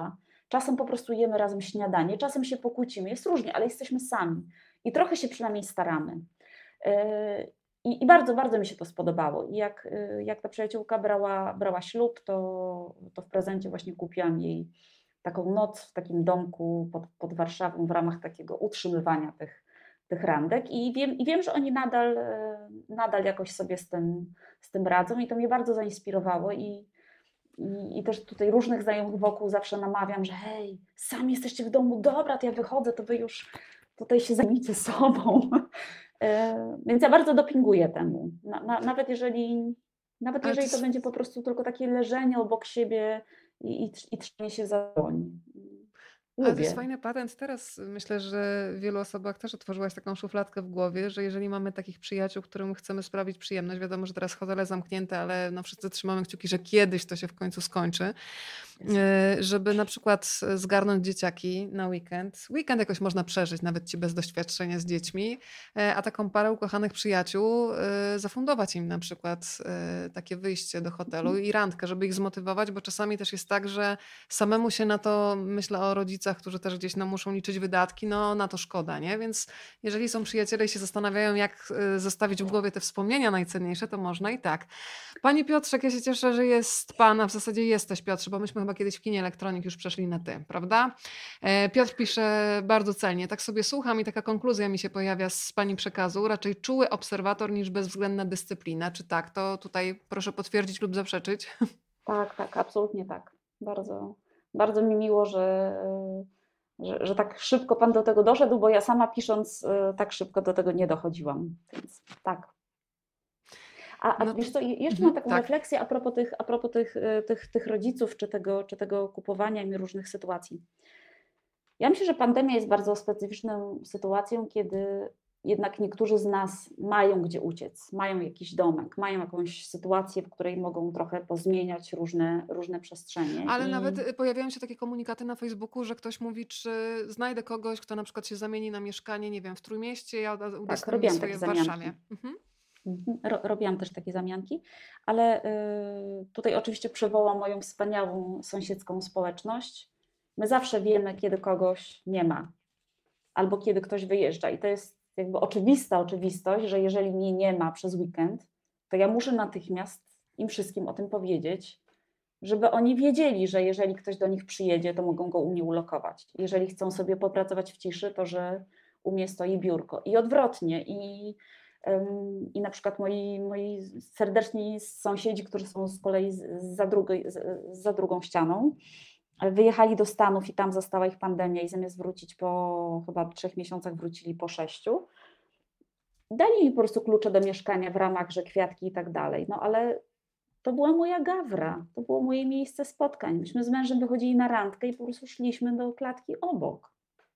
Czasem po prostu jemy razem śniadanie, czasem się pokłócimy, jest różnie, ale jesteśmy sami i trochę się przynajmniej staramy. Yy, I, I bardzo, bardzo mi się to spodobało. I jak, yy, jak ta przyjaciółka brała, brała ślub, to, to w prezencie właśnie kupiłam jej taką noc w takim domku pod, pod Warszawą w ramach takiego utrzymywania tych, tych randek. I wiem, i wiem, że oni nadal, yy, nadal jakoś sobie z tym, z tym radzą i to mnie bardzo zainspirowało. I, i, I też tutaj różnych znajomych wokół zawsze namawiam, że hej, sami jesteście w domu, dobra, to ja wychodzę, to wy już tutaj się zajmijcie sobą. E, Więc ja bardzo dopinguję temu. Na, na, nawet jeżeli, nawet Ale to jeżeli to jest będzie po prostu tylko takie leżenie obok siebie i, i, trz- i trzymanie się za dłoń. Ale to jest Lubię. fajny patent. Teraz myślę, że w wielu osobach też otworzyłaś taką szufladkę w głowie, że jeżeli mamy takich przyjaciół, którym chcemy sprawić przyjemność, wiadomo, że teraz hotele zamknięte, ale no wszyscy trzymamy kciuki, że kiedyś to się w końcu skończy, Jest. e, żeby na przykład zgarnąć dzieciaki na weekend. Weekend jakoś można przeżyć, nawet ci bez doświadczenia z dziećmi, e, a taką parę ukochanych przyjaciół e, zafundować im na przykład e, takie wyjście do hotelu Mhm. i randkę, żeby ich zmotywować, bo czasami też jest tak, że samemu się na to, myślę o rodzicach, którzy też gdzieś no, muszą liczyć wydatki, no na to szkoda, nie? Więc jeżeli są przyjaciele i się zastanawiają, jak y, zostawić w głowie te wspomnienia najcenniejsze, to można i tak. Panie Piotrze, ja się cieszę, że jest Pan, a w zasadzie jesteś Piotrze, bo myśmy chyba kiedyś w kinie Elektronik już przeszli na Ty, prawda? E, Piotr pisze bardzo celnie, tak sobie słucham i taka konkluzja mi się pojawia z Pani przekazu, raczej czuły obserwator niż bezwzględna dyscyplina. Czy tak? To tutaj proszę potwierdzić lub zaprzeczyć. Tak, tak, absolutnie tak. Bardzo, bardzo mi miło, że, y, że, że tak szybko Pan do tego doszedł, bo ja sama pisząc y, tak szybko do tego nie dochodziłam. Więc tak. A, a No to wiesz co, je- jeszcze mam mhm, taką tak. refleksję a propos tych, a propos tych, y, tych, tych rodziców, czy tego, czy tego kupowania im różnych sytuacji. Ja myślę, że pandemia jest bardzo specyficzną sytuacją, kiedy jednak niektórzy z nas mają gdzie uciec, mają jakiś domek, mają jakąś sytuację, w której mogą trochę pozmieniać różne, różne przestrzenie. Ale nawet I y, pojawiają się takie komunikaty na Facebooku, że ktoś mówi, czy znajdę kogoś, kto na przykład się zamieni na mieszkanie, nie wiem, w Trójmieście, ja uda- tak, udostępnię robiłam takie swoje w zamianki. Warszawie. Mhm. Mhm. Ro, robiłam też takie zamianki, ale y, tutaj oczywiście przywołam moją wspaniałą sąsiedzką społeczność. My zawsze wiemy, kiedy kogoś nie ma, albo kiedy ktoś wyjeżdża. I to jest jakby oczywista oczywistość, że jeżeli mnie nie ma przez weekend, to ja muszę natychmiast im wszystkim o tym powiedzieć, żeby oni wiedzieli, że jeżeli ktoś do nich przyjedzie, to mogą go u mnie ulokować. Jeżeli chcą sobie popracować w ciszy, to że u mnie stoi biurko. I odwrotnie. I, ym, i na przykład moi, moi serdeczni sąsiedzi, którzy są z kolei z, za, drugiej, z, za drugą ścianą, wyjechali do Stanów i tam zastała ich pandemia i zamiast wrócić po chyba trzech miesiącach, wrócili po sześciu. Dali mi po prostu klucze do mieszkania w ramach, że kwiatki i tak dalej. No ale to była moja gawra, to było moje miejsce spotkań. Myśmy z mężem wychodzili na randkę i po prostu szliśmy do klatki obok.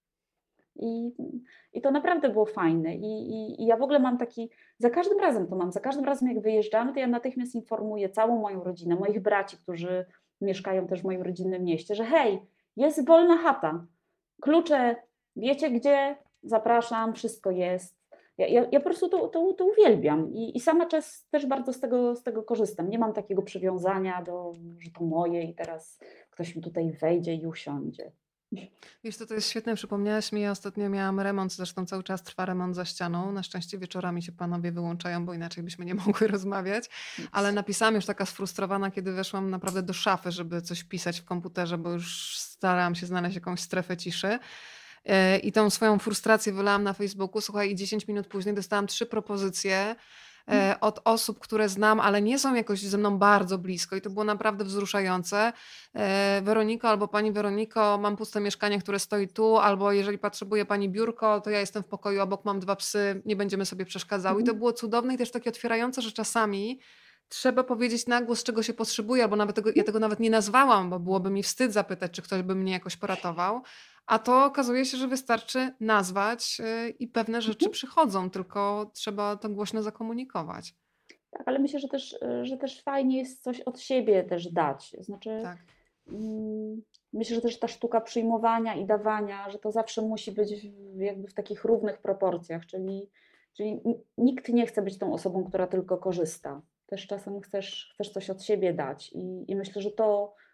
I, i to naprawdę było fajne. I, i, I ja w ogóle mam taki, za każdym razem to mam, za każdym razem jak wyjeżdżamy, to ja natychmiast informuję całą moją rodzinę, moich braci, którzy mieszkają też w moim rodzinnym mieście, że hej, jest wolna chata, klucze, wiecie gdzie, zapraszam, wszystko jest. Ja, ja, ja po prostu to, to, to uwielbiam i, i sama czas też bardzo z tego, z tego korzystam. Nie mam takiego przywiązania do, że to moje i teraz ktoś mi tutaj wejdzie i usiądzie. Wiesz co, to jest świetne, przypomniałaś mi, ja ostatnio miałam remont, zresztą cały czas trwa remont za ścianą. Na szczęście wieczorami się panowie wyłączają, bo inaczej byśmy nie mogły rozmawiać. Ale napisałam już taka sfrustrowana, kiedy weszłam naprawdę do szafy, żeby coś pisać w komputerze, bo już starałam się znaleźć jakąś strefę ciszy. E, I tą swoją frustrację wylałam na Facebooku. Słuchaj, i dziesięć minut później dostałam trzy propozycje e, od osób, które znam, ale nie są jakoś ze mną bardzo blisko. I to było naprawdę wzruszające. E, Weroniko albo pani Weroniko, mam puste mieszkanie, które stoi tu, albo jeżeli potrzebuje pani biurko, to ja jestem w pokoju obok, mam dwa psy, nie będziemy sobie przeszkadzały. I to Mhm. było cudowne i też takie otwierające, że czasami trzeba powiedzieć na głos, czego się potrzebuje, albo nawet tego, ja tego nawet nie nazwałam, bo byłoby mi wstyd zapytać, czy ktoś by mnie jakoś poratował. A to okazuje się, że wystarczy nazwać y, i pewne rzeczy Mhm. przychodzą, tylko trzeba to głośno zakomunikować. Tak, ale myślę, że też, y, że też fajnie jest coś od siebie też dać. Znaczy, Tak. mm, myślę, że też ta sztuka przyjmowania i dawania, że to zawsze musi być w, jakby w takich równych proporcjach, czyli, czyli n- nikt nie chce być tą osobą, która tylko korzysta. Też czasem chcesz, chcesz coś od siebie dać i, i myślę, że to,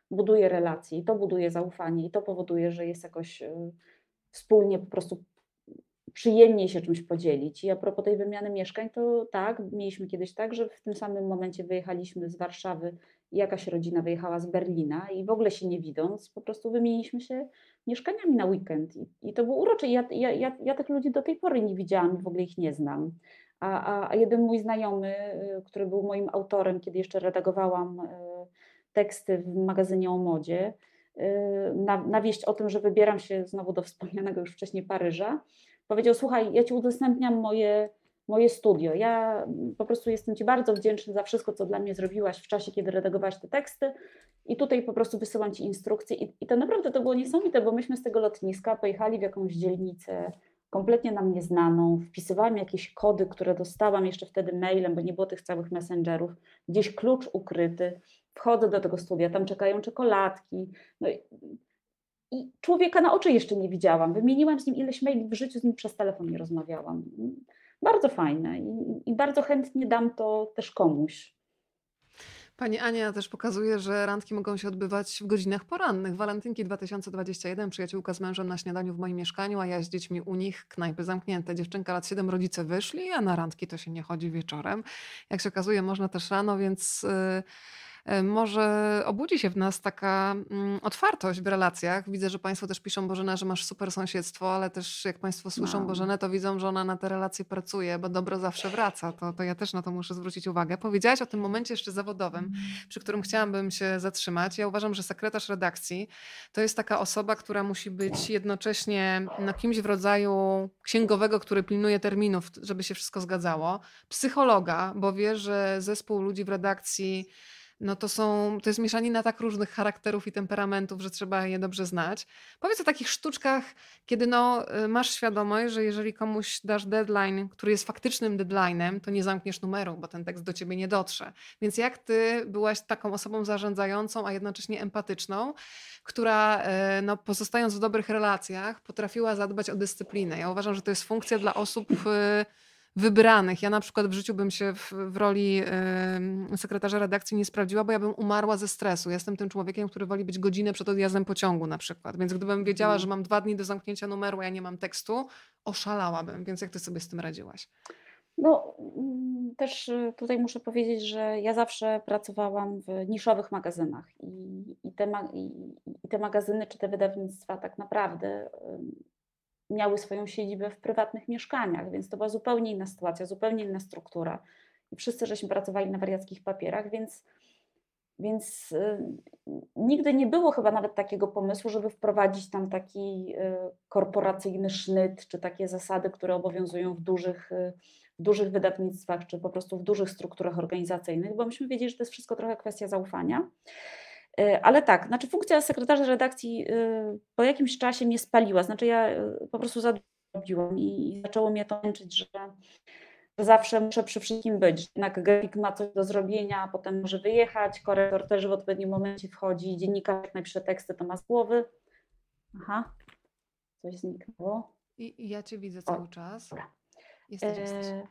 buduje relacje i to buduje zaufanie i to powoduje, że jest jakoś y, wspólnie po prostu przyjemniej się czymś podzielić. I a propos tej wymiany mieszkań, to tak, mieliśmy kiedyś tak, że w tym samym momencie wyjechaliśmy z Warszawy i jakaś rodzina wyjechała z Berlina i w ogóle się nie widząc, po prostu wymieniliśmy się mieszkaniami na weekend. I, i to było urocze. I Ja, ja, ja, ja tych ludzi do tej pory nie widziałam i w ogóle ich nie znam. A, a, a jeden mój znajomy, y, który był moim autorem, kiedy jeszcze redagowałam y, teksty w magazynie o modzie, y, na, na wieść o tym, że wybieram się znowu do wspomnianego już wcześniej Paryża, powiedział: słuchaj, ja ci udostępniam moje, moje studio. Ja mm, po prostu jestem ci bardzo wdzięczny za wszystko, co dla mnie zrobiłaś w czasie, kiedy redagowałaś te teksty i tutaj po prostu wysyłam ci instrukcje. I, i to naprawdę to było niesamowite, bo myśmy z tego lotniska pojechali w jakąś dzielnicę kompletnie nam nieznaną, wpisywałam jakieś kody, które dostałam jeszcze wtedy mailem, bo nie było tych całych messengerów, gdzieś klucz ukryty, wchodzę do tego studia, tam czekają czekoladki, no i i człowieka na oczy jeszcze nie widziałam. Wymieniłam z nim ileś maili, w życiu z nim przez telefon nie rozmawiałam. Bardzo fajne i, i bardzo chętnie dam to też komuś. Pani Ania też pokazuje, że randki mogą się odbywać w godzinach porannych. Walentynki dwa tysiące dwudziesty pierwszy, przyjaciółka z mężem na śniadaniu w moim mieszkaniu, a ja z dziećmi u nich, knajpy zamknięte. Dziewczynka lat siedem, rodzice wyszli, a na randki to się nie chodzi wieczorem. Jak się okazuje, można też rano, więc y, y, może obudzi się w nas taka mm, otwartość w relacjach. Widzę, że Państwo też piszą, Bożena, że masz super sąsiedztwo, ale też jak Państwo słyszą Mam. Bożenę, to widzą, że ona na te relacje pracuje, bo dobro zawsze wraca. To, to ja też na to muszę zwrócić uwagę. Powiedziałaś o tym momencie jeszcze zawodowym, przy którym chciałabym się zatrzymać. Ja uważam, że sekretarz redakcji to jest taka osoba, która musi być jednocześnie no, kimś w rodzaju księgowego, który pilnuje terminów, żeby się wszystko zgadzało, psychologa, bo wie, że zespół ludzi w redakcji no to są, to jest mieszanina tak różnych charakterów i temperamentów, że trzeba je dobrze znać. Powiedz o takich sztuczkach, kiedy no, y, masz świadomość, że jeżeli komuś dasz deadline, który jest faktycznym deadline'em, to nie zamkniesz numeru, bo ten tekst do ciebie nie dotrze. Więc jak ty byłaś taką osobą zarządzającą, a jednocześnie empatyczną, która e, no, pozostając w dobrych relacjach, potrafiła zadbać o dyscyplinę? Ja uważam, że to jest funkcja dla osób e, wybranych. Ja na przykład w życiu bym się w, w roli e, sekretarza redakcji nie sprawdziła, bo ja bym umarła ze stresu. Jestem tym człowiekiem, który woli być godzinę przed odjazdem pociągu na przykład. Więc gdybym wiedziała, że Mhm. mam dwa dni do zamknięcia numeru, a ja nie mam tekstu, oszalałabym. Więc jak ty sobie z tym radziłaś? No, mm, też y, tutaj muszę powiedzieć, że ja zawsze pracowałam w niszowych magazynach i, i, te, ma, i, i te magazyny czy te wydawnictwa tak naprawdę ym, miały swoją siedzibę w prywatnych mieszkaniach, więc to była zupełnie inna sytuacja, zupełnie inna struktura. I wszyscy żeśmy pracowali na wariackich papierach, więc Więc y, nigdy nie było chyba nawet takiego pomysłu, żeby wprowadzić tam taki y, korporacyjny sznyt, czy takie zasady, które obowiązują w dużych, y, w dużych wydawnictwach, czy po prostu w dużych strukturach organizacyjnych, bo myśmy wiedzieli, że to jest wszystko trochę kwestia zaufania. Y, Ale tak, znaczy funkcja sekretarza redakcji y, po jakimś czasie mnie spaliła, znaczy ja y, po prostu zadrobiłam i, i zaczęło mnie to męczyć, że że zawsze muszę przy wszystkim być, że jednak grafik ma coś do zrobienia, a potem może wyjechać, korektor też w odpowiednim momencie wchodzi, dziennikarz jak napisze teksty, to ma z głowy. Aha, coś zniknęło. I, i ja cię widzę O, cały czas. dobra. Jesteś, jesteś. E,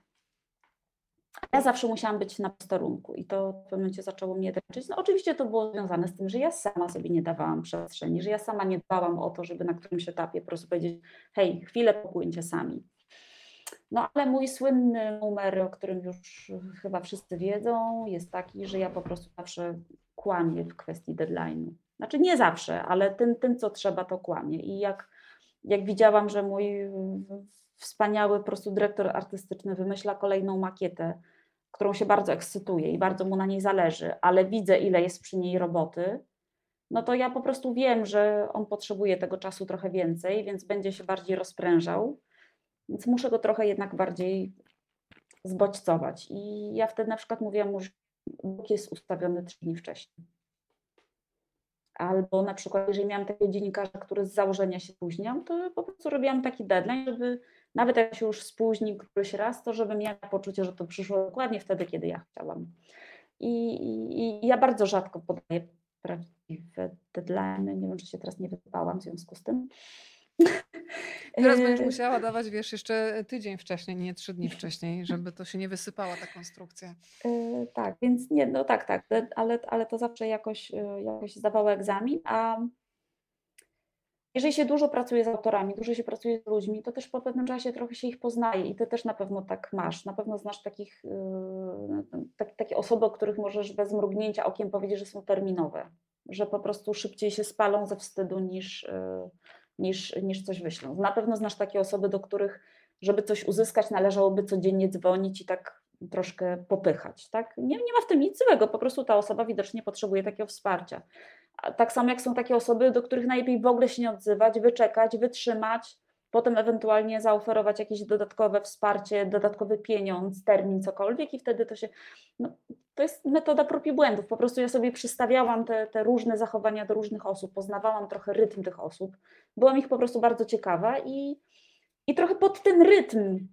Ja zawsze musiałam być na posterunku i to w pewnym momencie zaczęło mnie dręczyć. No oczywiście to było związane z tym, że ja sama sobie nie dawałam przestrzeni, że ja sama nie dbałam o to, żeby na którymś etapie po prostu powiedzieć: hej, chwilę popłyńcie sami. No ale mój słynny numer, o którym już chyba wszyscy wiedzą, jest taki, że ja po prostu zawsze kłamię w kwestii deadline'u. Znaczy nie zawsze, ale tym, tym co trzeba, to kłamię. I jak, jak widziałam, że mój wspaniały po prostu dyrektor artystyczny wymyśla kolejną makietę, którą się bardzo ekscytuje i bardzo mu na niej zależy, ale widzę, ile jest przy niej roboty, no to ja po prostu wiem, że on potrzebuje tego czasu trochę więcej, więc będzie się bardziej rozprężał. Więc muszę go trochę jednak bardziej zbodźcować. I ja wtedy na przykład mówiłam mu, że blok jest ustawiony trzy dni wcześniej. Albo na przykład, jeżeli miałam takiego dziennikarza, który z założenia się spóźniał, to po prostu robiłam taki deadline, żeby nawet jak się już spóźnił któryś raz, to żebym miała poczucie, że to przyszło dokładnie wtedy, kiedy ja chciałam. I, i, i ja bardzo rzadko podaję prawdziwe deadline. Nie wiem, czy się teraz nie wypałam w związku z tym. Teraz będziesz Yy, musiała dawać, wiesz, jeszcze tydzień wcześniej, nie trzy dni wcześniej, żeby to się nie wysypała ta konstrukcja. yy, tak, więc nie, no tak, tak, te ale ale to zawsze jakoś, yy, jakoś zdawało egzamin, a jeżeli się dużo pracuje z autorami, dużo się pracuje z ludźmi, to też po pewnym czasie trochę się ich poznaje i ty też na pewno tak masz. Na pewno znasz takich, yy, tak, takie osoby, o których możesz bez mrugnięcia okiem powiedzieć, że są terminowe, że po prostu szybciej się spalą ze wstydu niż, yy, niż, niż coś wyślą. Na pewno znasz takie osoby, do których, żeby coś uzyskać, należałoby codziennie dzwonić i tak troszkę popychać. Tak? Nie, nie ma w tym nic złego, po prostu ta osoba widocznie potrzebuje takiego wsparcia. A tak samo jak są takie osoby, do których najlepiej w ogóle się nie odzywać, wyczekać, wytrzymać, potem ewentualnie zaoferować jakieś dodatkowe wsparcie, dodatkowy pieniądz, termin, cokolwiek i wtedy to się, no, to jest metoda prób i błędów. Po prostu ja sobie przystawiałam te, te różne zachowania do różnych osób, poznawałam trochę rytm tych osób, byłam ich po prostu bardzo ciekawa i, i trochę pod ten rytm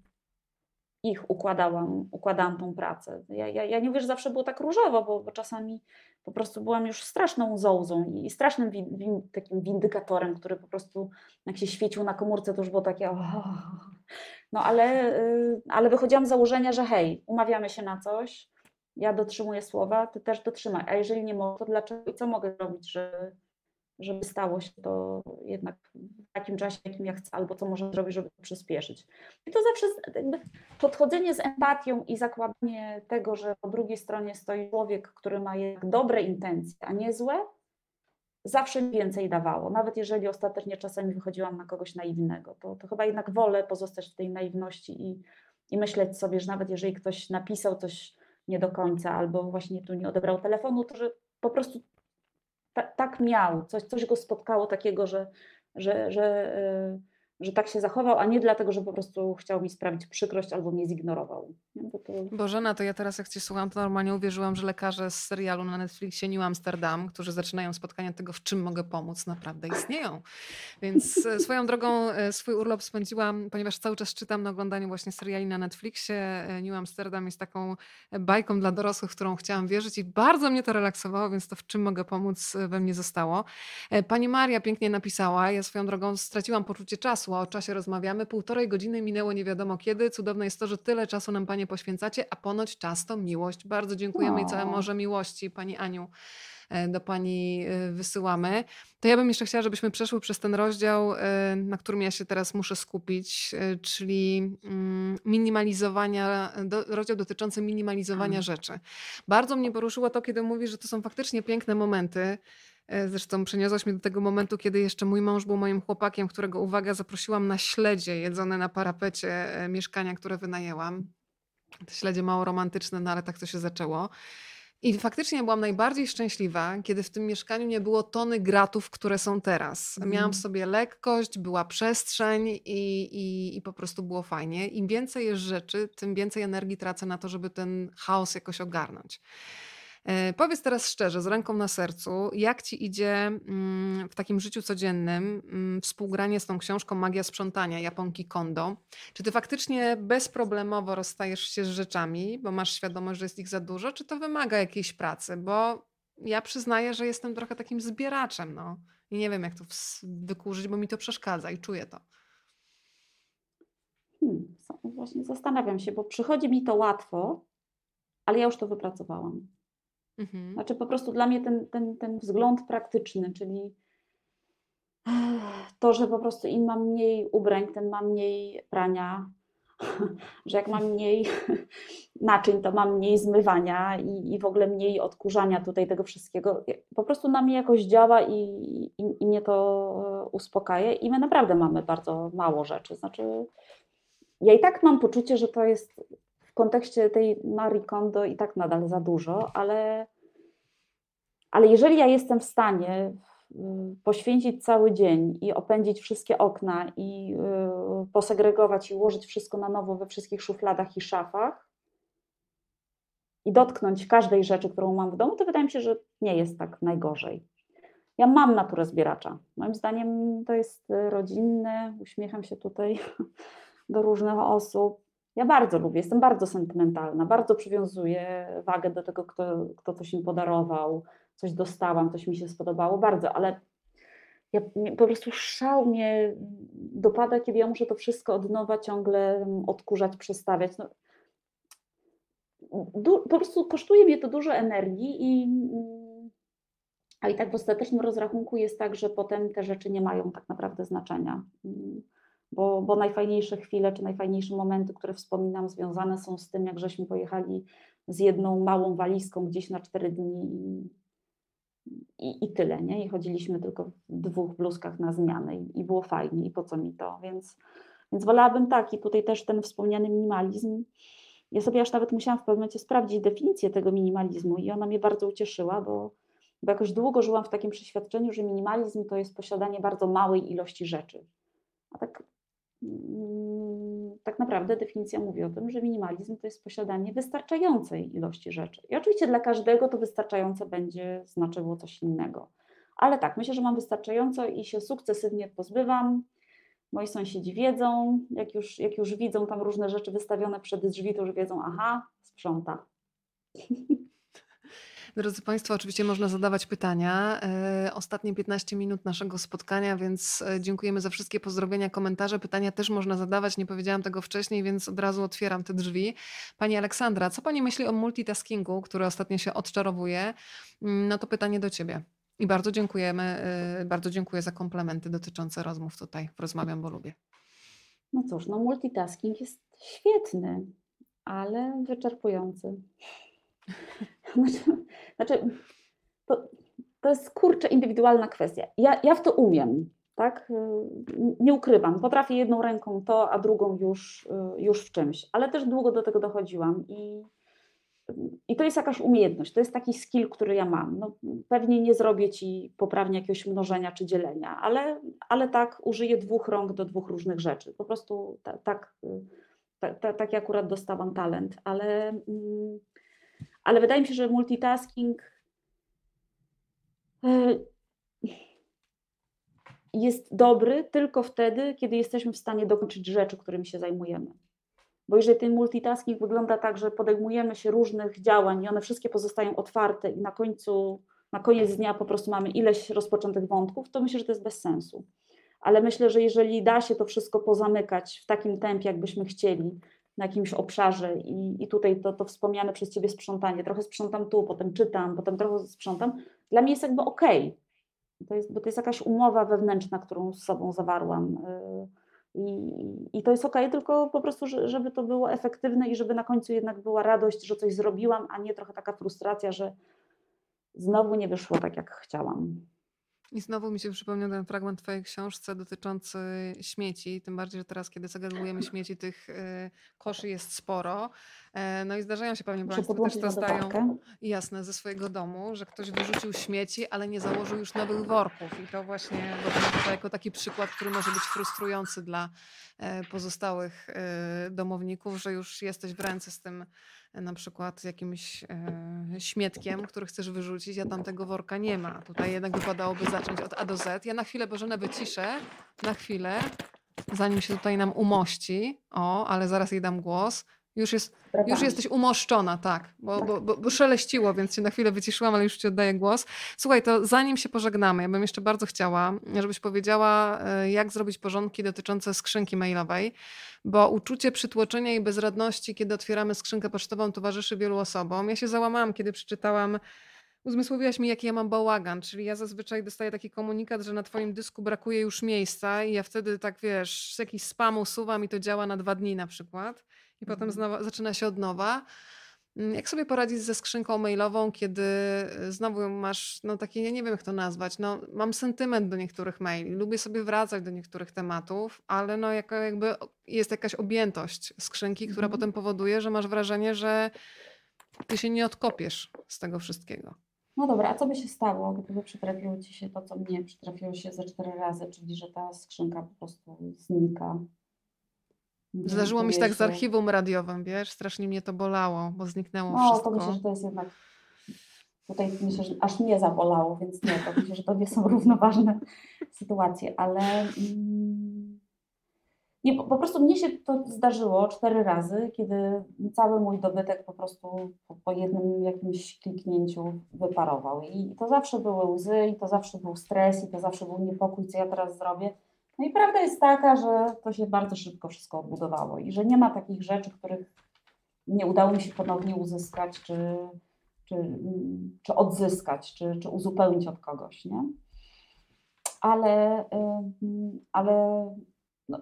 ich układałam, układałam tą pracę. Ja, ja, ja nie mówię, że zawsze było tak różowo, bo, bo czasami po prostu byłam już straszną zołzą i strasznym win, win, takim windykatorem, który po prostu jak się świecił na komórce, to już było takie oh. No ale, y, ale wychodziłam z założenia, że hej, umawiamy się na coś, ja dotrzymuję słowa, ty też dotrzymaj, a jeżeli nie mogę, to dlaczego i co mogę zrobić, żeby, żeby stało się to jednak w takim czasie, jakim ja chcę, albo co można zrobić, żeby to przyspieszyć. I to zawsze jakby podchodzenie z empatią i zakładanie tego, że po drugiej stronie stoi człowiek, który ma jednak dobre intencje, a nie złe, zawsze mi więcej dawało. Nawet jeżeli ostatecznie czasami wychodziłam na kogoś naiwnego, to, to chyba jednak wolę pozostać w tej naiwności i, i myśleć sobie, że nawet jeżeli ktoś napisał coś nie do końca albo właśnie tu nie odebrał telefonu, to że po prostu ta, tak miał, coś, coś go spotkało takiego, że, że, że, yy, że tak się zachował, a nie dlatego, że po prostu chciał mi sprawić przykrość albo mnie zignorował. Nie? Bo to... Bożena, to ja teraz jak cię słucham, to normalnie uwierzyłam, że lekarze z serialu na Netflixie New Amsterdam, którzy zaczynają spotkania od tego, w czym mogę pomóc, naprawdę istnieją. Więc e, swoją drogą e, swój urlop spędziłam, ponieważ cały czas czytam na oglądaniu właśnie seriali na Netflixie. E, New Amsterdam jest taką e, bajką dla dorosłych, w którą chciałam wierzyć i bardzo mnie to relaksowało, więc to w czym mogę pomóc e, we mnie zostało. E, Pani Maria pięknie napisała, ja swoją drogą straciłam poczucie czasu, a o czasie rozmawiamy. Półtorej godziny minęło nie wiadomo kiedy. Cudowne jest to, że tyle czasu nam Panie poświęcacie, a ponoć czas to miłość. Bardzo dziękujemy i całe O, morze miłości Pani Aniu e, do Pani e, wysyłamy. To ja bym jeszcze chciała, żebyśmy przeszły przez ten rozdział, e, na którym ja się teraz muszę skupić, e, czyli mm, minimalizowania, do, rozdział dotyczący minimalizowania rzeczy. Bardzo mnie poruszyło to, kiedy mówisz, że to są faktycznie piękne momenty. E, Zresztą przeniosłaś mnie do tego momentu, kiedy jeszcze mój mąż był moim chłopakiem, którego, uwaga, zaprosiłam na śledzie jedzone na parapecie e, mieszkania, które wynajęłam. Te śledzie mało romantyczne, no ale tak to się zaczęło. I faktycznie byłam najbardziej szczęśliwa, kiedy w tym mieszkaniu nie było tony gratów, które są teraz. Miałam w mm, sobie lekkość, była przestrzeń i, i, i po prostu było fajnie. Im więcej jest rzeczy, tym więcej energii tracę na to, żeby ten chaos jakoś ogarnąć. E, Powiedz teraz szczerze, z ręką na sercu, jak ci idzie mm, w takim życiu codziennym mm, współgranie z tą książką Magia Sprzątania Japonki Kondo? Czy ty faktycznie bezproblemowo rozstajesz się z rzeczami, bo masz świadomość, że jest ich za dużo, czy to wymaga jakiejś pracy? Bo ja przyznaję, że jestem trochę takim zbieraczem, no. I nie wiem, jak to ws- wykurzyć, bo mi to przeszkadza i czuję to. hmm, sa- właśnie zastanawiam się, bo przychodzi mi to łatwo, ale ja już to wypracowałam. Mhm. Znaczy po prostu dla mnie ten, ten, ten wzgląd praktyczny, czyli to, że po prostu im mam mniej ubrań, tym mam mniej prania, że jak mam mniej naczyń, to mam mniej zmywania i, i w ogóle mniej odkurzania tutaj tego wszystkiego. Po prostu na mnie jakoś działa i, i, i mnie to uspokaja i my naprawdę mamy bardzo mało rzeczy. Znaczy ja i tak mam poczucie, że to jest w kontekście tej Marie Kondo i tak nadal za dużo, ale Ale jeżeli ja jestem w stanie y, poświęcić cały dzień i opędzić wszystkie okna i y, posegregować i ułożyć wszystko na nowo we wszystkich szufladach i szafach i dotknąć każdej rzeczy, którą mam w domu, to wydaje mi się, że nie jest tak najgorzej. Ja mam naturę zbieracza. Moim zdaniem to jest y, rodzinne. Uśmiecham się tutaj do różnych osób. Ja bardzo lubię, jestem bardzo sentymentalna, bardzo przywiązuję wagę do tego, kto, kto coś mi podarował, coś dostałam, coś mi się spodobało, bardzo, ale Ja mnie po prostu szał mnie dopada, kiedy ja muszę to wszystko od nowa ciągle mm, odkurzać, przestawiać. No, du, po prostu kosztuje mnie to dużo energii i, mm, a i tak w ostatecznym rozrachunku jest tak, że potem te rzeczy nie mają tak naprawdę znaczenia. Mm, Bo, bo najfajniejsze chwile, czy najfajniejsze momenty, które wspominam, związane są z tym, jak żeśmy pojechali z jedną małą walizką gdzieś na cztery dni i, i tyle, nie? I chodziliśmy tylko w dwóch bluzkach na zmianę i, i było fajnie i po co mi to, więc, więc wolałabym tak i tutaj też ten wspomniany minimalizm. Ja sobie aż nawet musiałam w pewnym momencie sprawdzić definicję tego minimalizmu i ona mnie bardzo ucieszyła, bo, bo jakoś długo żyłam w takim przeświadczeniu, że minimalizm to jest posiadanie bardzo małej ilości rzeczy. A tak, mm, tak naprawdę definicja mówi o tym, że minimalizm to jest posiadanie wystarczającej ilości rzeczy. I oczywiście dla każdego to wystarczające będzie znaczyło coś innego. Ale tak, myślę, że mam wystarczająco i się sukcesywnie pozbywam. Moi sąsiedzi wiedzą, jak już, jak już widzą tam różne rzeczy wystawione przed drzwi, to już wiedzą, aha, sprząta. Drodzy Państwo, oczywiście można zadawać pytania. E, Ostatnie piętnaście minut naszego spotkania, więc e, dziękujemy za wszystkie pozdrowienia, komentarze. Pytania też można zadawać. Nie powiedziałam tego wcześniej, więc od razu otwieram te drzwi. Pani Aleksandra, co Pani myśli o multitaskingu, który ostatnio się odczarowuje? Mm, No to pytanie do Ciebie. I bardzo dziękujemy, e, bardzo dziękuję za komplementy dotyczące rozmów tutaj w Rozmawiam, bo lubię. No cóż, no multitasking jest świetny, ale wyczerpujący. Znaczy, znaczy to, to jest kurczę indywidualna kwestia. Ja, ja w to umiem, tak? Y, Nie ukrywam. Potrafię jedną ręką to, a drugą już, y, już w czymś, ale też długo do tego dochodziłam i, i to jest jakaś umiejętność, to jest taki skill, który ja mam. No, pewnie nie zrobię ci poprawnie jakiegoś mnożenia czy dzielenia, ale, ale tak użyję dwóch rąk do dwóch różnych rzeczy. Po prostu ta, tak, y, ta, ta, taki akurat dostałam talent, ale, mm, ale wydaje mi się, że multitasking y, jest dobry tylko wtedy, kiedy jesteśmy w stanie dokończyć rzeczy, którymi się zajmujemy. Bo jeżeli ten multitasking wygląda tak, że podejmujemy się różnych działań i one wszystkie pozostają otwarte i na końcu, na koniec dnia po prostu mamy ileś rozpoczętych wątków, to myślę, że to jest bez sensu. Ale myślę, że jeżeli da się to wszystko pozamykać w takim tempie, jakbyśmy chcieli, na jakimś obszarze i, i tutaj to, to wspomniane przez Ciebie sprzątanie, trochę sprzątam tu, potem czytam, potem trochę sprzątam, dla mnie jest jakby okej. Okay. To jest, bo to jest jakaś umowa wewnętrzna, którą z sobą zawarłam. y, I, i to jest okej, tylko po prostu, że- żeby to było efektywne i żeby na końcu jednak była radość, że coś zrobiłam, a nie trochę taka frustracja, że znowu nie wyszło tak, jak chciałam. I znowu mi się przypomniał ten fragment w Twojej książce dotyczący śmieci, tym bardziej, że teraz, kiedy segregujemy śmieci, tych y, koszy jest sporo. E, No i zdarzają się pewnie Muszę Państwo też podłączyć to zdają ładowarkę. jasne ze swojego domu, że ktoś wyrzucił śmieci, ale nie założył już nowych worków. I to właśnie to jako taki przykład, który może być frustrujący dla e, pozostałych e, domowników, że już jesteś w ręce z tym e, na przykład jakimś e, śmietkiem, który chcesz wyrzucić, a tam tego worka nie ma. Tutaj jednak wypadałoby zacząć od A do Z. Ja na chwilę Bożenę wyciszę, na chwilę, zanim się tutaj nam umości. O, ale zaraz jej dam głos. Już jest, już Brawami. jesteś umoszczona, tak, bo, bo, bo, bo szeleściło, więc cię na chwilę wyciszyłam, ale już ci oddaję głos. Słuchaj, to zanim się pożegnamy, ja bym jeszcze bardzo chciała, żebyś powiedziała, e, jak zrobić porządki dotyczące skrzynki mailowej, bo uczucie przytłoczenia i bezradności, kiedy otwieramy skrzynkę pocztową, towarzyszy wielu osobom. Ja się załamałam, kiedy przeczytałam. Uzmysłowiłaś mi, jaki ja mam bałagan, czyli ja zazwyczaj dostaję taki komunikat, że na twoim dysku brakuje już miejsca i ja wtedy tak, wiesz, jakiś spam usuwam i to działa na dwa dni na przykład i potem Mhm. znowu, zaczyna się od nowa. Mm, Jak sobie poradzić ze skrzynką mailową, kiedy y, znowu masz, no taki, ja nie wiem jak to nazwać, no mam sentyment do niektórych maili, lubię sobie wracać do niektórych tematów, ale no jako jakby o- jest jakaś objętość skrzynki, która Mhm. potem powoduje, że masz wrażenie, że ty się nie odkopiesz z tego wszystkiego. No dobra, a co by się stało, gdyby przytrafiło Ci się to, co mnie przytrafiło się ze cztery razy, czyli że ta skrzynka po prostu znika, nie Zdarzyło mi się znajduje tak z się. archiwum radiowym, wiesz, strasznie mnie to bolało, bo zniknęło No, to myślę, wszystko. że to jest jednak, tutaj myślę, że aż mnie zabolało, więc nie, to myślę, że to nie są równoważne sytuacje, ale mm, Nie, po po prostu mnie się to zdarzyło cztery razy, kiedy cały mój dobytek po prostu po po jednym jakimś kliknięciu wyparował. I to zawsze były łzy, i to zawsze był stres, i to zawsze był niepokój, co ja teraz zrobię. No i prawda jest taka, że to się bardzo szybko wszystko odbudowało i że nie ma takich rzeczy, których nie udało mi się ponownie uzyskać, czy czy, mm, czy odzyskać, czy czy uzupełnić od kogoś, nie? Ale, ym, ale no,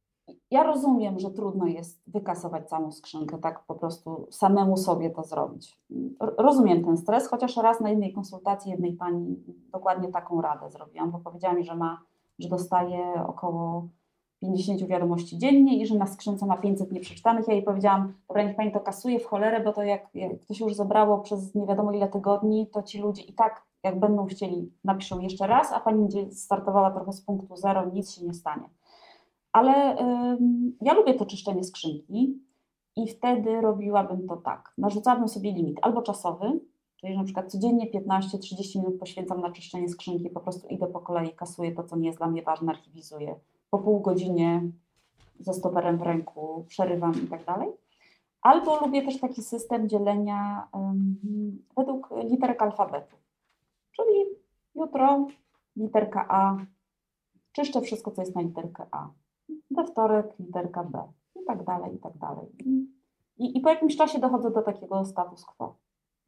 ja rozumiem, że trudno jest wykasować całą skrzynkę, tak po prostu samemu sobie to zrobić. R rozumiem ten stres, chociaż raz na jednej konsultacji jednej pani dokładnie taką radę zrobiłam, bo powiedziała mi, że ma że dostaje około pięćdziesiąt wiadomości dziennie i że na skrzynce ma pięćset nieprzeczytanych. Ja jej powiedziałam: „Dobra, niech pani to kasuje w cholerę, bo to jak jak to się już zebrało przez nie wiadomo ile tygodni, to ci ludzie i tak jak będą chcieli, napiszą jeszcze raz, a pani będzie startowała trochę z punktu zero, nic się nie stanie”. Ale, ym, ja lubię to czyszczenie skrzynki i wtedy robiłabym to tak. Narzucałabym sobie limit albo czasowy, czyli że na przykład codziennie piętnaście trzydzieści minut poświęcam na czyszczenie skrzynki, po prostu idę po kolei, kasuję to, co nie jest dla mnie ważne, archiwizuję. Po pół godzinie ze stoperem w ręku przerywam i tak dalej. Albo lubię też taki system dzielenia, ym, według literek alfabetu. Czyli jutro literka A, czyszczę wszystko, co jest na literkę A. We wtorek literka B i tak dalej, i tak dalej. I i po jakimś czasie dochodzę do takiego status quo.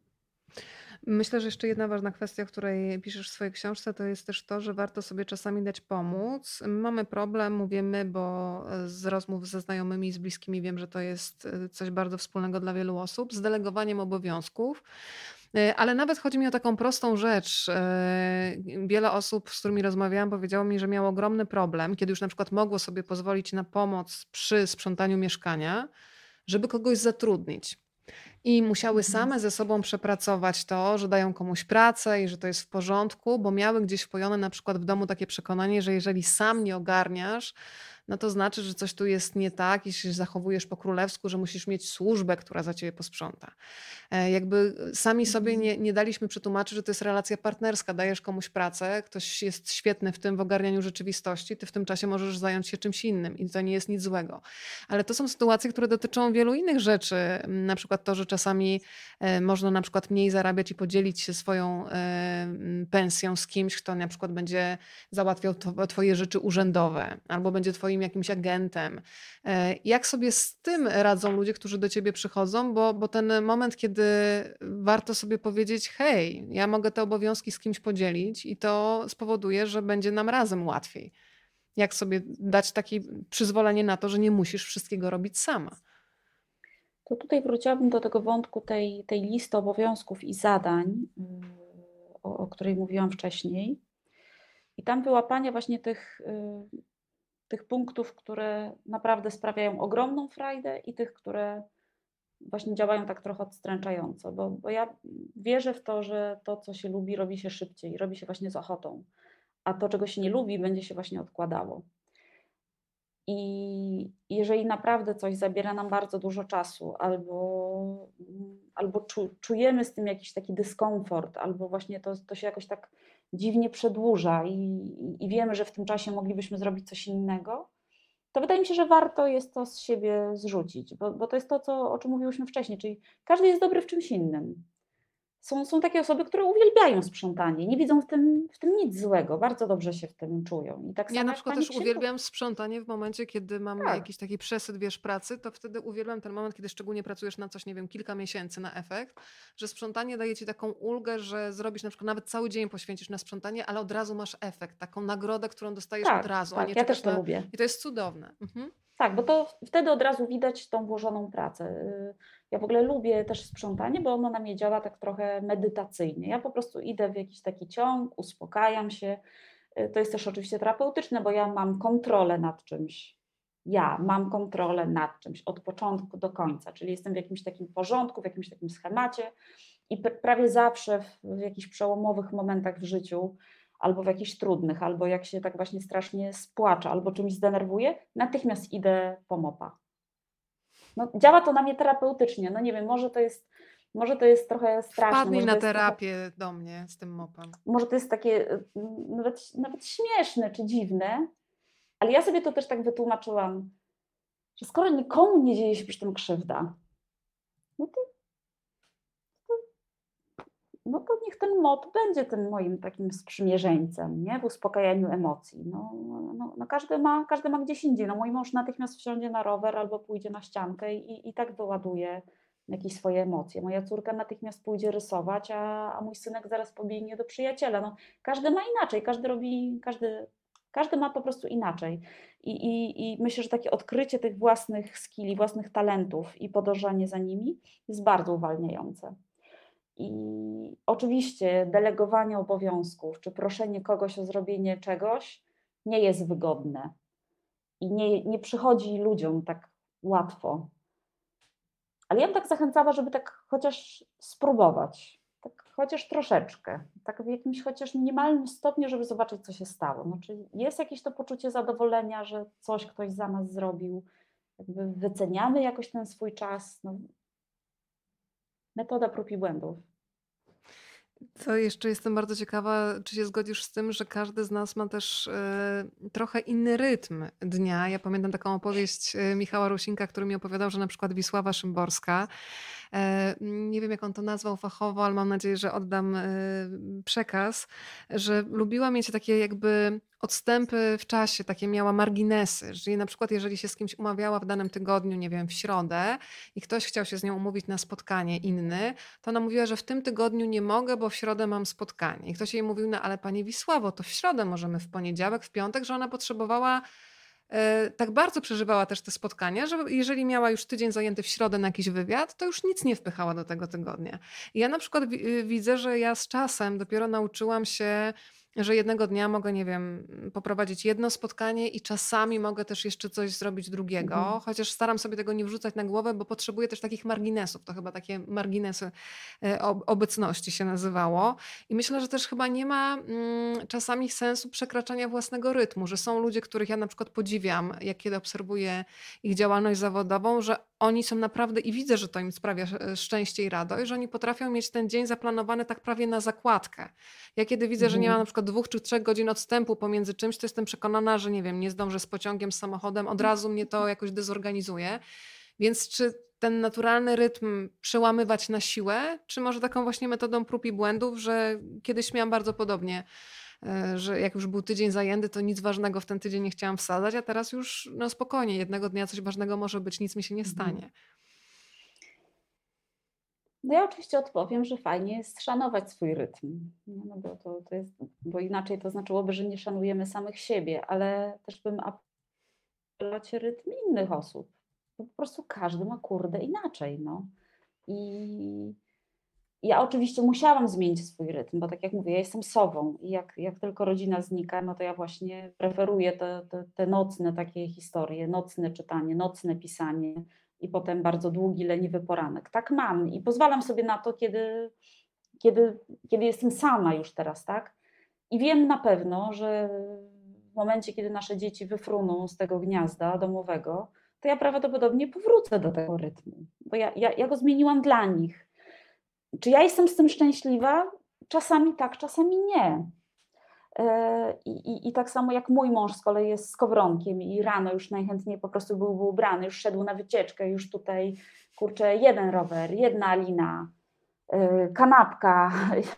Myślę, że jeszcze jedna ważna kwestia, o której piszesz w swojej książce, to jest też to, że warto sobie czasami dać pomóc. Mamy problem, mówię my, bo e, z rozmów ze znajomymi, z bliskimi wiem, że to jest e, coś bardzo wspólnego dla wielu osób, z delegowaniem obowiązków. E, Ale nawet chodzi mi o taką prostą rzecz. E, Wiele osób, z którymi rozmawiałam, powiedziało mi, że miało ogromny problem, kiedy już na przykład mogło sobie pozwolić na pomoc przy sprzątaniu mieszkania, żeby kogoś zatrudnić. I musiały Mhm. same ze sobą przepracować to, że dają komuś pracę i że to jest w porządku, bo miały gdzieś wpojone na przykład w domu takie przekonanie, że jeżeli sam nie ogarniasz, no to znaczy, że coś tu jest nie tak i się zachowujesz po królewsku, że musisz mieć służbę, która za ciebie posprząta. E, Jakby sami sobie Mhm. nie, nie daliśmy przetłumaczyć, że to jest relacja partnerska. Dajesz komuś pracę, ktoś jest świetny w tym, w ogarnianiu rzeczywistości, ty w tym czasie możesz zająć się czymś innym i to nie jest nic złego. Ale to są sytuacje, które dotyczą wielu innych rzeczy. Mm, Na przykład to, że czasami e, można na przykład mniej zarabiać i podzielić się swoją e, mm, pensją z kimś, kto na przykład będzie załatwiał to, twoje rzeczy urzędowe albo będzie twoim jakimś agentem. E, Jak sobie z tym radzą ludzie, którzy do ciebie przychodzą? Bo, bo ten moment, kiedy warto sobie powiedzieć: hej, ja mogę te obowiązki z kimś podzielić i to spowoduje, że będzie nam razem łatwiej. Jak sobie dać takie przyzwolenie na to, że nie musisz wszystkiego robić sama? To tutaj wróciłabym do tego wątku tej tej listy obowiązków i zadań, yy, o o której mówiłam wcześniej. I tam wyłapanie właśnie tych, yy, tych punktów, które naprawdę sprawiają ogromną frajdę i tych, które właśnie działają tak trochę odstręczająco, bo bo ja wierzę w to, że to, co się lubi, robi się szybciej, robi się właśnie z ochotą, a to, czego się nie lubi, będzie się właśnie odkładało. I jeżeli naprawdę coś zabiera nam bardzo dużo czasu, albo, mm, albo czu, czujemy z tym jakiś taki dyskomfort, albo właśnie to, to się jakoś tak dziwnie przedłuża i, i wiemy, że w tym czasie moglibyśmy zrobić coś innego, to wydaje mi się, że warto jest to z siebie zrzucić, bo, bo to jest to, co, o czym mówiłyśmy wcześniej, czyli każdy jest dobry w czymś innym. Są, są takie osoby, które uwielbiają sprzątanie, nie widzą w tym, w tym nic złego, bardzo dobrze się w tym czują. I tak Ja samo na jak przykład pani też księgowa. uwielbiam sprzątanie w momencie, kiedy mam Tak, jakiś taki przesyt, wiesz, pracy, to wtedy uwielbiam ten moment, kiedy szczególnie pracujesz na coś, nie wiem, kilka miesięcy na efekt, że sprzątanie daje ci taką ulgę, że zrobisz na przykład nawet cały dzień poświęcisz na sprzątanie, ale od razu masz efekt, taką nagrodę, którą dostajesz od tak, razu, a tak, nie ja też czekasz to na... lubię. I to jest cudowne. Mhm. Tak, bo to wtedy od razu widać tą włożoną pracę. Y, Ja w ogóle lubię też sprzątanie, bo ono na mnie działa tak trochę medytacyjnie. Ja po prostu idę w jakiś taki ciąg, uspokajam się. Y, To jest też oczywiście terapeutyczne, bo ja mam kontrolę nad czymś. Ja mam kontrolę nad czymś od początku do końca, czyli jestem w jakimś takim porządku, w jakimś takim schemacie i p- prawie zawsze w, w jakichś przełomowych momentach w życiu, albo w jakichś trudnych, albo jak się tak właśnie strasznie spłaczę, albo czymś zdenerwuję, natychmiast idę po mopa. No, działa to na mnie terapeutycznie. No nie wiem, może to jest, może to jest trochę straszne, Wpadnij może to na jest trochę, terapię do mnie z tym mopem. może to jest takie y, nawet, nawet śmieszne czy dziwne, ale ja sobie to też tak wytłumaczyłam. że skoro nikomu nie dzieje się przy tym krzywda, no to, to, no to niech ten mod będzie tym moim takim sprzymierzeńcem, nie? W uspokajaniu emocji. No, no, no każdy ma, każdy ma gdzieś indziej. No mój mąż natychmiast wsiądzie na rower albo pójdzie na ściankę i, i tak wyładuje jakieś swoje emocje. Moja córka natychmiast pójdzie rysować, a, a mój synek zaraz pobiegnie do przyjaciela. No, każdy ma inaczej, każdy robi, każdy, każdy ma po prostu inaczej. I, i, I myślę, że takie odkrycie tych własnych skilli, własnych talentów i podążanie za nimi jest bardzo uwalniające. I oczywiście delegowanie obowiązków czy proszenie kogoś o zrobienie czegoś nie jest wygodne i nie, nie przychodzi ludziom tak łatwo. Ale ja bym tak zachęcała, żeby tak chociaż spróbować, tak chociaż troszeczkę, tak w jakimś chociaż minimalnym stopniu, żeby zobaczyć, co się stało. No, czy jest jakieś to poczucie zadowolenia, że coś ktoś za nas zrobił, jakby wyceniamy jakoś ten swój czas. No, metoda prób i błędów. To jeszcze jestem bardzo ciekawa, czy się zgodzisz z tym, że każdy z nas ma też e, trochę inny rytm dnia. Ja pamiętam taką opowieść e, Michała Rusinka, który mi opowiadał, że na przykład Wisława Szymborska, e, nie wiem jak on to nazwał fachowo, ale mam nadzieję, że oddam e, przekaz, że lubiła mieć takie jakby odstępy w czasie, takie miała marginesy, czyli na przykład jeżeli się z kimś umawiała w danym tygodniu, nie wiem, w środę i ktoś chciał się z nią umówić na spotkanie inny, to ona mówiła, że w tym tygodniu nie mogę, bo w środę mam spotkanie. I ktoś jej mówił, no ale pani Wisławo, to w środę możemy, w poniedziałek, w piątek, że ona potrzebowała, e, tak bardzo przeżywała też te spotkania, że jeżeli miała już tydzień zajęty w środę na jakiś wywiad, to już nic nie wpychała do tego tygodnia. I ja na przykład wi- widzę, że ja z czasem dopiero nauczyłam się, że jednego dnia mogę, nie wiem, poprowadzić jedno spotkanie i czasami mogę też jeszcze coś zrobić drugiego, Mhm. chociaż staram sobie tego nie wrzucać na głowę, bo potrzebuję też takich marginesów. To chyba takie marginesy e, ob- obecności się nazywało. I myślę, że też chyba nie ma mm, czasami sensu przekraczania własnego rytmu, że są ludzie, których ja na przykład podziwiam, jak kiedy obserwuję ich działalność zawodową, że oni są naprawdę i widzę, że to im sprawia e, szczęście i radość, że oni potrafią mieć ten dzień zaplanowany tak prawie na zakładkę. Ja kiedy widzę, że nie ma na Mhm. przykład dwóch czy trzech godzin odstępu pomiędzy czymś, to jestem przekonana, że nie wiem, nie zdążę z pociągiem, z samochodem, od razu mnie to jakoś dezorganizuje. Więc czy ten naturalny rytm przełamywać na siłę, czy może taką właśnie metodą prób i błędów, że kiedyś miałam bardzo podobnie, e, że jak już był tydzień zajęty, to nic ważnego w ten tydzień nie chciałam wsadzać, a teraz już no spokojnie, jednego dnia coś ważnego może być, nic mi się nie Mhm. stanie. No ja oczywiście odpowiem, że fajnie jest szanować swój rytm, no, no bo to, to jest, bo inaczej to znaczyłoby, że nie szanujemy samych siebie, ale też bym apelować rytm innych osób. Bo po prostu każdy ma kurde inaczej, no. I ja oczywiście musiałam zmienić swój rytm, bo tak jak mówię, ja jestem sową i jak, jak tylko rodzina znika, no to ja właśnie preferuję te, te, te nocne takie historie, nocne czytanie, nocne pisanie i potem bardzo długi, leniwy poranek. Tak mam i pozwalam sobie na to, kiedy, kiedy, kiedy jestem sama już teraz, tak? I wiem na pewno, że w momencie, kiedy nasze dzieci wyfruną z tego gniazda domowego, to ja prawdopodobnie powrócę do tego rytmu, bo ja, ja, ja go zmieniłam dla nich. Czy ja jestem z tym szczęśliwa? Czasami tak, czasami nie. E, I, i, I tak samo jak mój mąż z kolei jest skowronkiem i rano już najchętniej po prostu byłby ubrany, już szedł na wycieczkę, już tutaj, kurczę, jeden rower, jedna lina, e, kanapka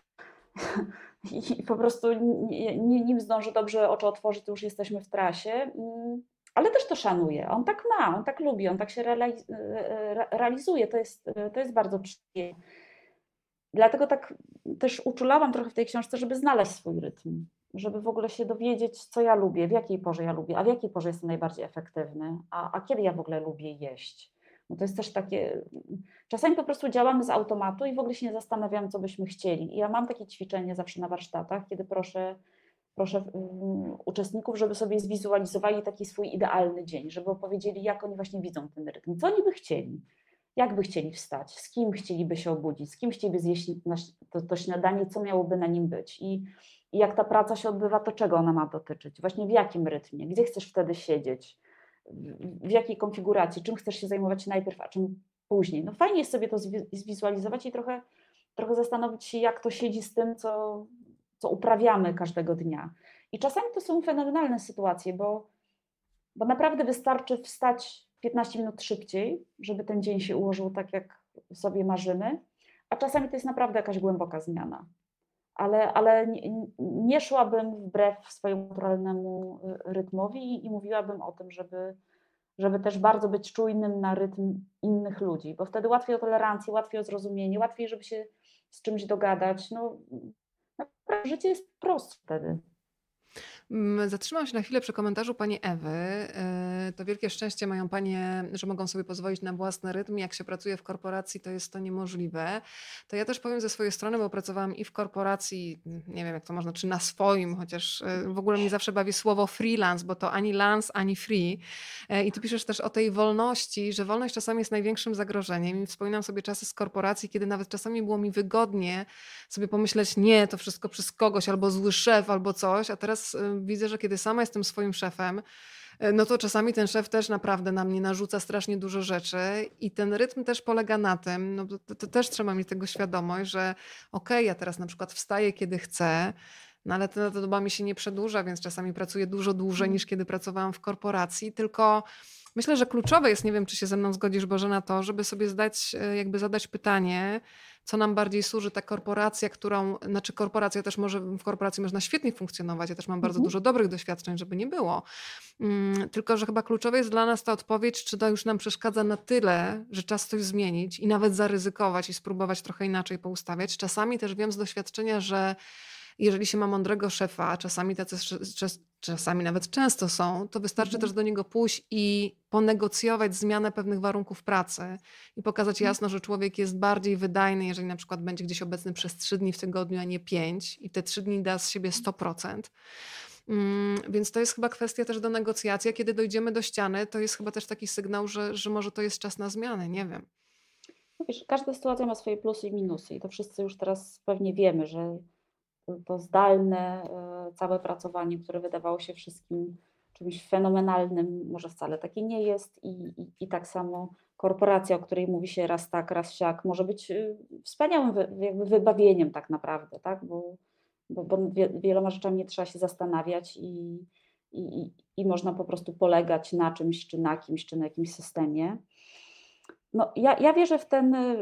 i po prostu nim zdąży dobrze oczy otworzyć, to już jesteśmy w trasie. Mm, ale też to szanuję. On tak ma, on tak lubi, on tak się realiz- e, realizuje. To jest, to jest bardzo przyjemne. Dlatego tak też uczulałam trochę w tej książce, żeby znaleźć swój rytm, żeby w ogóle się dowiedzieć, co ja lubię, w jakiej porze ja lubię, a w jakiej porze jestem najbardziej efektywny, a, a kiedy ja w ogóle lubię jeść. Bo to jest też takie, czasami po prostu działamy z automatu i w ogóle się nie zastanawiamy, co byśmy chcieli. I ja mam takie ćwiczenie zawsze na warsztatach, kiedy proszę, proszę um, uczestników, żeby sobie zwizualizowali taki swój idealny dzień, żeby opowiedzieli, jak oni właśnie widzą ten rytm, co oni by chcieli. Jak by chcieli wstać? Z kim chcieliby się obudzić? Z kim chcieliby zjeść to, to śniadanie? Co miałoby na nim być? I, I jak ta praca się odbywa, to czego ona ma dotyczyć? Właśnie w jakim rytmie? Gdzie chcesz wtedy siedzieć? W, w jakiej konfiguracji? Czym chcesz się zajmować najpierw, a czym później? No fajnie jest sobie to zwizualizować i trochę, trochę zastanowić się, jak to siedzi z tym, co, co uprawiamy każdego dnia. I czasami to są fenomenalne sytuacje, bo, bo naprawdę wystarczy wstać piętnaście minut szybciej, żeby ten dzień się ułożył tak, jak sobie marzymy, a czasami to jest naprawdę jakaś głęboka zmiana. Ale, ale nie, nie szłabym wbrew swojemu naturalnemu y, rytmowi i mówiłabym o tym, żeby, żeby też bardzo być czujnym na rytm innych ludzi, bo wtedy łatwiej o tolerancję, łatwiej o zrozumienie, łatwiej, żeby się z czymś dogadać. No, naprawdę życie jest prostsze wtedy. Mm, Zatrzymam się na chwilę przy komentarzu pani Ewy. E, To wielkie szczęście mają panie, że mogą sobie pozwolić na własny rytm. Jak się pracuje w korporacji, to jest to niemożliwe. To ja też powiem ze swojej strony, bo pracowałam i w korporacji, mm, nie wiem jak to można, czy na swoim, chociaż e, w ogóle mnie zawsze bawi słowo freelance, bo to ani lance, ani free. E, I tu piszesz też o tej wolności, że wolność czasami jest największym zagrożeniem. I wspominam sobie czasy z korporacji, kiedy nawet czasami było mi wygodnie sobie pomyśleć, nie, to wszystko przez kogoś, albo zły szef, albo coś, a teraz y, widzę, że kiedy sama jestem swoim szefem, y, no to czasami ten szef też naprawdę na mnie narzuca strasznie dużo rzeczy i ten rytm też polega na tym, no to, to też trzeba mieć tego świadomość, że okej, ja teraz na przykład wstaję, kiedy chcę, no ale ta doba mi się nie przedłuża, więc czasami pracuję dużo dłużej niż kiedy pracowałam w korporacji, tylko myślę, że kluczowe jest, nie wiem, czy się ze mną zgodzisz, Bożena, to, żeby sobie zdać, y, jakby zadać pytanie, co nam bardziej służy ta korporacja, którą, znaczy korporacja też może, w korporacji można świetnie funkcjonować, ja też mam bardzo Mhm. dużo dobrych doświadczeń, żeby nie było. Mm, Tylko, że chyba kluczowa jest dla nas ta odpowiedź, czy to już nam przeszkadza na tyle, że czas coś zmienić i nawet zaryzykować i spróbować trochę inaczej poustawiać. Czasami też wiem z doświadczenia, że jeżeli się ma mądrego szefa, a czasami tacy, sz- czas- czasami nawet często są, to wystarczy Mhm. też do niego pójść i ponegocjować zmianę pewnych warunków pracy i pokazać Mhm. jasno, że człowiek jest bardziej wydajny, jeżeli na przykład będzie gdzieś obecny przez trzy dni w tygodniu, a nie pięć i te trzy dni da z siebie sto procent. Mm, Więc to jest chyba kwestia też do negocjacji. A kiedy dojdziemy do ściany, to jest chyba też taki sygnał, że, że może to jest czas na zmianę, nie wiem. No wiesz, każda sytuacja ma swoje plusy i minusy i to wszyscy już teraz pewnie wiemy, że to to zdalne, e, całe pracowanie, które wydawało się wszystkim czymś fenomenalnym, może wcale takie nie jest i i i tak samo korporacja, o której mówi się raz tak, raz siak, może być, y, wspaniałym wy jakby wybawieniem tak naprawdę, tak, bo bo bo wie wieloma rzeczami nie trzeba się zastanawiać i i i i można po prostu polegać na czymś, czy na kimś, czy na jakimś systemie. No, ja ja wierzę w ten, y,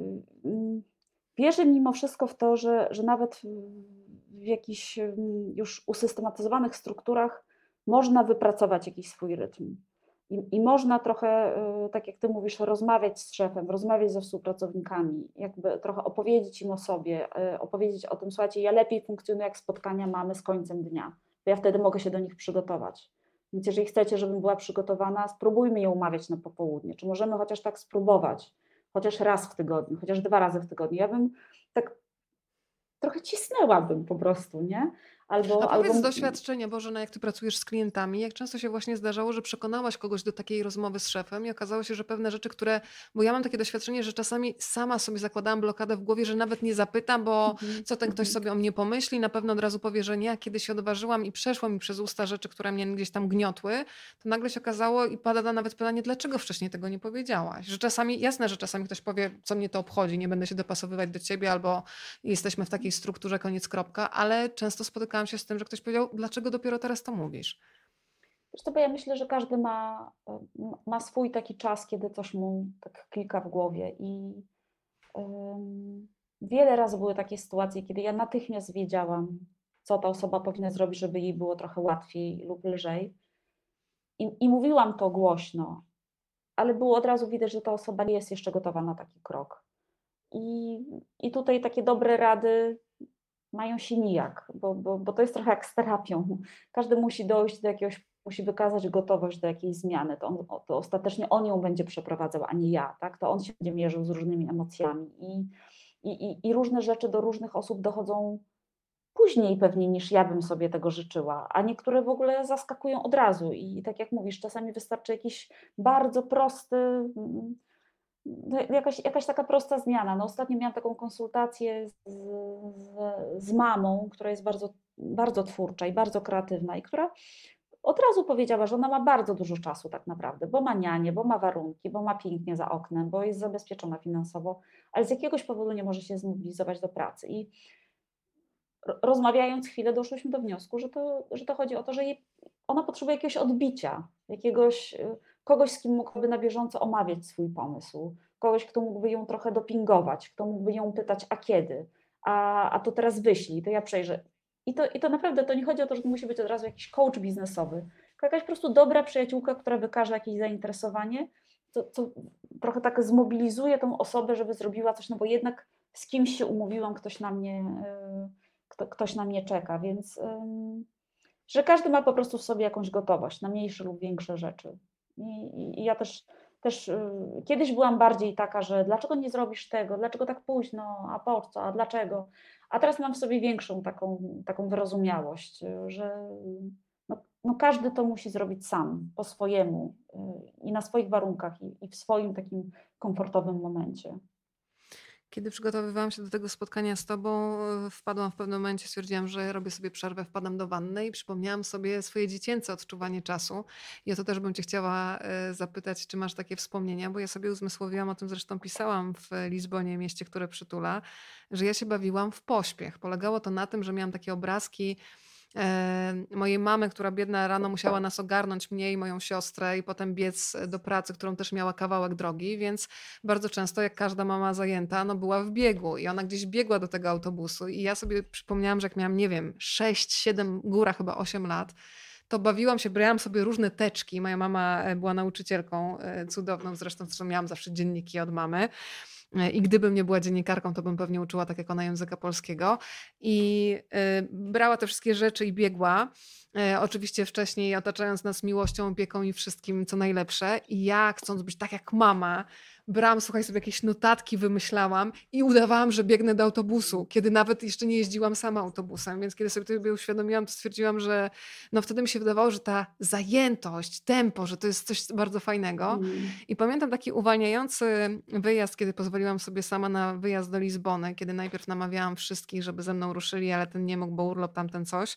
mm, wierzę mimo wszystko w to, że że nawet w w jakichś, mm, już usystematyzowanych strukturach można wypracować jakiś swój rytm. I i można trochę, y, tak jak ty mówisz, rozmawiać z szefem, rozmawiać ze współpracownikami, jakby trochę opowiedzieć im o sobie, y, opowiedzieć o tym: „Słuchajcie, ja lepiej funkcjonuję, jak spotkania mamy z końcem dnia, bo ja wtedy mogę się do nich przygotować. Więc jeżeli chcecie, żebym była przygotowana, spróbujmy je umawiać na popołudnie. Czy możemy chociaż tak spróbować? Chociaż raz w tygodniu, chociaż dwa razy w tygodniu". Ja bym tak trochę cisnęłabym po prostu, nie? A Albo albo powiedz z m doświadczenia, Boże, no jak ty pracujesz z klientami, jak często się właśnie zdarzało, że przekonałaś kogoś do takiej rozmowy z szefem i okazało się, że pewne rzeczy, które, bo ja mam takie doświadczenie, że czasami sama sobie zakładałam blokadę w głowie, że nawet nie zapytam, bo mhm, co ten ktoś mhm. sobie o mnie pomyśli, na pewno od razu powie, że nie. A kiedy się odważyłam i przeszło mi przez usta rzeczy, które mnie gdzieś tam gniotły, to nagle się okazało i pada nawet pytanie, dlaczego wcześniej tego nie powiedziałaś? Że czasami, jasne, że czasami ktoś powie, co mnie to obchodzi, nie będę się dopasowywać do ciebie, albo jesteśmy w takiej strukturze, koniec, kropka, ale często spotykałam się z tym, że ktoś powiedział, dlaczego dopiero teraz to mówisz? Wiesz co, bo ja myślę, że każdy ma, e, m ma swój taki czas, kiedy coś mu tak klika w głowie i, ym, wiele razy były takie sytuacje, kiedy ja natychmiast wiedziałam, co ta osoba powinna zrobić, żeby jej było trochę łatwiej lub lżej. I i mówiłam to głośno, ale było od razu widać, że ta osoba nie jest jeszcze gotowa na taki krok. I i tutaj takie dobre rady mają się nijak, bo bo bo to jest trochę jak z terapią. Każdy musi dojść do jakiegoś, musi wykazać gotowość do jakiejś zmiany. To on o to ostatecznie on ją będzie przeprowadzał, a nie ja, tak? To on się będzie mierzył z różnymi emocjami i i i i różne rzeczy do różnych osób dochodzą później pewnie niż ja bym sobie tego życzyła, a niektóre w ogóle zaskakują od razu i tak jak mówisz, czasami wystarczy jakiś bardzo prosty, mm, no jakaś jakaś taka prosta zmiana. No ostatnio miałam taką konsultację z z z mamą, która jest bardzo bardzo twórcza i bardzo kreatywna i która od razu powiedziała, że ona ma bardzo dużo czasu tak naprawdę, bo ma nianię, bo ma warunki, bo ma pięknie za oknem, bo jest zabezpieczona finansowo, ale z jakiegoś powodu nie może się zmobilizować do pracy i ro rozmawiając chwilę doszłyśmy do wniosku, że to że to chodzi o to, że jej ona potrzebuje jakiegoś odbicia, jakiegoś, y, kogoś, z kim mogłaby na bieżąco omawiać swój pomysł, kogoś, kto mógłby ją trochę dopingować, kto mógłby ją pytać, a kiedy, a, a to teraz wyślij, to ja przejrzę. I to, I to naprawdę, to nie chodzi o to, że to musi być od razu jakiś coach biznesowy, tylko jakaś po prostu dobra przyjaciółka, która wykaże jakieś zainteresowanie, co, co trochę tak zmobilizuje tą osobę, żeby zrobiła coś, no bo jednak z kimś się umówiłam, ktoś na mnie, y, kto, ktoś na mnie czeka, więc ym, że każdy ma po prostu w sobie jakąś gotowość na mniejsze lub większe rzeczy. I, i, i ja też, też y, kiedyś byłam bardziej taka, że dlaczego nie zrobisz tego, dlaczego tak późno, a po co, a dlaczego? A teraz mam w sobie większą taką, taką wyrozumiałość, y, że no, no każdy to musi zrobić sam, po swojemu y, i na swoich warunkach i, i w swoim takim komfortowym momencie. Kiedy przygotowywałam się do tego spotkania z tobą, e, wpadłam w pewnym momencie, stwierdziłam, że robię sobie przerwę, wpadam do wanny i przypomniałam sobie swoje dziecięce odczuwanie czasu. I o to też bym cię chciała e, zapytać, czy masz takie wspomnienia, bo ja sobie uzmysłowiłam, o tym zresztą pisałam w Lizbonie, mieście, które przytula, że ja się bawiłam w pośpiech. Polegało to na tym, że miałam takie obrazki e, mojej mamy, która biedna rano musiała nas ogarnąć, mnie i moją siostrę i potem biec do pracy, którą też miała kawałek drogi, więc bardzo często, jak każda mama zajęta, no była w biegu i ona gdzieś biegła do tego autobusu i ja sobie przypomniałam, że jak miałam, nie wiem, sześć, siedem, góra chyba osiem lat, to bawiłam się, brałam sobie różne teczki. Moja mama e, była nauczycielką e, cudowną, zresztą, zresztą miałam zawsze dzienniki od mamy. E, I gdybym nie była dziennikarką, to bym pewnie uczyła tak jak ona języka polskiego. I e, brała te wszystkie rzeczy i biegła. E, Oczywiście wcześniej otaczając nas miłością, opieką i wszystkim, co najlepsze. I ja, chcąc być tak jak mama, brałam, słuchaj, sobie jakieś notatki wymyślałam i udawałam, że biegnę do autobusu, kiedy nawet jeszcze nie jeździłam sama autobusem. Więc kiedy sobie to uświadomiłam, to stwierdziłam, że no wtedy mi się wydawało, że ta zajętość, tempo, że to jest coś bardzo fajnego. Mm. I pamiętam taki uwalniający wyjazd, kiedy pozwoliłam sobie sama na wyjazd do Lizbony, kiedy najpierw namawiałam wszystkich, żeby ze mną ruszyli, ale ten nie mógł, bo urlop, tamten coś.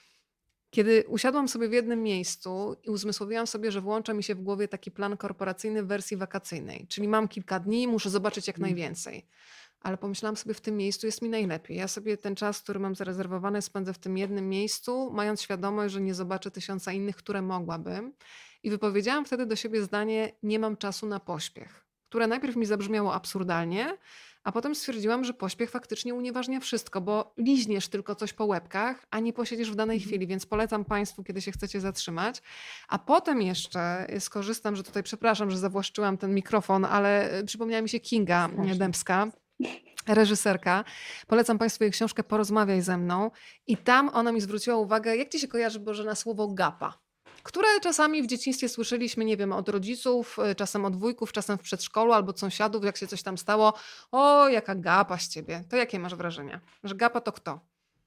Kiedy usiadłam sobie w jednym miejscu i uzmysłowiłam sobie, że włącza mi się w głowie taki plan korporacyjny w wersji wakacyjnej, czyli mam kilka dni, muszę zobaczyć jak Mm. najwięcej. Ale pomyślałam sobie, w tym miejscu jest mi najlepiej. Ja sobie ten czas, który mam zarezerwowany, spędzę w tym jednym miejscu, mając świadomość, że nie zobaczę tysiąca innych, które mogłabym. I wypowiedziałam wtedy do siebie zdanie: nie mam czasu na pośpiech, które najpierw mi zabrzmiało absurdalnie, a potem stwierdziłam, że pośpiech faktycznie unieważnia wszystko, bo liźniesz tylko coś po łebkach, a nie posiedzisz w danej Mhm. chwili, więc polecam Państwu, kiedy się chcecie zatrzymać. A potem jeszcze y, skorzystam, że tutaj przepraszam, że zawłaszczyłam ten mikrofon, ale y, przypomniała mi się Kinga Strasznie. Dębska, reżyserka. Polecam Państwu jej książkę Porozmawiaj ze mną. I tam ona mi zwróciła uwagę, jak Ci się kojarzy, Bożena, słowo gapa, które czasami w dzieciństwie słyszeliśmy, nie wiem, od rodziców, y, czasem od wujków, czasem w przedszkolu albo od sąsiadów, jak się coś tam stało. O, jaka gapa z ciebie. To jakie masz wrażenie? Że gapa to kto?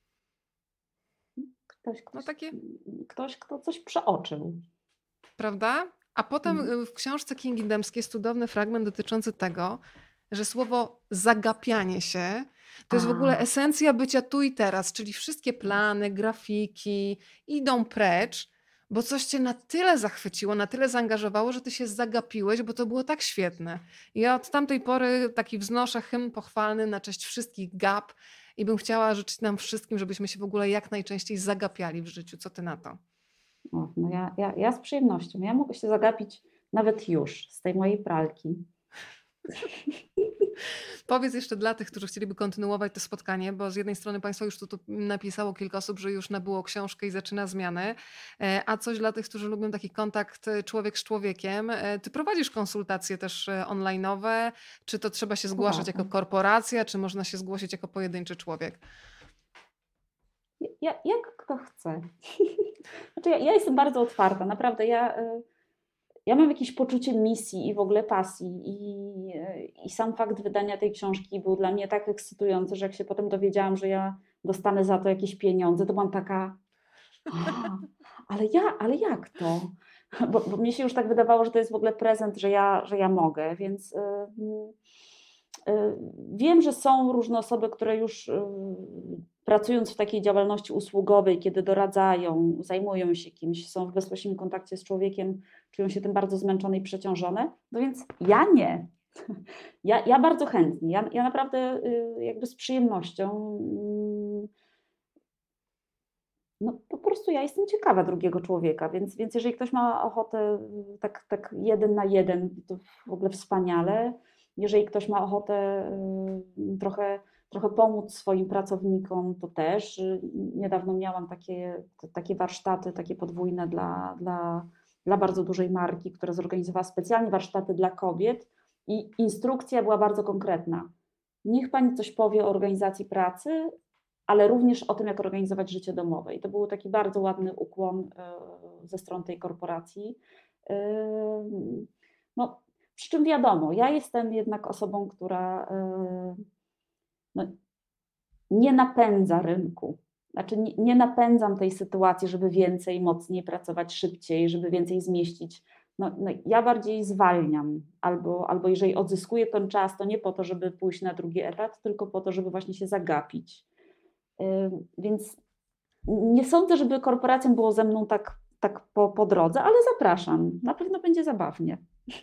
Ktoś, No ktoś, takie, ktoś, kto coś przeoczył. prawda? A potem Mhm. y, w książce Kingi Dębskiej jest cudowny fragment dotyczący tego, że słowo zagapianie się to jest w ogóle A, esencja bycia tu i teraz, czyli wszystkie plany, grafiki idą precz, bo coś cię na tyle zachwyciło, na tyle zaangażowało, że ty się zagapiłeś, bo to było tak świetne. I ja od tamtej pory taki wznoszę hymn pochwalny na cześć wszystkich gap i bym chciała życzyć nam wszystkim, żebyśmy się w ogóle jak najczęściej zagapiali w życiu. Co ty na to? o, no ja, ja, ja z przyjemnością. Ja mogę się zagapić nawet już z tej mojej pralki. Powiedz jeszcze dla tych, którzy chcieliby kontynuować to spotkanie, bo z jednej strony Państwo już tu, tu napisało kilka osób, że już nabyło książkę i zaczyna zmiany, e, a coś dla tych, którzy lubią taki kontakt e, człowiek z człowiekiem. E, Ty prowadzisz konsultacje też e, online'owe, czy to trzeba się zgłaszać jako Prowadzę. korporacja, czy można się zgłosić jako pojedynczy człowiek? Ja, jak kto chce. Znaczy ja, ja jestem bardzo otwarta, naprawdę. Ja, y, ja mam jakieś poczucie misji i w ogóle pasji i, y, i sam fakt wydania tej książki był dla mnie tak ekscytujący, że jak się potem dowiedziałam, że ja dostanę za to jakieś pieniądze, to byłam taka, a, ale ja, ale jak to? Bo, bo mnie się już tak wydawało, że to jest w ogóle prezent, że ja, że ja mogę, więc y, y, y, wiem, że są różne osoby, które już y, pracując w takiej działalności usługowej, kiedy doradzają, zajmują się kimś, są w bezpośrednim kontakcie z człowiekiem, czują się tym bardzo zmęczone i przeciążone, no więc ja nie. Ja, ja bardzo chętnie, ja, ja naprawdę y, jakby z przyjemnością. mm, No po prostu ja jestem ciekawa drugiego człowieka, więc, więc jeżeli ktoś ma ochotę y, tak, tak jeden na jeden, to w ogóle wspaniale. Jeżeli ktoś ma ochotę y, trochę, trochę pomóc swoim pracownikom, to też. Y, Niedawno miałam takie, t- takie warsztaty, takie podwójne dla, dla, dla bardzo dużej marki, która zorganizowała specjalnie warsztaty dla kobiet i instrukcja była bardzo konkretna. Niech pani coś powie o organizacji pracy, ale również o tym, jak organizować życie domowe. I to był taki bardzo ładny ukłon e, ze strony tej korporacji. Ym, No, przy czym wiadomo, ja jestem jednak osobą, która e, no, nie napędza rynku. Znaczy nie, nie napędzam tej sytuacji, żeby więcej, mocniej pracować, szybciej, żeby więcej zmieścić. No, no, ja bardziej zwalniam, albo, albo jeżeli odzyskuję ten czas, to nie po to, żeby pójść na drugi etat, tylko po to, żeby właśnie się zagapić. Ym, Więc nie sądzę, żeby korporacjom było ze mną tak, tak po, po drodze, ale zapraszam. Na pewno będzie zabawnie.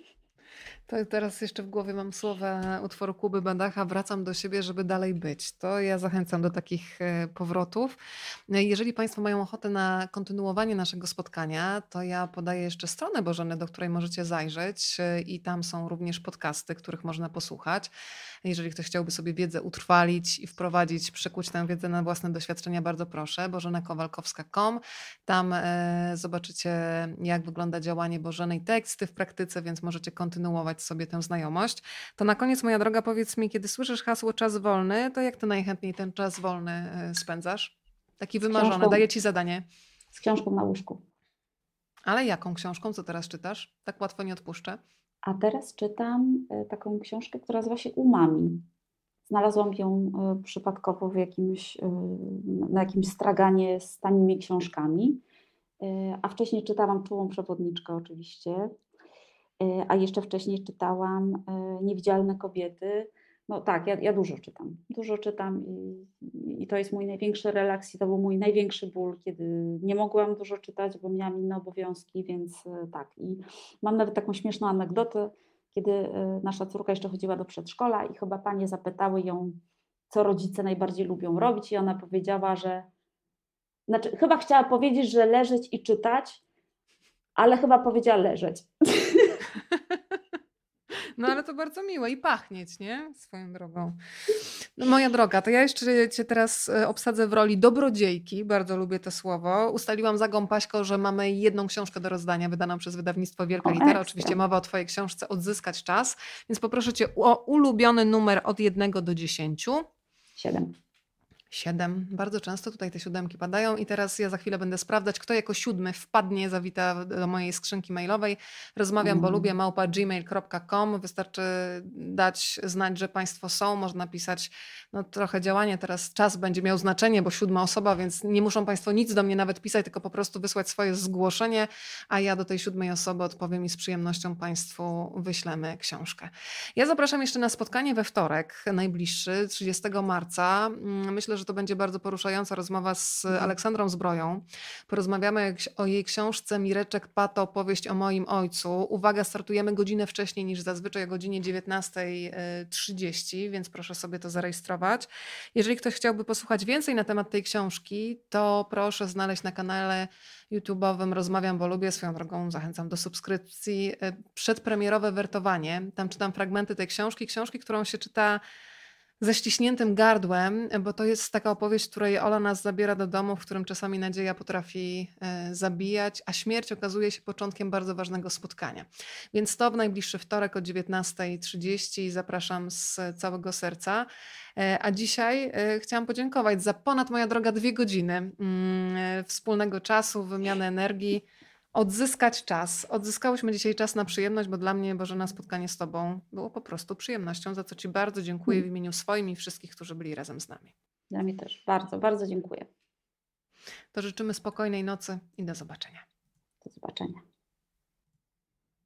To teraz jeszcze w głowie mam słowa utworu Kuby Badacha "Wracam do siebie, żeby dalej być". To ja zachęcam do takich e, powrotów. No i jeżeli Państwo mają ochotę na kontynuowanie naszego spotkania, to ja podaję jeszcze stronę Bożeny, do której możecie zajrzeć e, i tam są również podcasty, których można posłuchać. Jeżeli ktoś chciałby sobie wiedzę utrwalić i wprowadzić, przekuć tę wiedzę na własne doświadczenia, bardzo proszę. bożena kowalkowska kropka com. Tam e, zobaczycie, jak wygląda działanie Bożeny i teksty w praktyce, więc możecie kontynuować sobie tę znajomość. To na koniec, moja droga, powiedz mi, kiedy słyszysz hasło czas wolny, to jak ty najchętniej ten czas wolny e, spędzasz? Taki Z wymarzony, książką, daję ci zadanie. z książką na łóżku. Ale jaką książką, co teraz czytasz? Tak łatwo nie odpuszczę. A teraz czytam e, taką książkę, która nazywa się Umami. Znalazłam ją e, przypadkowo w jakimś, e, na jakimś straganie z tanimi książkami, E, a wcześniej czytałam Czułą przewodniczkę oczywiście, E, a jeszcze wcześniej czytałam e, Niewidzialne kobiety. No tak, ja, ja dużo czytam, dużo czytam i, i to jest mój największy relaks i to był mój największy ból, kiedy nie mogłam dużo czytać, bo miałam inne obowiązki, więc e, tak. I mam nawet taką śmieszną anegdotę, kiedy e, nasza córka jeszcze chodziła do przedszkola i chyba panie zapytały ją, co rodzice najbardziej lubią robić i ona powiedziała, że, znaczy chyba chciała powiedzieć, że leżeć i czytać, ale chyba powiedziała leżeć. No ale to bardzo miłe i pachnieć, nie? Swoją drogą. No, moja droga, to ja jeszcze cię teraz e, obsadzę w roli dobrodziejki. Bardzo lubię to słowo. Ustaliłam za Gąpaśko, że mamy jedną książkę do rozdania wydaną przez wydawnictwo Wielka O, Litera. Oczywiście ekstra. mowa o twojej książce Odzyskać czas. Więc poproszę cię o ulubiony numer od jednego do dziesięciu. Siedem. Siedem. Bardzo często tutaj te siódemki padają i teraz ja za chwilę będę sprawdzać, kto jako siódmy wpadnie, zawita do mojej skrzynki mailowej. Rozmawiam, bo lubię, Mm. małpa gmail kropka com. Wystarczy dać znać, że Państwo są. Można napisać, no trochę działanie, teraz czas będzie miał znaczenie, bo siódma osoba, więc nie muszą Państwo nic do mnie nawet pisać, tylko po prostu wysłać swoje zgłoszenie, a ja do tej siódmej osoby odpowiem i z przyjemnością Państwu wyślemy książkę. Ja zapraszam jeszcze na spotkanie we wtorek, najbliższy, trzydziestego marca. Mm, Myślę, że to będzie bardzo poruszająca rozmowa z Mhm. Aleksandrą Zbroją. Porozmawiamy o jej książce Mireczek Pato, opowieść o moim ojcu. Uwaga, startujemy godzinę wcześniej niż zazwyczaj, o godzinie dziewiętnasta trzydzieści, więc proszę sobie to zarejestrować. Jeżeli ktoś chciałby posłuchać więcej na temat tej książki, to proszę znaleźć na kanale YouTube'owym Rozmawiam, bo lubię. Swoją drogą zachęcam do subskrypcji. Przedpremierowe wertowanie. Tam czytam fragmenty tej książki. Książki, którą się czyta ze ściśniętym gardłem, bo to jest taka opowieść, w której Ola nas zabiera do domu, w którym czasami nadzieja potrafi e, zabijać, a śmierć okazuje się początkiem bardzo ważnego spotkania. Więc to w najbliższy wtorek o dziewiętnasta trzydzieści. Zapraszam z całego serca. E, A dzisiaj e, chciałam podziękować za ponad, moja droga, dwie godziny mm, e, wspólnego czasu, wymiany energii. Odzyskać czas. Odzyskałyśmy dzisiaj czas na przyjemność, bo dla mnie, Bożena, spotkanie z Tobą było po prostu przyjemnością, za co Ci bardzo dziękuję w imieniu swoim i wszystkich, którzy byli razem z nami. Dla mnie też. Bardzo, bardzo dziękuję. To życzymy spokojnej nocy i do zobaczenia. Do zobaczenia.